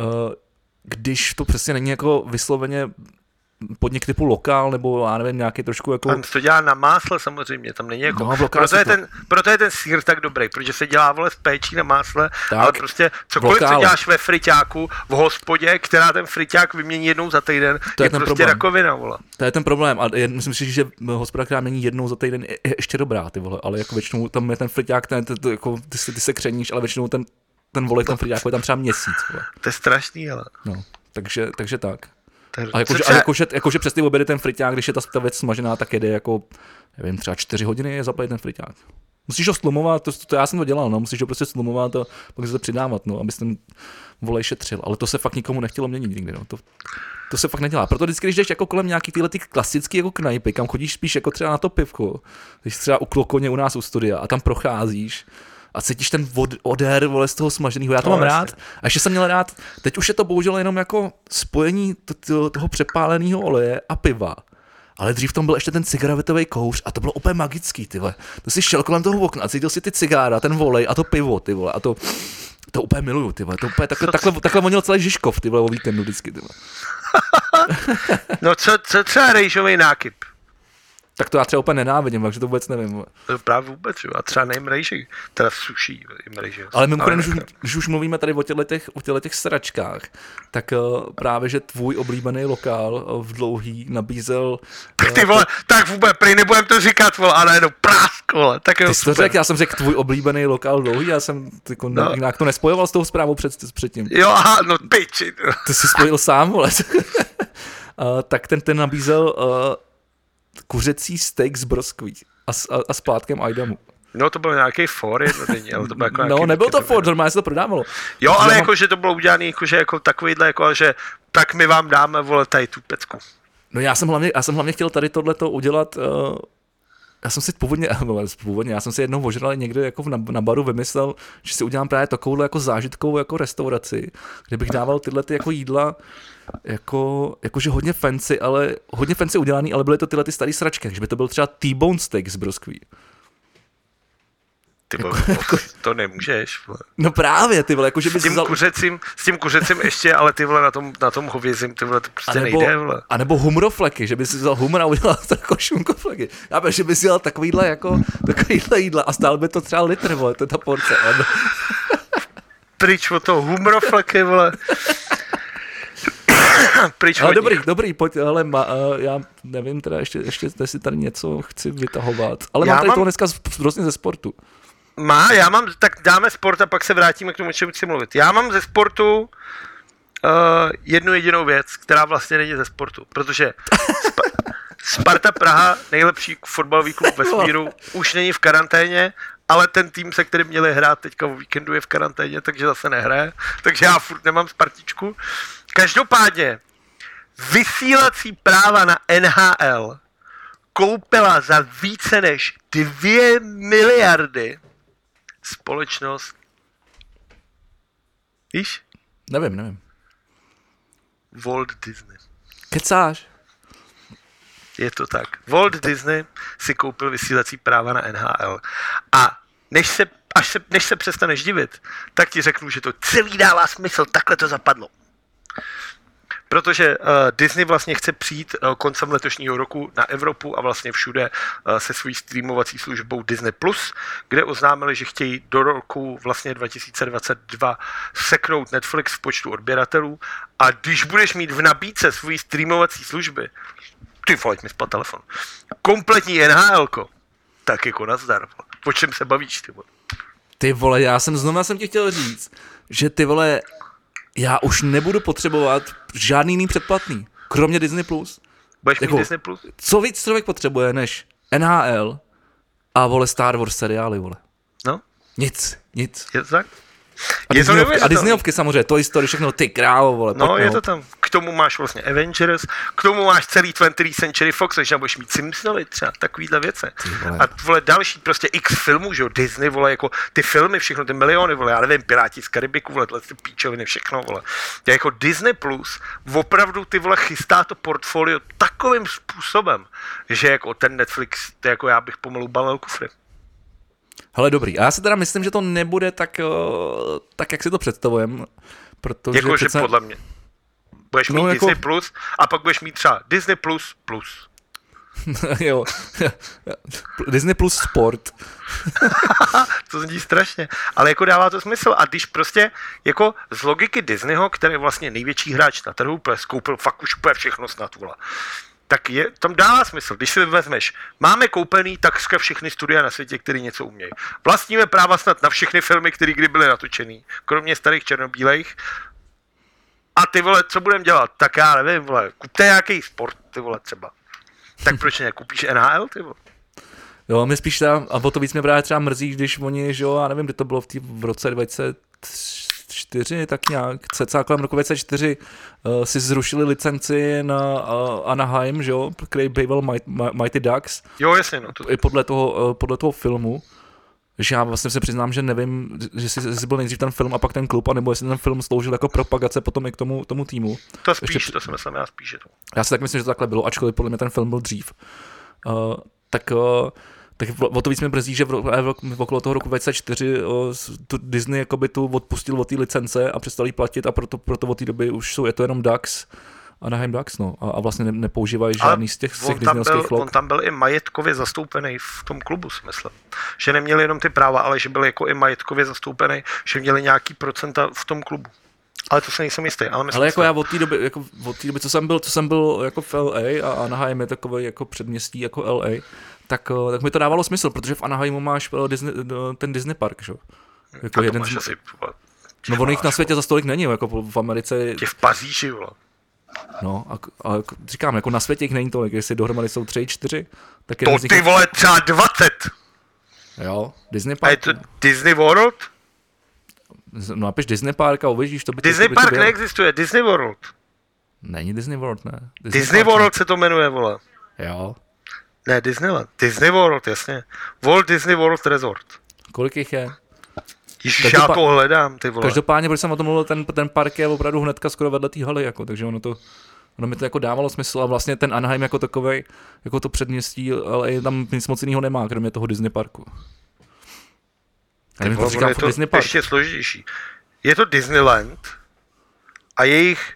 když to přesně není jako vysloveně podnik typu lokál, nebo já nevím, nějaký trošku jako... Tam to dělá na másle samozřejmě, tam není jako... No, proto, je ten, proto je ten sýr tak dobrý, protože se dělá, vole, z péčí na másle, tak, ale prostě cokoliv, co děláš ve friťáku, v hospodě, která ten friťák vymění jednou za týden, to je, je prostě problém. Rakovina, vole. To je ten problém a je, myslím si, že hospoda, která mění jednou za týden, je, je ještě dobrá, ty vole, ale jako většinou tam je ten friťák, ten, ten, ten, jako, ty, ty se křeníš, ale většinou ten, ten vole, ten friťák je tam třeba měsíc, vole. To je strašný, ale... No, takže, takže tak. A jakože, a jakože, jakože přes ty obědy ten friťák, když je ta, ta věc smažená, tak jede jako, nevím, třeba čtyři hodiny je zaplnit ten friťák. Musíš ho slumovat, to, to já jsem to dělal, no, musíš ho prostě slumovat a pak se to přidávat, no, abys ten volej šetřil. Ale to se fakt nikomu nechtělo měnit nikdy, no, to, to se fakt nedělá. Proto vždycky, když jdeš jako kolem nějaký tyhle ty klasický jako knajpy, kam chodíš spíš jako třeba na to pivko, když třeba u Klokoně u nás u studia a tam procházíš, a cítíš ten od, odér, vole, z toho smaženého. Já to no, mám jasně. rád. A ještě jsem měl rád, teď už je to bohužel jenom jako spojení t- t- toho přepáleného oleje a piva. Ale dřív tam byl ještě ten cigaretový kouř a to bylo úplně magický, ty vole. To si šel kolem toho okna a cítil si ty cigára, ten volej a to pivo, ty vole. A to, to úplně miluju, ty vole. To úplně takhle, takhle, takhle vonil celý Žižkov, ty vole, o víkendu vždycky, ty vole. No co, co třeba rejžový nákyp? Tak to já třeba úplně nenávidím, takže to vůbec nevím. To právě vůbec, jo. A třeba nejím rejži, teda suší jim rejži. Ale mimochodem, když, když už mluvíme tady o těch, o těch sračkách, tak uh, právě, že tvůj oblíbený lokál uh, v Dlouhý nabízel... Tak ty vole, tak vůbec, prý nebudem to říkat, vole, ale jenom prásk, vole, tak jo. Ty jsi to řekl, já jsem řekl tvůj oblíbený lokál v Dlouhý, já jsem tyko, no. nějak to nespojoval s tou zprávou před, předtím. Jo, aha, no piči. Ty jsi spojil sám, vole. uh, tak ten, ten nabízel... Uh, kuřecí steak z broskví a, a, a s plátkem ajdamu. No to byl nějaký for jednodenní, ale to bylo jako No nebyl to for, normálně se to prodávalo. Jo, ale mám... jako, že to bylo udělané jako, že jako takovýhle, jako, že tak my vám dáme, vole, tady tu pecku. No já jsem hlavně, já jsem hlavně chtěl tady tohleto udělat, uh, já jsem si původně, původně, já jsem si jednou ožral někde jako na, na baru vymyslel, že si udělám právě takovou jako zážitkovou jako restauraci, kde bych dával tyhle ty jako jídla, jako, jakože hodně fancy, ale hodně fancy udělaný, ale byly to tyhle ty starý sračky, že by to byl třeba T-bone steak z broskví. Ty vole, to nemůžeš. Vole. No právě, ty vole, jakože bys s tím vzal... kuřecím, s tím kuřecím ještě, ale ty vole na tom, na tom hovězím, ty vole, to prostě a nebo, nejde, vole. A nebo humrofleky, že bys si vzal humor a udělal jako šunkofleky. Já bych, že bys dělal takovýhle jako, takovýhle jídla a stál by to třeba litr, vole, to je ta porce. Ale... Pryč od toho humrofleky, vole. Pryč ale od dobrý, nich. dobrý, pojď, ale ma, uh, já nevím teda ještě, ještě si tady něco chci vytahovat. Ale já mám tady mám... toho dneska prostě ze sportu. Má, já mám, tak dáme sport a pak se vrátíme k tomu, čemu chci mluvit. Já mám ze sportu uh, jednu jedinou věc, která vlastně není ze sportu, protože Sp- Sparta Praha, nejlepší fotbalový klub ve smíru, už není v karanténě, ale ten tým, se kterým měli hrát teďka o víkendu, je v karanténě, takže zase nehraje, takže já furt nemám Spartičku. Každopádně, vysílací práva na N H L koupila za více než dvě miliardy společnost. Víš? Nevím, nevím. Walt Disney. Kecáš? Je to tak. Walt Disney si koupil vysílací práva na N H L. A než se, až se, než se přestaneš divit, tak ti řeknu, že to celý dává smysl. Takhle to zapadlo. Protože uh, Disney vlastně chce přijít uh, koncem letošního roku na Evropu a vlastně všude uh, se svojí streamovací službou Disney plus, kde oznámili, že chtějí do roku vlastně dva tisíce dvacet dva seknout Netflix v počtu odběratelů a když budeš mít v nabídce svojí streamovací služby, ty vole, mi spal telefon, kompletní N H L ko, tak jako nazdar, o čem se bavíš, ty vole? Ty vole, já jsem znovu jsem ti chtěl říct, že ty vole, já už nebudu potřebovat žádný jiný předplatný, kromě Disney plus. Budeš jako, mít Disney plus? Co víc člověk potřebuje, než N H L a vole Star Wars seriály, vole. No. Nic, nic. Je to tak? A, je Disneyovky, to a Disneyovky samozřejmě, Toy Story, všechno, ty krávo, vole. No, je to tam. K tomu máš vlastně Avengers, k tomu máš celý twentieth Century Fox, takže budeš mít Simpsonovi třeba, takovýhle věce. A vole další prostě x filmů, že jo, Disney, vole, jako ty filmy, všechno ty miliony, vole, já nevím, Piráti z Karibiku, vole, ty píčoviny, všechno, vole. Já jako Disney Plus opravdu ty vole chystá to portfolio takovým způsobem, že jako ten Netflix, to jako já bych pomalu balil kufry. Hele, dobrý. A já si teda myslím, že to nebude tak, tak jak si to představujeme. Protože Jakože přece... podle mě. Budeš mít no, jako... Disney Plus a pak budeš mít třeba Disney Plus Plus. Jo. Disney Plus Sport. To zní strašně. Ale jako dává to smysl. A když prostě jako z logiky Disneyho, který je vlastně největší hráč na trhu, skoupil fakt už úplně všechno snad, vole. Tak je, tam dává smysl, když si vezmeš, máme koupený takřka všechny studia na světě, které něco umějí. Vlastníme práva snad na všechny filmy, které kdy byly natočený, kromě starých černobílejch. A ty vole, co budeme dělat? Tak já nevím, vole, kupte nějaký sport, ty vole, třeba. Tak proč nekoupíš N H L, ty vole? Jo, mě spíš ta, a o to víc mě právě třeba mrzí, když oni, že jo, já nevím, kdy to bylo v, tý, v roce dvacet čtyři, tak nějak, cca kolem roku dvacet čtyři uh, si zrušili licenci na uh, Anaheim, že jo, který býval Mighty, Mighty Ducks. Jo, jasně, no. To... I podle toho, uh, podle toho filmu, že já vlastně se přiznám, že nevím, že jsi, jsi byl nejdřív ten film a pak ten klub, anebo jestli ten film sloužil jako propagace potom i k tomu, tomu týmu. To spíš, ještě, to si myslím, já spíš je to. Já si tak myslím, že to takhle bylo, ačkoliv podle mě ten film byl dřív. Uh, tak... Uh, tak o to víc mě brzdí, že v, v, v okolo toho roku dvacet čtyři o, tu Disney jakoby tu odpustil od té licence a přestali platit a proto, proto od té doby už jsou, je to jenom Ducks, Anaheim Ducks, no, a, a vlastně ne, nepoužívají žádný z těch, z těch disneyovských log. On tam byl i majetkově zastoupený v tom klubu, si myslím. Že neměli jenom ty práva, ale že byl jako i majetkově zastoupený, že měli nějaký procenta v tom klubu. Ale to se nejsem jistý. Ale, ale jako já od té doby, jako od té doby, co jsem byl, co jsem byl jako v L A a Anaheim je takový jako předměstí jako L A, tak, tak mi to dávalo smysl, protože v Anaheimu máš Disney, ten Disney park, že? Jako jeden z... asi, No ono jich na světě za stolik není, jako v Americe... Tě v Paříži, vole. No a, a říkám, jako na světě jich není tolik, jestli dohromady jsou tři, čtyři, tak to ty vole třeba dvacet. Jo, Disney Park. A je to Disney World? No napiš Disney Park a uvidíš, to by to Disney by Park to neexistuje, Disney World. Není Disney World, ne. Disney, Disney World ne. Se to jmenuje, vole. Jo. Ne, Disneyland. Disney World, jasně. Walt Disney World Resort. Kolik jich je? Ježiš, já to hledám, ty vole. Každopádně, protože jsem o tom mluvil, ten, ten park je opravdu hnedka skoro vedle té haly, jako, takže ono to, ono mi to jako dávalo smysl a vlastně ten Anaheim jako takovej, jako to předměstí, ale tam nic moc jiného nemá, kromě toho Disney Parku. Ty vole, říkám, je to Disney Park. Ještě složitější. Je to Disneyland a jejich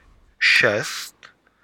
šest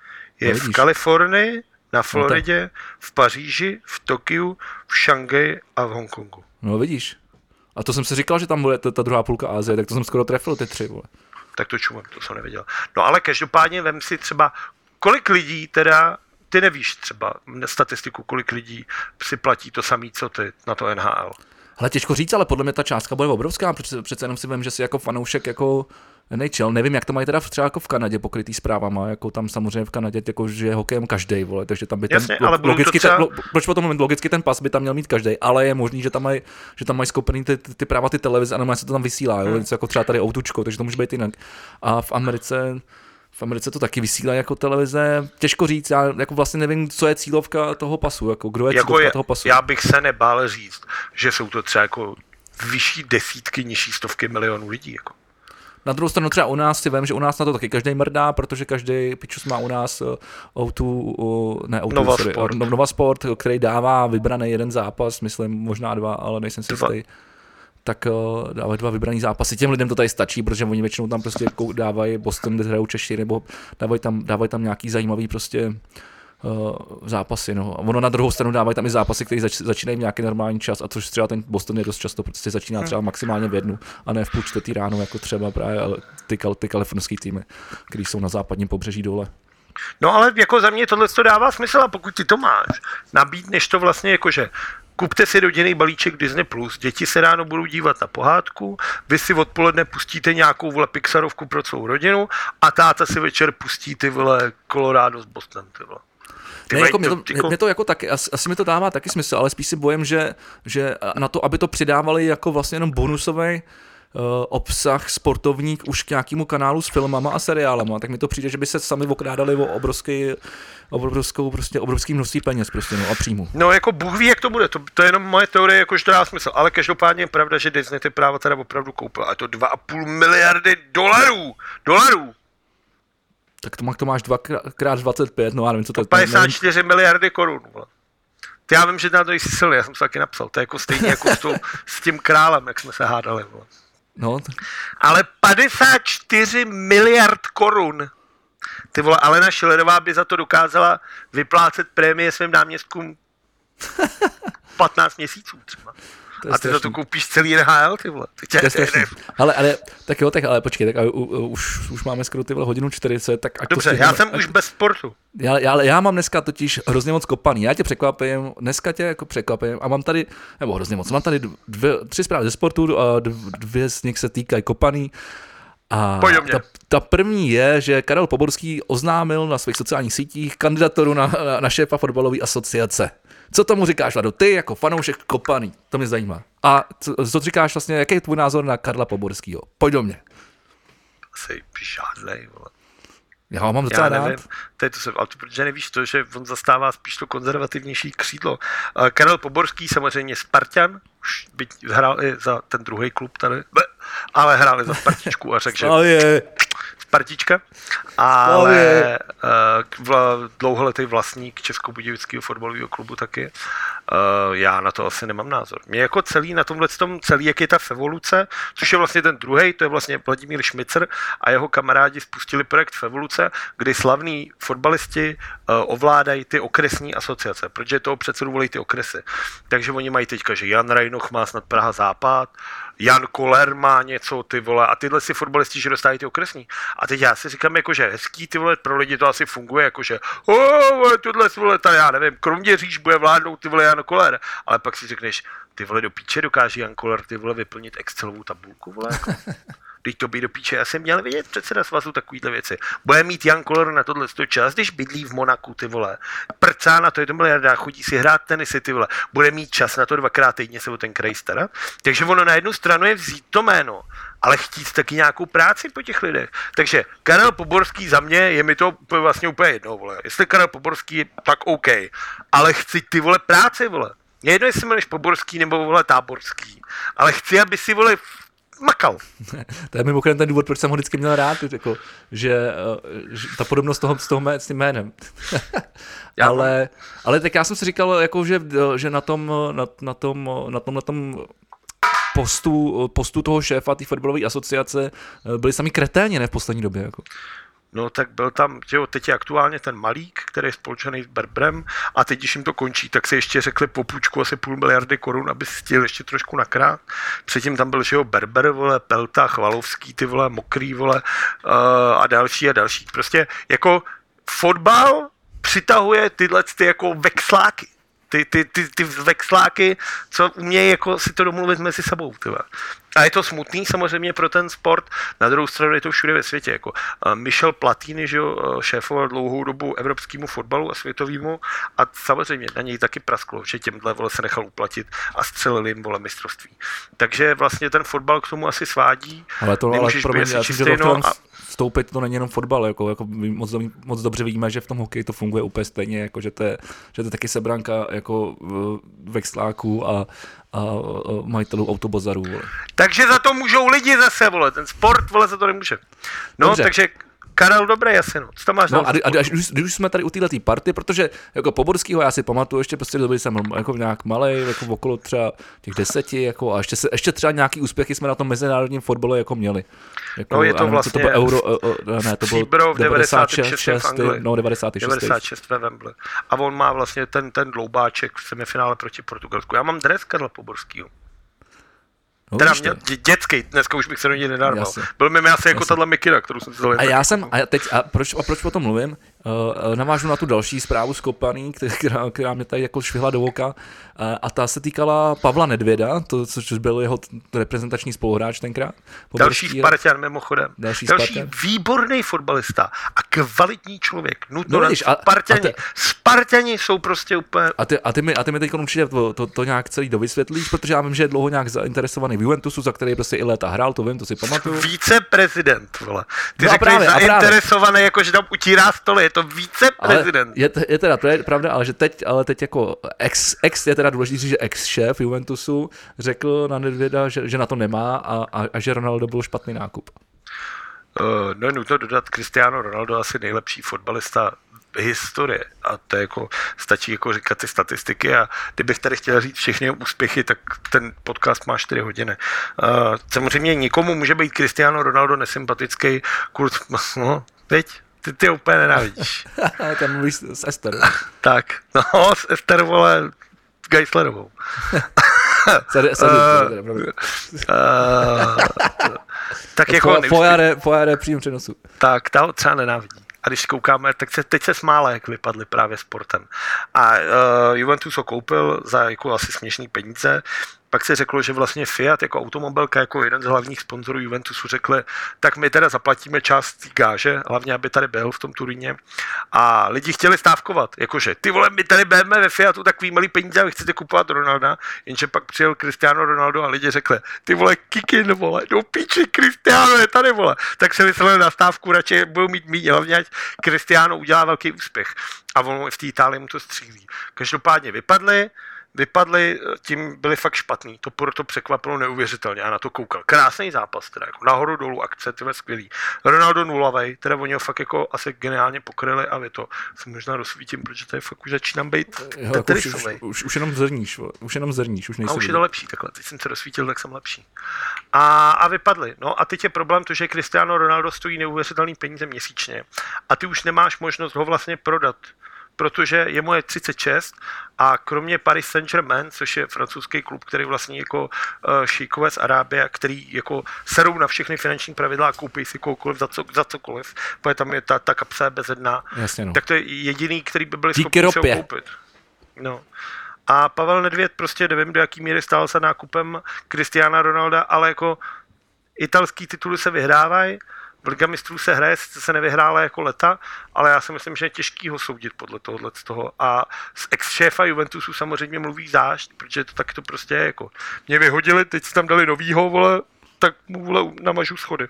je no, v Kalifornii, na Floridě, no v Paříži, v Tokiu, v Šanghaji a v Hongkongu. No vidíš. A to jsem si říkal, že tam bude ta, ta druhá půlka Asie, tak to jsem skoro trefil ty tři, vole. Tak to čumím, to jsem nevěděl. No ale každopádně vem si třeba, kolik lidí teda, ty nevíš třeba statistiku, kolik lidí si platí to samý, co ty na to N H L. Hele, těžko říct, ale podle mě ta částka bude obrovská, přece, přece jenom si vím, že si jako fanoušek jako N H L, nevím, jak to mají teda třeba jako v Kanadě pokrytý zprávama, jako tam samozřejmě v Kanadě, jako že je hokejem každej, vole, takže tam by ten, Jasně, ale logicky, třeba... ten, proč potom mluvím, logicky ten pas by tam měl mít každej, ale je možný, že tam mají, že tam mají skoupený ty, ty, ty práva ty televize a normálně se to tam vysílá, jo, hmm. jako třeba tady Outučko, takže to může být jinak. A v Americe V Americe to taky vysílá jako televize. Těžko říct, já jako vlastně nevím, co je cílovka toho pasu, jako kdo je jako cílovka je, toho pasu. Já bych se nebál říct, že jsou to třeba jako vyšší desítky, nižší stovky milionů lidí. Jako. Na druhou stranu třeba u nás si vím, že u nás na to taky každý mrdá, protože každý pičus má u nás ó dva, ne ó dva, Nova, sorry, Sport. Nova Sport, který dává vybraný jeden zápas, myslím možná dva, ale nejsem si jistý. Tak uh, dávají dva vybraný zápasy. Těm lidem to tady stačí, protože oni většinou tam prostě dávají Boston, kde hrajou Češi, nebo dávají tam, dávají tam nějaký zajímavý prostě uh, zápasy. No. A ono na druhou stranu dávají tam i zápasy, které zač- začínají v nějaký normální čas, a což třeba ten Boston je dost často, prostě začíná třeba maximálně v jednu, a ne v půl čtvrtý ráno, jako třeba právě ty, ty kalifornský týmy, který jsou na západním pobřeží dole. No ale jako za mě tohle to dává smysl, a pokud ty to máš, nabídneš to vlastně jakože kupte si rodinný balíček Disney plus, děti se ráno budou dívat na pohádku, vy si odpoledne pustíte nějakou vole Pixarovku pro celou rodinu a táta si večer pustí ty vole Colorado z Boston, ty vole. Ty ne, jako mě, to, jako... mě to jako taky, asi, asi mi to dává taky smysl, ale spíš si bojím, že, že na to, aby to přidávali jako vlastně jenom bonusový uh, obsah sportovník už k nějakému kanálu s filmama a seriálama, tak mi to přijde, že by se sami okrádali o obrovský, obrovskou, prostě obrovský množství peněz prostě, no, a příjmu. No jako Bůh ví, jak to bude, to, to je jenom moje teorie, jakož to dá smysl, ale každopádně je pravda, že Disney ty práva teda opravdu koupil, a je to dva a půl miliardy dolarů, dolarů. Tak to, to máš dva krát dvacet pět, no já nevím, co to je. padesát čtyři miliardy korun, vole. Ty já vím, že na to jsi silný, já jsem to taky napsal, to je jako stejně jako s, tou, s tím králem, jak jsme se hádali, vole. No, tak... Ale padesát čtyři miliard korun. Ty vole, Alena Schillerová by za to dokázala vyplácet prémie svým náměstkům patnáct měsíců třeba. A ty za to koupíš celý N H L, ty vole. To je strašný. Ale, ale, tak jo, tak ale počkej, tak ale, u, u, už, už máme skoro ty vole hodinu čtyřicet, tak ať dobře, to já jsem ať, už bez sportu. Já, já, já mám dneska totiž hrozně moc kopaný, já tě překvapím, dneska tě jako překvapím a mám tady, nebo hrozně moc, mám tady dvě, tři zprávy ze sportu a dvě z nich se týkají kopaný. A ta, ta první je, že Karel Poborský oznámil na svých sociálních sítích kandidaturu na, na, na šéfa fotbalové asociace. Co tomu říkáš, Vlado? Ty jako fanoušek kopaný, to mě zajímá. A co, co říkáš vlastně, jaký je tvůj názor na Karla Poborskýho? Pojď do mě. Asi žádnej, vole. Já ho mám docela Já nevím, to je to se, ale to, protože nevíš to, že on zastává spíš to konzervativnější křídlo. Uh, Karel Poborský, samozřejmě Spartan, už byť hrál i za ten druhý klub tady, ale hrál i za Spartičku a řekl, že Spartička, ale uh, vla, dlouholetý vlastník Českobudějovického fotbalového klubu taky. Uh, já na to asi nemám názor. Mě jako celý na tomhle tom, celý, jak je ta Fevoluce, což je vlastně ten druhý, to je vlastně Vladimír Šmicer a jeho kamarádi spustili projekt Fevoluce, kdy slavní fotbalisti uh, ovládají ty okresní asociace, protože toho předsedu volí ty okresy. Takže oni mají teďka, že Jan Rajnoch má snad Praha Západ, Jan Koller má něco, ty vole, a tyhle si fotbalisti, že dostávají ty okresní. A teď já si říkám, jakože hezký, ty vole, pro lidi to asi funguje, jakože oh, tohle, vole, tady já nevím, Kroměříž bude vládnout, ty vole, Jan Koller, ale pak si řekneš, ty vole, do píče dokáže Jan Koller, ty vole, vyplnit Excelovou tabulku, vole, jako. Teď to by do píče, já jsem měl vidět předseda svazu takovýhle věci. Bude mít Jan Koller na tohle čas, když bydlí v Monaku, ty vole. Prcá na to, je to miliarda, chodí si hrát tenisy, ty vole. Bude mít čas na to dvakrát týdně se o ten kraj starat. Takže ono na jednu stranu je vzít to jméno, ale chtít taky nějakou práci po těch lidech. Takže Karel Poborský za mě je mi to vlastně úplně jedno, vole. Jestli Karel Poborský, tak OK. Ale chci ty vole práci, vole. Mě jedno, jestli jmenuješ Poborský nebo vole Táborský. Ale chci, aby si vole makal. To je mimochodem ten důvod, proč jsem ho vždycky měl rád, jako, že, že ta podobnost toho, s, toho mé, s tím jménem. ale, ale tak já jsem si říkal, jako, že, že na tom, na, na tom, na tom, na tom postu, postu toho šéfa té fotbalové asociace byli sami kreténi, ne v poslední době. Jako. No tak byl tam, že jo, teď je aktuálně ten Malík, který je spolčený s Berbrem a teď, když jim to končí, tak se ještě řekli po půjčku asi půl miliardy korun, aby stihl ještě trošku nakrát. Předtím tam byl, že jo, Berber, vole, Pelta, Chvalovský, ty vole, Mokrý, vole, uh, a další a další. Prostě jako fotbal přitahuje tyhle ty jako vexláky. Ty, ty, ty, ty vexláky, co umějí jako si to domluvit mezi sebou. Tyhle. A je to smutný samozřejmě pro ten sport, na druhou stranu je to všude ve světě. Jako. Michel Platini, že jo, šéfoval dlouhou dobu evropskému fotbalu a světovému a samozřejmě na něj taky prasklo, že těmhle vole se nechal uplatit a střelili jim vole mistrovství. Takže vlastně ten fotbal k tomu asi svádí. Ale to, ale pro mě, já si, že to no, a... vstoupit, to není jenom fotbal, jako, jako moc, moc dobře vidíme, že v tom hokeji to funguje úplně stejně, jako, že, to je, že to je taky sebranka jako vexláků a, a, a majitelů autobazarů. Vole. Takže za to můžou lidi zase, vole, ten sport, vole, za to nemůže. No, dobře. Takže Karel, dobré, asi, no. Co tam máš? No a, a, a když, když jsme tady u této party, protože jako Poborskýho já si pamatuju, ještě prostě byl jsem jako nějak malej, jako okolo třeba těch deseti, jako a ještě, se, ještě třeba nějaký úspěchy jsme na tom mezinárodním fotbalu jako měli. Jako, no je to nevím, vlastně to bylo euro, ne, to bylo devadesát šest v Anglii. No, devadesát šest. devadesát šest ve Wembley. A on má vlastně ten, ten dloubáček v semifinále proti Portugalsku. Já mám dres Karla Poborskýho. No, teda mě, dě, dětský, dneska už bych se do něj nedarmal. Byl mi asi jako tahle mikina, kterou jsem si dal. A já jsem, a teď, a proč, a proč o tom mluvím? Uh, navážu na tu další z z Kopaný, která, která mě tady jako švihla do oka, uh, a ta se týkala Pavla Nedvěda, to, což byl jeho reprezentační spoluhráč tenkrát. Další Spartan mimochodem. Další, další Spartan. Výborný fotbalista a kvalitní člověk. Nutno no, Spartani. A te, Spartani jsou prostě úplně... A ty, a ty mi, a ty mi teď určitě to, to, to nějak celý dovysvětlíš, protože já vím, že je dlouho nějak zainteresovaný v Juventusu, za který prostě i léta hrál, to vím, to si pamatuju. Viceprezident, vole. Ty no řekneš zainteresovaný, jako že tam utírá stoly, je to viceprezident. Je, je teda, to je pravda, ale že teď, ale teď jako ex, ex je teda důležitý, že ex-šéf Juventusu řekl na Nedvěda, že, že na to nemá a, a, a že Ronaldo byl špatný nákup. Uh, no je nutno dodat, Cristiano Ronaldo asi nejlepší fotbalista historie a to je jako, stačí jako říkat ty statistiky a kdybych tady chtěl říct všechny úspěchy, tak ten podcast má čtyři hodiny. Uh, samozřejmě nikomu může být Cristiano Ronaldo nesympatický, kurz, no, teď, ty ty úplně nenávidíš. Tam mluvíš s Ester. Tak, no, s Ester, vole, Geislerovou. Sady, sady, uh, uh, tak jako... Fojare přímo přenosu. Tak, ta ho třeba nenávidí. A když koukáme, tak se, teď se smále, jak vypadli právě sportem. A uh, Juventus ho koupil za jako asi směšný peníze. Pak se řeklo, že vlastně Fiat jako automobilka, jako jeden z hlavních sponzorů Juventusu řekli, tak my teda zaplatíme část té gáže, hlavně aby tady byl v tom Turíně. A lidi chtěli stávkovat, jakože ty vole, my tady bereme ve Fiatu takový malý peníze a vy chcete kupovat Ronalda, jenže pak přijel Cristiano Ronaldo a lidi řekli, ty vole, kikin, vole, do píči, Cristiano je tady, vole. Tak se mysleli na stávku, radši budou mít míň, hlavně ať Cristiano udělá velký úspěch. A on v té Itálii mu to střílí. Každopádně vypadli, vypadli, tím byli fakt špatný, to proto překvapilo neuvěřitelně, já na to koukal. Krásný zápas, teda jako nahoru dolů akce, tyhle skvělý. Ronaldo nulovej, teda oni ho fakt jako asi geniálně pokryli a vy to se možná rozsvítím, protože tady fakt už začínám být teterisovej. Jako už, už, už jenom zrníš, už jenom zrníš, už nejsem. A už je to lepší takhle, teď jsem se rozsvítil, tak jsem lepší. A, a vypadli, no a teď je problém to, že Cristiano Ronaldo stojí neuvěřitelný peníze měsíčně a ty už nemáš možnost ho vlastně prodat, protože je mu je třicet šest a kromě Paris Saint-Germain, což je francouzský klub, který vlastně jako uh, šejkové z Arábie, který jako serou na všechny finanční pravidla a koupí si koukoliv za, co, za cokoliv, protože tam je ta, ta kapsa bez dna, no. Tak to je jediný, který by byli schopni se koupit. No. A Pavel Nedvěd prostě nevím, do jaký míry stál se nákupem Cristiana Ronalda, ale jako italský tituly se vyhrávají, Liga mistrů se hraje, sice se nevyhrála jako leta, ale já si myslím, že je těžký ho soudit podle tohohle z toho. A z ex-šéfa Juventusu samozřejmě mluví zášť, protože to tak to prostě je jako. Mě vyhodili, teď si tam dali novýho, vole, tak mu vole namažu schody.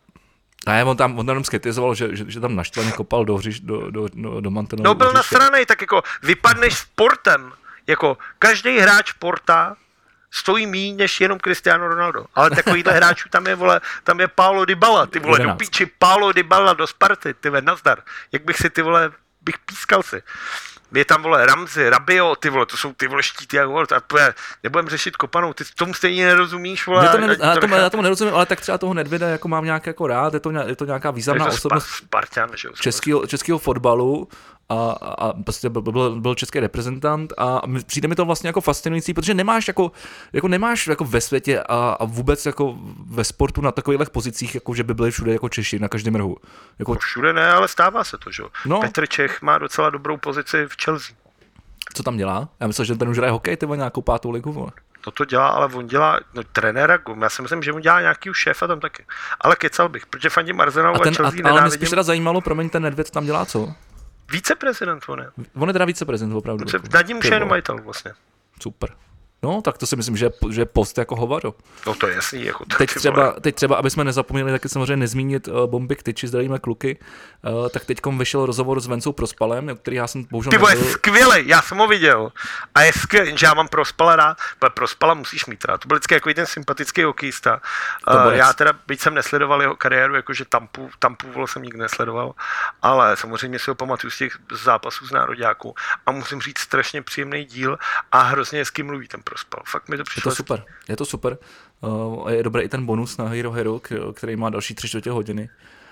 Ne, on tam, on tam skritizoval, že, že, že tam naštvaně kopal do hřiš, do, do, do, do Mantonovu. No byl nasranej, tak jako vypadneš sportem, jako každý hráč Porta stojí míň než jenom Cristiano Ronaldo. Ale takovýhle hráčů tam je, vole, tam je Paulo Dybala, ty vole, do píči, Paulo Dybala do Sparty, ty ve nazdar. Jak bych si, ty vole, bych pískal si. Je tam, vole, Ramsey, Rabiot, ty vole, to jsou ty vole štíty, jak vole, nebudem řešit kopanou, ty tomu stejně nerozumíš, vole. To ne, já, tomu, já tomu nerozumím, ale tak třeba toho Nedvěda jako mám nějak jako rád, je to, je to nějaká významná to osobnost Spartan, že jo, českého, českého fotbalu a, a prostě byl, byl, byl český reprezentant a přijde mi to vlastně jako fascinující, protože nemáš jako, jako nemáš jako ve světě a, a vůbec jako ve sportu na takových pozicích, jako že by byli všude jako Češi na každém rohu. Jako... No všude ne, ale stává se to, že jo. No. Petr Čech má docela dobrou pozici v Chelsea. Co tam dělá? Já myslím, že ten už hraje hokej, ty nějakou pátou ligu, vole. No to dělá, ale on dělá no, trenéra, já si myslím, že mu dělá nějakýho šéfa tam taky. Ale kecal bych, protože fandím Arsenalu a, ten, a Chelsea nenávidím. Ale mě spíš teda zajímalo, promiň, ten Nedvěd tam dělá co? Viceprezident, on je. On je teda viceprezident, opravdu. Nad ním už je jenom majitel vlastně. Super. No, tak to si myslím, že, že post jako hovado. No to je jasný. Jako to teď, třeba, teď třeba, aby jsme nezapomněli taky samozřejmě nezmínit uh, bomby k tyči, zdravíme kluky, uh, tak teďkom vyšel rozhovor s Vencou Prospalem, který já jsem bohužel Ty je skvělej, já jsem ho viděl. A je skvělý, že já mám Prospala rád, ale Prospala musíš mít rád. To byl vždycky jako jeden sympatický hokejista. Uh, já teda, byť jsem nesledoval jeho kariéru, jakože Tampu, Tampu vole jsem nikdy nesledoval, ale samozřejmě si ho pamatuju z těch zápasů z nároďáku a musím říct strašně příjemný díl a hrozně hezky mluví ten Prospal. Fakt mi to přišlo. Je to super, je to super. Uh, je dobrý i ten bonus na Hero Hero, který má další tři čtvrtě hodiny.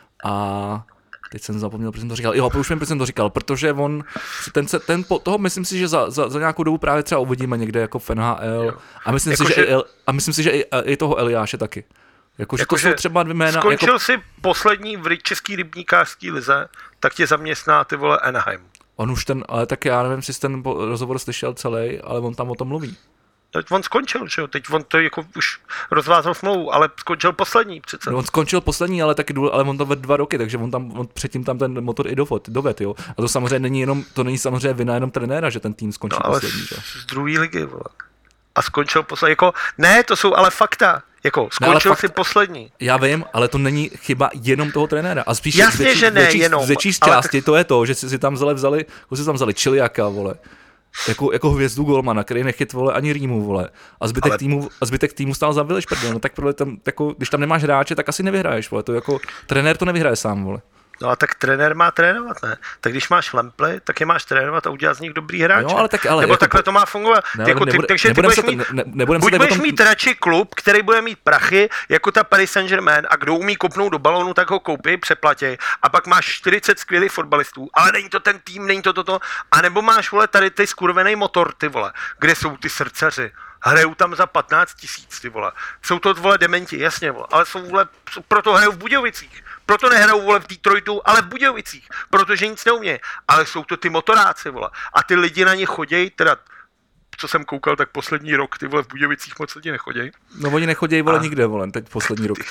A teď jsem zapomněl, proč jsem to říkal. Jo, už vím, proč jsem to říkal, protože on, ten, ten toho myslím si, že za, za, za nějakou dobu právě třeba uvidíme někde jako v N H L. Jo. A myslím jako si, že, že... I, a myslím si, že i, i toho Eliáše taky. Jako, že jako, to jsou třeba dvě jména. Skončil jako... si poslední v český rybníkářský lize, tak tě zaměstná ty vole Anaheim. On už ten, ale tak já nevím, jestli jsi ten rozhovor slyšel celý, ale on tam o tom mluví. Teď on skončil, že jo, teď on to jako už rozvázal smlouvu, ale skončil poslední přece. No on skončil poslední, ale taky důle, ale on to vedl dva roky, takže on tam, on předtím tam ten motor i doved, doved, jo. A to samozřejmě není jenom, to není samozřejmě vina jenom trenéra, že ten tým skončil no, poslední, že? Z druhé ligy, vole. A skončil poslední, jako, ne, to jsou ale fakta. Jako, skončil ne, si fakt, poslední. Já vím, ale to není chyba jenom toho trenéra. A spíš jasně, větší, že ne, větší, jenom. Větší z části, tak... to je to, že si, si tam vzali, vzali, si tam vzali Čiliaka, vole. Jako, jako hvězdu golmana, který nechyt, vole, ani rýmu, vole. A zbytek, ale... týmu, a zbytek týmu stál za vyleš, prdel. No tak podle tam, jako, když tam nemáš hráče, tak asi nevyhraješ, vole. To jako, trenér to nevyhraje sám, vole. No a tak trenér má trénovat, ne? Tak když máš lemply, tak je máš trénovat a udělat z nich dobrý hráče. No, ale tak, ale Nebo jako, takhle to má fungovat. Ne, jako ty, nebude, takže ty budeš mít, ne, ne, buď budeš tom... mít radši klub, který bude mít prachy, jako ta Paris Saint-Germain, a kdo umí kopnout do balónu, tak ho koupí, přeplatí. A pak máš čtyřicet skvělých fotbalistů, ale není to ten tým, není to toto. A nebo máš, vole, tady ty skurvený motor, ty vole, kde jsou ty srdcaři. Hrajou tam za patnáct tisíc, ty vole. Jsou to, vole, dementi, jasně, vole, ale jsou, vole, proto hrajou v Budějovicích. Proto nehrajou, vole, v Detroitu, ale v Budějovicích, protože nic neumějí. Ale jsou to ty motoráci, vole. A ty lidi na ně chodějí, teda, co jsem koukal, tak poslední rok, ty vole, v Budějovicích moc lidi nechodějí. No oni nechodějí, vole, a... nikde, vole, teď poslední rok.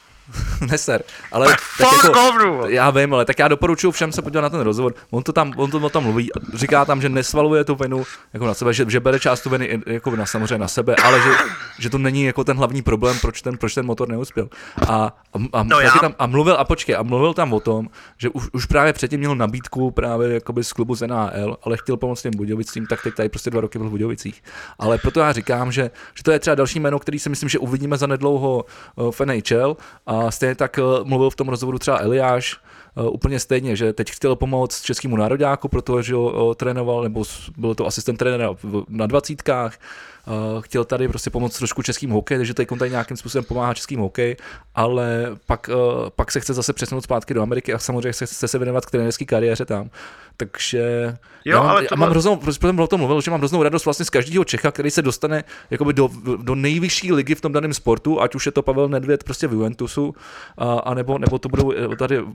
Neser, ale tak jako, hovnu, já vím, ale tak já doporučuji všem se podívat na ten rozhovor. On to tam, on to o tom mluví, říká tam, že nesvaluje tu vinu jako na sebe, že, že bere část tu viny jako na, samozřejmě na sebe, ale že, že to není jako ten hlavní problém, proč ten, proč ten motor neuspěl. A, a, a, no tam, a mluvil a počkej, a mluvil tam o tom, že už, už právě předtím měl nabídku právě jakoby z klubu z N H L, ale chtěl pomoct těm Budějovicím, tak teď tady prostě dva roky byl v Budějovicích. Ale proto já říkám, že, že to je třeba další jméno, který si myslím, že uvidíme za nedlouho v N H L, a stejně tak mluvil v tom rozhovoru třeba Eliáš, uh, úplně stejně, že teď chtěl pomoct českému nároďáku, protože ho uh, trénoval, nebo byl to asistent trenéra na dvacítkách, uh, chtěl tady prostě pomoct trošku českým hokej, takže teď tady nějakým způsobem pomáhá českým hokej, ale pak, uh, pak se chce zase přesunout zpátky do Ameriky a samozřejmě chce, chce se věnovat k trenérské kariéře tam. Takže jo, já mám, ale to mám hroznou, protože jsem o tom mluvil, že mám hroznou radost vlastně z každého Čecha, který se dostane jakoby do, do nejvyšší ligy v tom daném sportu, ať už je to Pavel Nedvěd prostě v Juventusu, a, a nebo, nebo to budou tady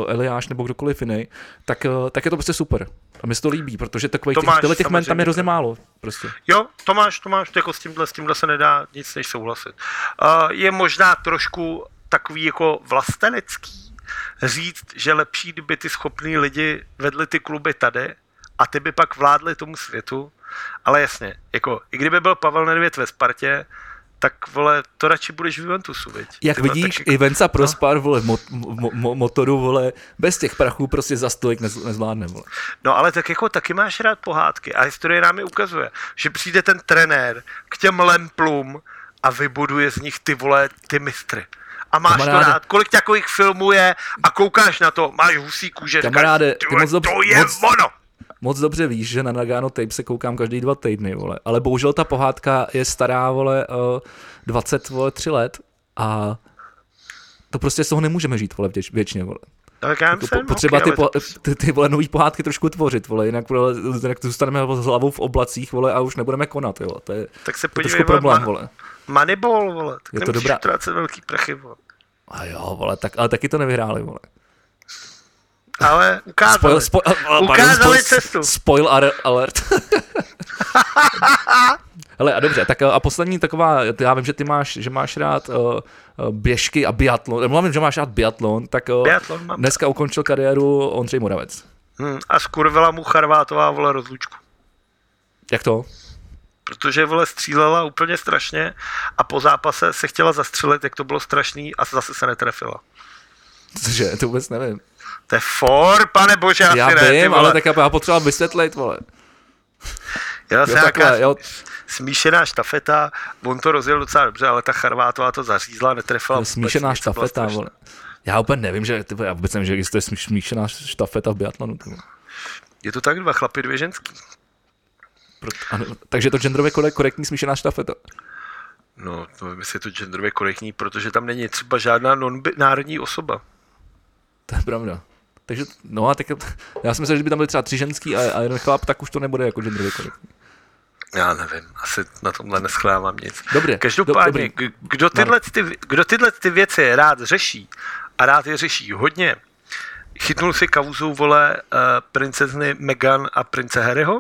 Eliáš nebo kdokoliv jiný, tak, tak je to prostě super. A mi se to líbí, protože takových Tomáš, těch, těch men tam je hrozně málo. Prostě. Jo, Tomáš, Tomáš, jako s tímhle, s tímhle se nedá nic než souhlasit. Uh, je možná trošku takový jako vlastenecký říct, že lepší, kdyby ty schopný lidi vedli ty kluby tady a ty by pak vládli tomu světu, ale jasně, jako i kdyby byl Pavel Nedvěd ve Spartě, tak, vole, to radši budeš v Juventusu, viď? Jak Tyhle, vidíš, tak, i Venca Prospar, vole, mo, mo, mo, motoru, vole, bez těch prachů prostě za stolik nez, nezvládne, vole. No ale tak jako taky máš rád pohádky a historie nám je ukazuje, že přijde ten trenér k těm lemplům a vybuduje z nich ty, vole, ty mistry. A máš kamaráde, to rád, kolik takových filmů je a koukáš na to, máš husí kůže, kamaráde, říkáš, ty moc dobře, to je moc, ono. Moc dobře víš, že na Nagano Tape se koukám každý dva týdny, vole. Ale bohužel ta pohádka je stará, vole, dvacet tři let a to prostě z toho nemůžeme žít, vole, věčně, vole. Tak já jako po, potřeba ty, po, ty, ty vole, nový pohádky trošku tvořit, vole, jinak, vole, jinak zůstaneme s hlavou v oblacích, vole, a už nebudeme konat, jo. To je, tak se to je trošku problém, ma, vole. Moneyball, vole, tak je to dobrá. Utrácet velký prachy, vole. A jo, vole, tak, ale taky to nevyhráli, vole. Ale ukázali. Spoil, spoil, uh, ukázali pardon, cestu. Spoil alert. Hele, a dobře, tak a poslední taková, já vím, že ty máš, že máš rád uh, běžky a biatlon, já vím, že máš rád biatlon, tak uh, biatlon mám dneska ukončil kariéru Ondřej Moravec. Hmm, a skurvila mu Charvátová, vole, rozlučku. Jak to? Protože, vole, střílela úplně strašně a po zápase se chtěla zastřelit, jak to bylo strašný a zase se netrefila. Cože, to vůbec nevím. To je for, pane bože, já asi vím, ne, ale tak já potřeba vysvětlit, vole. Jo, jo, takhle, jo. Smíšená štafeta, on to rozjel docela dobře, ale ta Charvátová to zařízla, netrefila vůbec. Smíšená štafeta, vole. Já úplně nevím, že, já vůbec nevím, že existuje smíšená štafeta v biatlonu. Tyvo. Je to tak, dva chlapy, dvě ženský. Proto, ano, takže to genderově korektní smíšená štafeta. No, to nevím, jestli je to genderově korektní, protože tam není třeba žádná non-národní osoba. To je pravda. Takže, no a tak, já si myslím, že by tam byly třeba tři ženský a, a jeden chlap, tak už to nebude jako genderově korektní. Já nevím, asi na tomhle neschlávám nic. Dobře. Každopádně, do, kdo, tyhle ty, kdo tyhle ty věci rád řeší a rád je řeší hodně, chytnul si kauzu, vole, uh, princezny Meghan a prince Harryho?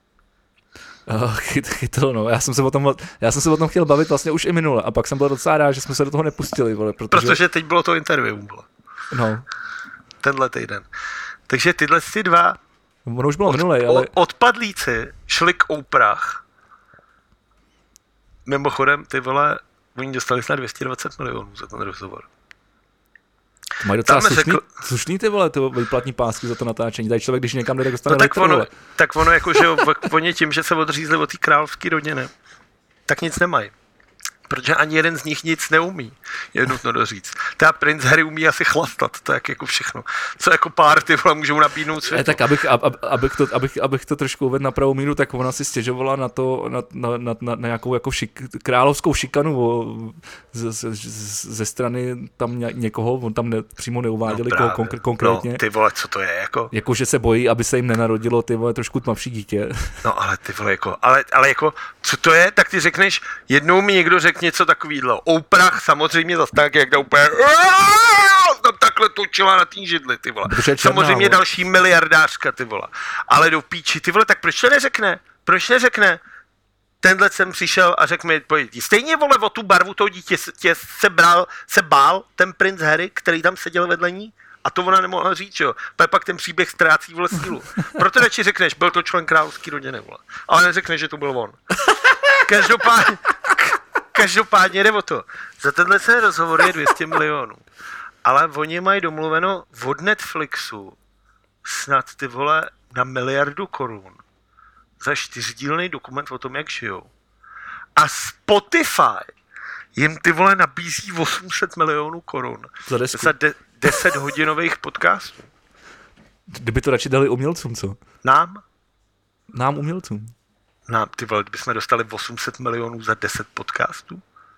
Uh, chyt, chytl, no. Já jsem, se o tom, já jsem se o tom chtěl bavit vlastně už i minule a pak jsem byl docela rád, že jsme se do toho nepustili, vole, protože... Protože teď bylo to interview, vole. No. Tenhle týden. Takže tyhle ty dva ono už bylo od, minulej, ale... odpadlíci šli k Oprah. Mimochodem, ty vole, oni dostali snad dvě stě dvacet milionů za ten rozhovor. To mají docela slušný, řekl... slušný ty vole, ty výplatní pásky za to natáčení. Tady člověk, když někam jde, tak dostane no, tak, litr, ono, vole. tak ono, jako, že oni tím, že se odřízli od té královské rodiny, tak nic nemají. Protože ani jeden z nich nic neumí, je nutno doříct. Teda princ Harry umí asi chlastat, to je jak jako všechno. Co jako párty, vole, můžou nabídnout světu. E, tak abych, ab, abych, to, abych, abych to trošku uvedl na pravou míru, tak ona si stěžovala na to, na, na, na, na nějakou jako šik, královskou šikanu o, ze, ze, ze strany tam ně, někoho, on tam ne, přímo neuváděli no, koho konkr, konkrétně. No, ty vole, co to je, jako? Jako, že se bojí, aby se jim nenarodilo, ty vole, trošku tmavší dítě. No, ale ty vole, jako, ale, ale jako, co to je, tak ty řekneš, jednou mi někdo řekl něco takovýhle. Oprah samozřejmě zase tak, jak to úplně tam takhle točila na té židli, ty vole. Samozřejmě další miliardářka, ty vole. Ale do píči, ty vole, tak proč to neřekne? Proč neřekne? Tenhle jsem přišel a řekl mi, pojď, stejně, vole, o tu barvu toho dítě tě se, bral, se bál ten princ Harry, který tam seděl vedle ní, a to ona nemohla říct, jo. Pak ten příběh ztrácí, vole, sílu. Proto radši řekneš, byl to člen královské rodiny, vole. Ale neřekneš, že to byl on. Každopádně, každopádně jde o to. Za tenhle se rozhovor je dvě stě milionů. Ale oni mají domluveno od Netflixu snad, ty vole, na miliardu korun za čtyřdílný dokument o tom, jak žijou. A Spotify jim, ty vole, nabízí osm set milionů korun za, za de- deset hodinových podcastů. Kdyby to radši dali umělcům, co? Nám? Nám umělcům. Nám, ty vole, kdybychom dostali osm set milionů za deset podcastů?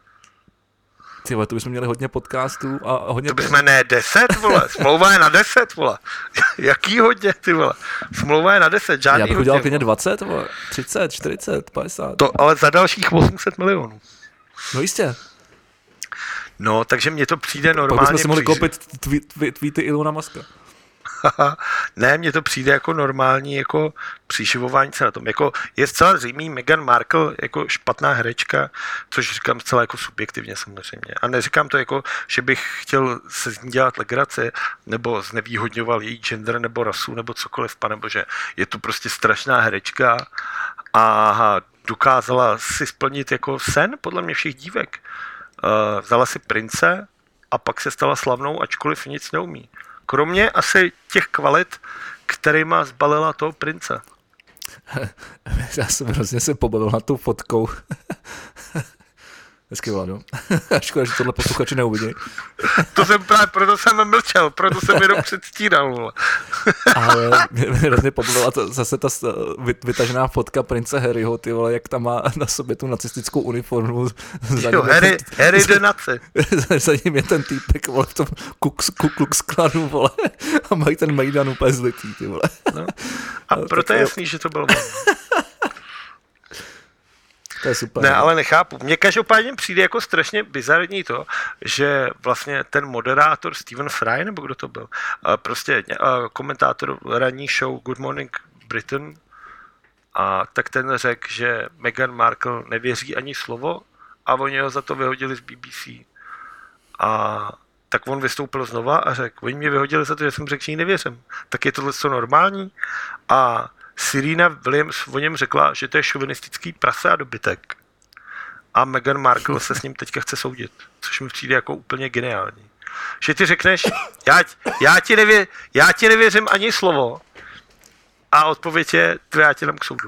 Ty vole, to bychom měli hodně podcastů a hodně... To bychom ne deset, vole, smlouva je na deset, vole. Jaký hodně, ty vole. Smlouva je na deset, žádný hodně. Já bych udělal klidně dvacet, vole, třicet, čtyřicet, padesát. To, ale za dalších osm set milionů. No jistě. No, takže mně to přijde normálně... Pak bychom si mohli koupit tweety Ilona Muska. Ne, mně to přijde jako normální jako příšivování se na tom. Jako je zcela zřejmý Meghan Markle jako špatná herečka, což říkám zcela jako subjektivně samozřejmě. A neříkám to jako, že bych chtěl se z ní dělat legraci, nebo znevýhodňoval její gender, nebo rasu, nebo cokoliv, panebože. Je to prostě strašná herečka a dokázala si splnit jako sen, podle mě všech dívek. Uh, vzala si prince a pak se stala slavnou, ačkoliv nic neumí. Kromě asi těch kvalit, kterýma zbalila toho prince. Já jsem hrozně se pobavil na tou fotkou. Hezky Vlado. Škoda, že tohle posluchači neuvidí. To jsem právě, proto jsem mlčel, proto jsem jenom předstíral. Ale mě hrozně pobavila to, zase ta vytažená fotka prince Harryho, ty vole, jak tam má na sobě tu nacistickou uniformu. Za jo, Harry, ten, Harry the Nazi. Za, za ním je ten týpek, vole, v tom Ku Klux Klanu, vole, a mají ten Mejdan úplně zlitý, ty vole. No. A no, proto je jasný, že to bylo To je super. Ne, ale nechápu. Mně každopádně přijde jako strašně bizarní to, že vlastně ten moderátor Stephen Fry, nebo kdo to byl, prostě komentátor ranní show Good Morning Britain, a tak ten řekl, že Meghan Markle nevěří ani slovo a oni ho za to vyhodili z B B C. A tak on vystoupil znova a řekl, oni mě vyhodili za to, že jsem řekl, že jí nevěřím. Tak je tohle co normální? A Serena Williams o něm řekla, že to je šovinistický prase a dobytek. A Meghan Markle se s ním teďka chce soudit, což mi přijde jako úplně geniální. Že ty řekneš, já, já, ti, nevě, já ti nevěřím ani slovo a odpověď je, já tě dám k soudu.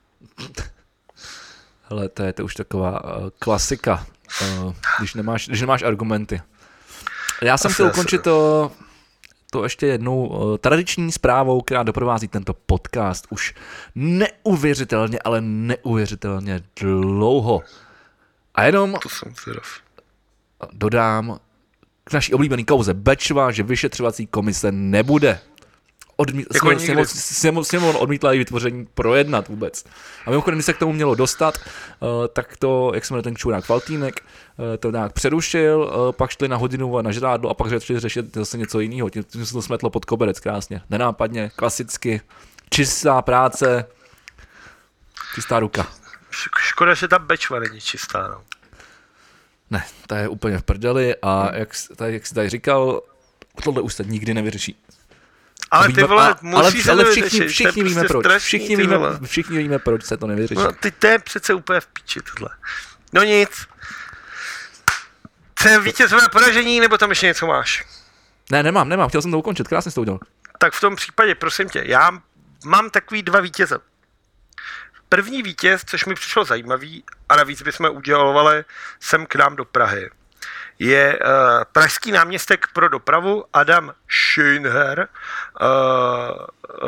Hele, to je to už taková uh, klasika, uh, když, nemáš, když nemáš argumenty. Já jsem chtěl ukončit to... To ještě jednou uh, tradiční zprávou, která doprovází tento podcast už neuvěřitelně, ale neuvěřitelně dlouho. A jenom to jsem dodám k naší oblíbené kauze Bečva, že vyšetřovací komise nebude. Odmít, jako sněmovna odmítla její vytvoření projednat vůbec. A mimochodem, když se k tomu mělo dostat, uh, tak to, jak se jmenuje ten čurák Faltýnek, uh, to nějak přerušil, uh, pak šli na hodinu na žrádlo a pak šli řešit zase něco jiného. Tím, tím se to smetlo pod koberec krásně. Nenápadně, klasicky, čistá práce, čistá ruka. Škoda, že ta Bečva není čistá, no. Ne, ta je úplně v prdeli a hmm. jak, tady, jak jsi tady říkal, tohle už se nikdy nevyřeší. Ale ty vole, musí se ale to všichni, vyřešit. Všichni víme prostě proč. Strašný, všichni, víme, všichni víme, proč se to nevyřeší. No, ty to je přece úplně v píči tohle. No nic. To je vítězové poražení, nebo tam ještě něco máš? Ne, nemám, nemám, chtěl jsem to ukončit, krásně jsi to udělal. Tak v tom případě, prosím tě, já mám takový dva vítěze. První vítěz, což mi přišlo zajímavý, a navíc bychom udělovali sem k nám do Prahy, je uh, pražský náměstek pro dopravu Adam Schönherr, uh,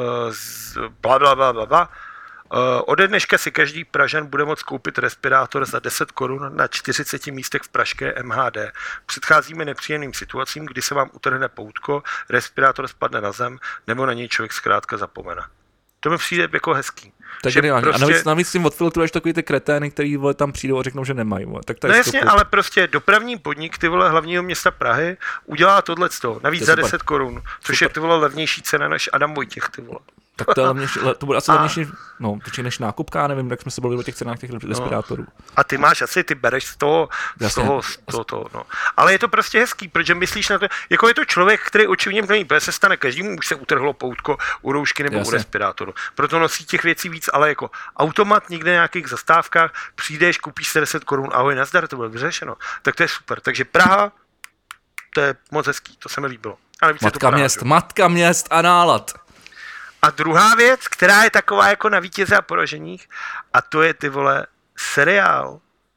uh, bla, bla, bla, bla, bla. Uh, ode dneška si každý Pražan bude moct koupit respirátor za deset korun na čtyřiceti místech v pražské M H D. Předcházíme nepříjemným situacím, kdy se vám utrhne poutko, respirátor spadne na zem, nebo na něj člověk zkrátka zapomene. To mi přijde jako hezký. Tak geniální. Prostě... A navíc, navíc tím odfiltruješ takový ty kretény, který vole, tam přijdou a řeknou, že nemají. Vole. Tak no jasně, ale prostě dopravní podnik ty vole hlavního města Prahy udělá tohleto. Navíc za deset korun, což super. Je ty vole levnější cena než Adam Vojtěch, ty vole. Tak to, je levnější, to bude asi a... levnější, no, než nákupka, nevím, jak jsme se bavili o těch cenách těch respirátorů. No. A ty máš asi, ty bereš z toho, z toho, z toho, toho, no. Ale je to prostě hezký, protože myslíš na to, jako je to člověk, který očividně mluví, protože se stane každému, už se utrhlo poutko u roušky nebo jasně. U respirátoru. Proto nosí těch věcí víc, ale jako automat někde na nějakých zastávkách, přijdeš, koupíš se deset korun, ahoj, nazdar, to bylo vyřešeno. Tak to je super. Takže Praha, to je moc hezký, to se mi líbilo. Matka měst, matka měst a nálad. A druhá věc, která je taková jako na vítěze a poraženích, a to je ty vole seriál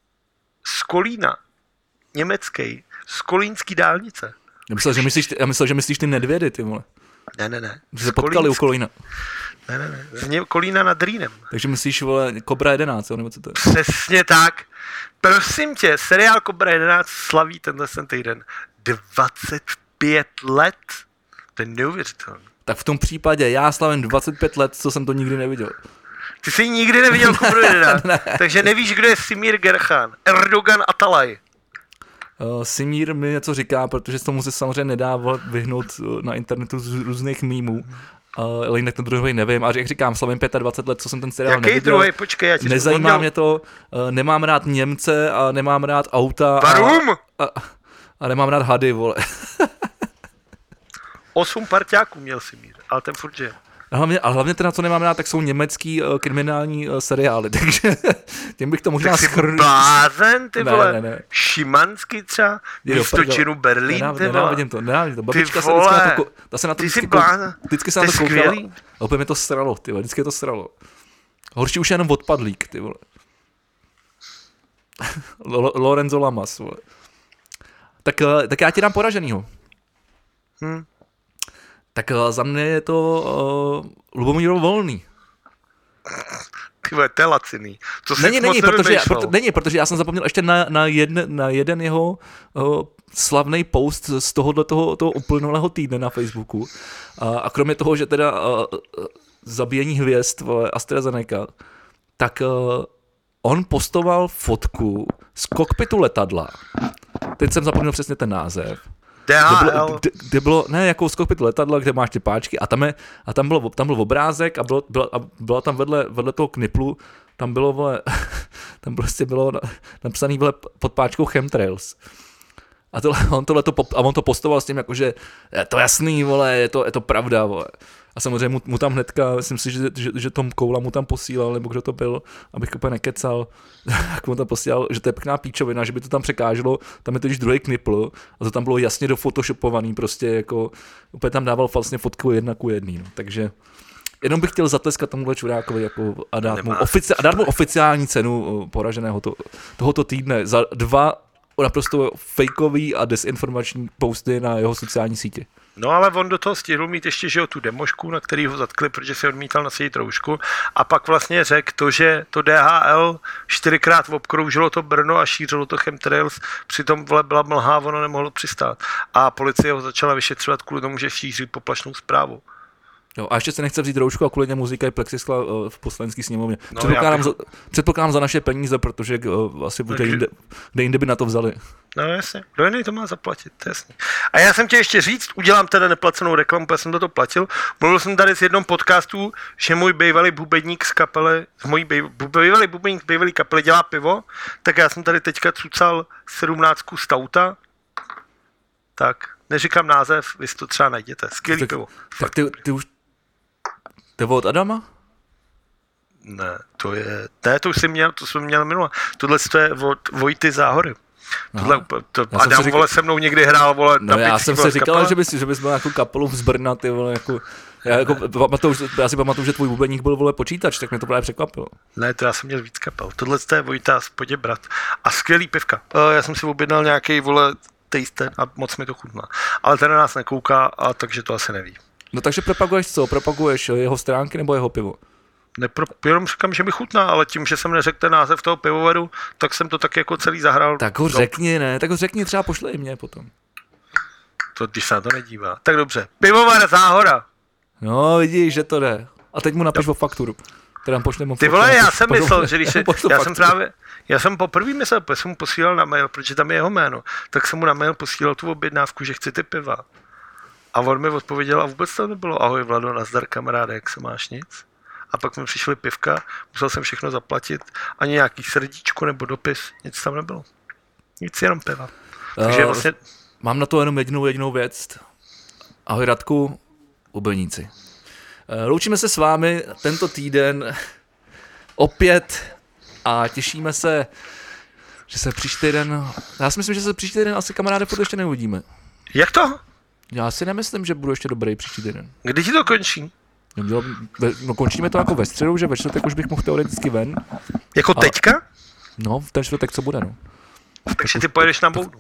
z Kolína, německý, z kolínský dálnice. Já myslel, že myslíš, já myslel, že myslíš ty Nedvědy, ty vole. Ne, ne, ne. Že se potkali u Kolína. Ne, ne, ne. Z ně, Kolína nad Rýnem. Takže myslíš, vole, Kobra jedenáct, nebo co to je? Přesně tak. Prosím tě, seriál Kobra jedenáct slaví tenhle ten týden dvacet pět let. To je neuvěřitelné. Tak v tom případě já slavím dvacet pět let, co jsem to nikdy neviděl. Ty jsi nikdy neviděl Kobru jedenáct, ne. Takže nevíš, kdo je Simír Gerchán, Erdogan Atalay. Uh, Simír mi něco říká, protože se tomu se samozřejmě nedá vyhnout na internetu z různých mýmů. Uh, ale jinak ten druhý nevím. A jak říkám, slavím dvacet pět let, co jsem ten seriál Jaký neviděl. druhý? Počkej, já ti nezajímá vzpomněl. mě to, uh, nemám rád Němce a nemám rád auta. Varum! A, a, a nemám rád hady, vole. Osm parťáků měl Simír, ale ten furt žije. A hlavně, a hlavně teda, co nemám rád, tak jsou německý uh, kriminální uh, seriály, takže tím bych to možná schrnul. Blázen, ty ne, vole, ne, ne. Šimanský třeba, místočinu Berlín, Nenáv, ty vole. Nenávidím to, nenávidím to. Babička ty se vždycky na to, ta se na to ty vždycky, jsi blázen, vždycky se na to to koukala. skvělý. A opět mi to sralo, ty vole, vždycky je to sralo. Horší už je jenom odpadlík, ty vole. Lorenzo Lamas, vole. Tak, tak já ti dám poraženýho. Hmm. Tak za mě je to uh, Lubomír Volný. Ty vole, to je laciný. To Není, není, protože, proto, není, protože já jsem zapomněl ještě na, na, jeden, na jeden jeho uh, slavný post z tohohle toho, toho uplynulého týdne na Facebooku. A, a kromě toho, že teda uh, zabíjení hvězd AstraZeneca, tak uh, on postoval fotku z kokpitu letadla. Teď jsem zapomněl přesně ten název. D H L. Kde bylo, kde, kde bylo, ne, jako z kokpitu letadla, kde máš ty páčky a tam, je, a tam, bylo, tam byl obrázek a, bylo, byla, a byla tam vedle, vedle toho kniplu, tam bylo, vole, tam prostě bylo napsaný, vole, pod páčkou Chemtrails. A, tohle, on tohle to, a on to postoval s tím, jakože je to jasný, vole, je to, je to pravda, vole. A samozřejmě mu, mu tam hnedka, myslím si, že, že, že Tom Koula mu tam posílal, nebo kdo to byl, abych úplně nekecal, jak mu tam posílal, že to je pěkná píčovina, že by to tam překáželo, tam je totiž druhý knipl a to tam bylo jasně dofotoshopovaný, prostě jako, úplně tam dával vlastně fotku jedna ku jedný, no. Takže jenom bych chtěl zatleskat tomuhle čurákovi jako a dát, mu, ofici, a dát mu oficiální cenu poraženého to, tohoto týdne za dva naprosto fejkový a desinformační posty na jeho sociální sítě. No ale on do toho stihl mít ještě, že jo, tu demošku, na který ho zatkli, protože se odmítal nasadit roušku a pak vlastně řekl to, že to D H L čtyřikrát obkroužilo to Brno a šířilo to chemtrails, přitom vole byla mlha, ono nemohlo přistát a policie ho začala vyšetřovat kvůli tomu, že šíří poplašnou zprávu. Jo, a ještě se nechce vzít roušku a kvůli němu říkají plexiskla uh, v poslanecké sněmovně. No, předpokládám, bych... za, předpokládám za naše peníze, protože uh, asi bude jinde, kde jinde by na to vzali. No jasně, kdo jiný to má zaplatit, to je jasný. A já jsem tě ještě říct, udělám teda neplacenou reklamu, protože jsem toto platil. Mluvil jsem tady s jednom podcastu, že můj bývalý bubeník z kapely, můj bývalý bubeník z bývalý kapely dělá pivo, tak já jsem tady teďka cucal sedmnáctku stauta, tak neříkám název, vy si to třeba najděte, skvělý tak, pivo. Tak ty, ty už, to je od Adama? Ne, to je, ne, to už jsem měl, to jsem měl minule. Tohle to je od Vojty Záhory. Tohle, to, Adam, říkal, vole, se mnou někdy hrál, vole, no na já jsem si říkal, kapela. že bys, že bys měl nějakou kapelu z Brna, ty vole, jako, já, jako, pamatuju, já si pamatuju, že tvůj bubeník byl, vole, počítač, tak mě to právě překvapilo. Ne, to já jsem měl víc kapel. Tohle je Vojta z Poděbrat. A skvělý pivka. Já jsem si objednal nějaký, vole, taster a moc mi to chutná. Ale ten na nás nekouká, a takže to asi neví. No takže propaguješ co? Propaguješ jeho stránky nebo jeho pivo? Nepro, jenom říkám, že mi chutná, ale tím, že jsem neřekl ten název toho pivovaru, tak jsem to tak jako celý zahrál. Tak ho řekni, ne, tak ho řekni, třeba pošle i mě potom. To, když se na to nedívá. Tak dobře. Pivovar Záhora. No, vidíš, že to jde. A teď mu napiš o fakturu. Teda pošle mu Ty vole, já jsem myslel, že když se, já fakturu. jsem právě, já jsem poprvé myslel, protože jsem mu posílal na mail, protože tam je jeho jméno, tak jsem mu na mail posílal tu objednávku, že chci ty piva. A on mi odpověděl a vůbec to nebylo. Ahoj Vlado, nazdar kamaráde, jak se máš, nic? A pak mi přišly pivka, musel jsem všechno zaplatit, ani nějaký srdíčko nebo dopis, nic tam nebylo. Nic, jenom piva. Takže uh, vlastně... Mám na to jenom jedinou jedinou věc. Ahoj Radku, Ubelníci. Uh, loučíme se s vámi tento týden opět a těšíme se, že se příští týden, já si myslím, že se příští týden asi kamaráde furt ještě neuvidíme. Jak to? Já si nemyslím, že budu ještě dobrý příští týden. Kdy ti to končí? No, no končíme to jako ve středu, že ve čtvrtek už bych mohl teoreticky ven. Jako ale, teďka? No, v ten čtvrtek co bude, no. Takže ty pojedeš na boudu.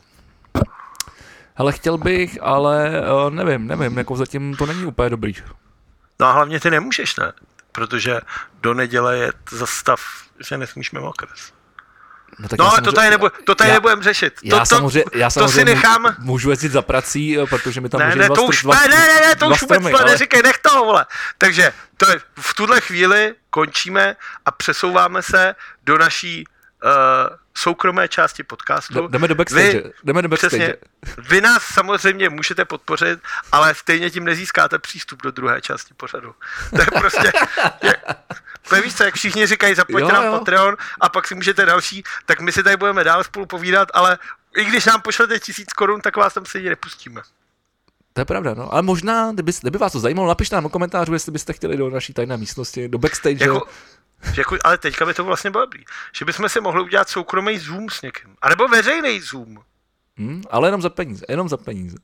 Hele, chtěl bych, ale uh, nevím, nevím, jako zatím to není úplně dobrý. No a hlavně ty nemůžeš, ne? Protože do neděle je za stav, že nesmíš mimo okres. No, tak no ale to tady, nebu, to tady já, nebudem řešit. Já to, samozřejmě, já to samozřejmě si nechám. Můžu jezdit za prací, protože mi tam ne, může ne, dva, to už, dva, ne, ne, ne, to už vůbec stromy, ale... neříkej, nech toho, vole. Takže to je, v tuhle chvíli končíme a přesouváme se do naší soukromé části podcastu. Jdeme do backstage. Vy, Jdeme do backstage. Přesně, vy nás samozřejmě můžete podpořit, ale stejně tím nezískáte přístup do druhé části pořadu. To je prostě... je, to je víš co, jak všichni říkají, zaplaťte nám Patreon a pak si můžete další, tak my si tady budeme dál spolu povídat, ale i když nám pošlete tisíc korun, tak vás tam stejně nepustíme. To je pravda, no. Ale možná, kdyby, kdyby vás to zajímalo, napište nám do komentářů, jestli byste chtěli do naší tajné místnosti, do backstage. Jako, jako, ale teďka by to vlastně bylo dobrý. Že bychom si mohli udělat soukromý Zoom s někým. A nebo veřejný Zoom. Hmm, ale jenom za peníze, jenom za peníze.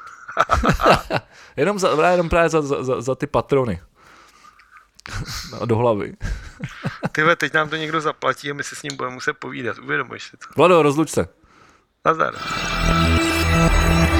jenom, za, jenom právě za, za, za ty patrony. No, do hlavy. Tyhle, teď nám to někdo zaplatí a my se s ním budeme muset povídat. Uvědomuješ si to? Vlado, rozluč se. Nazdar.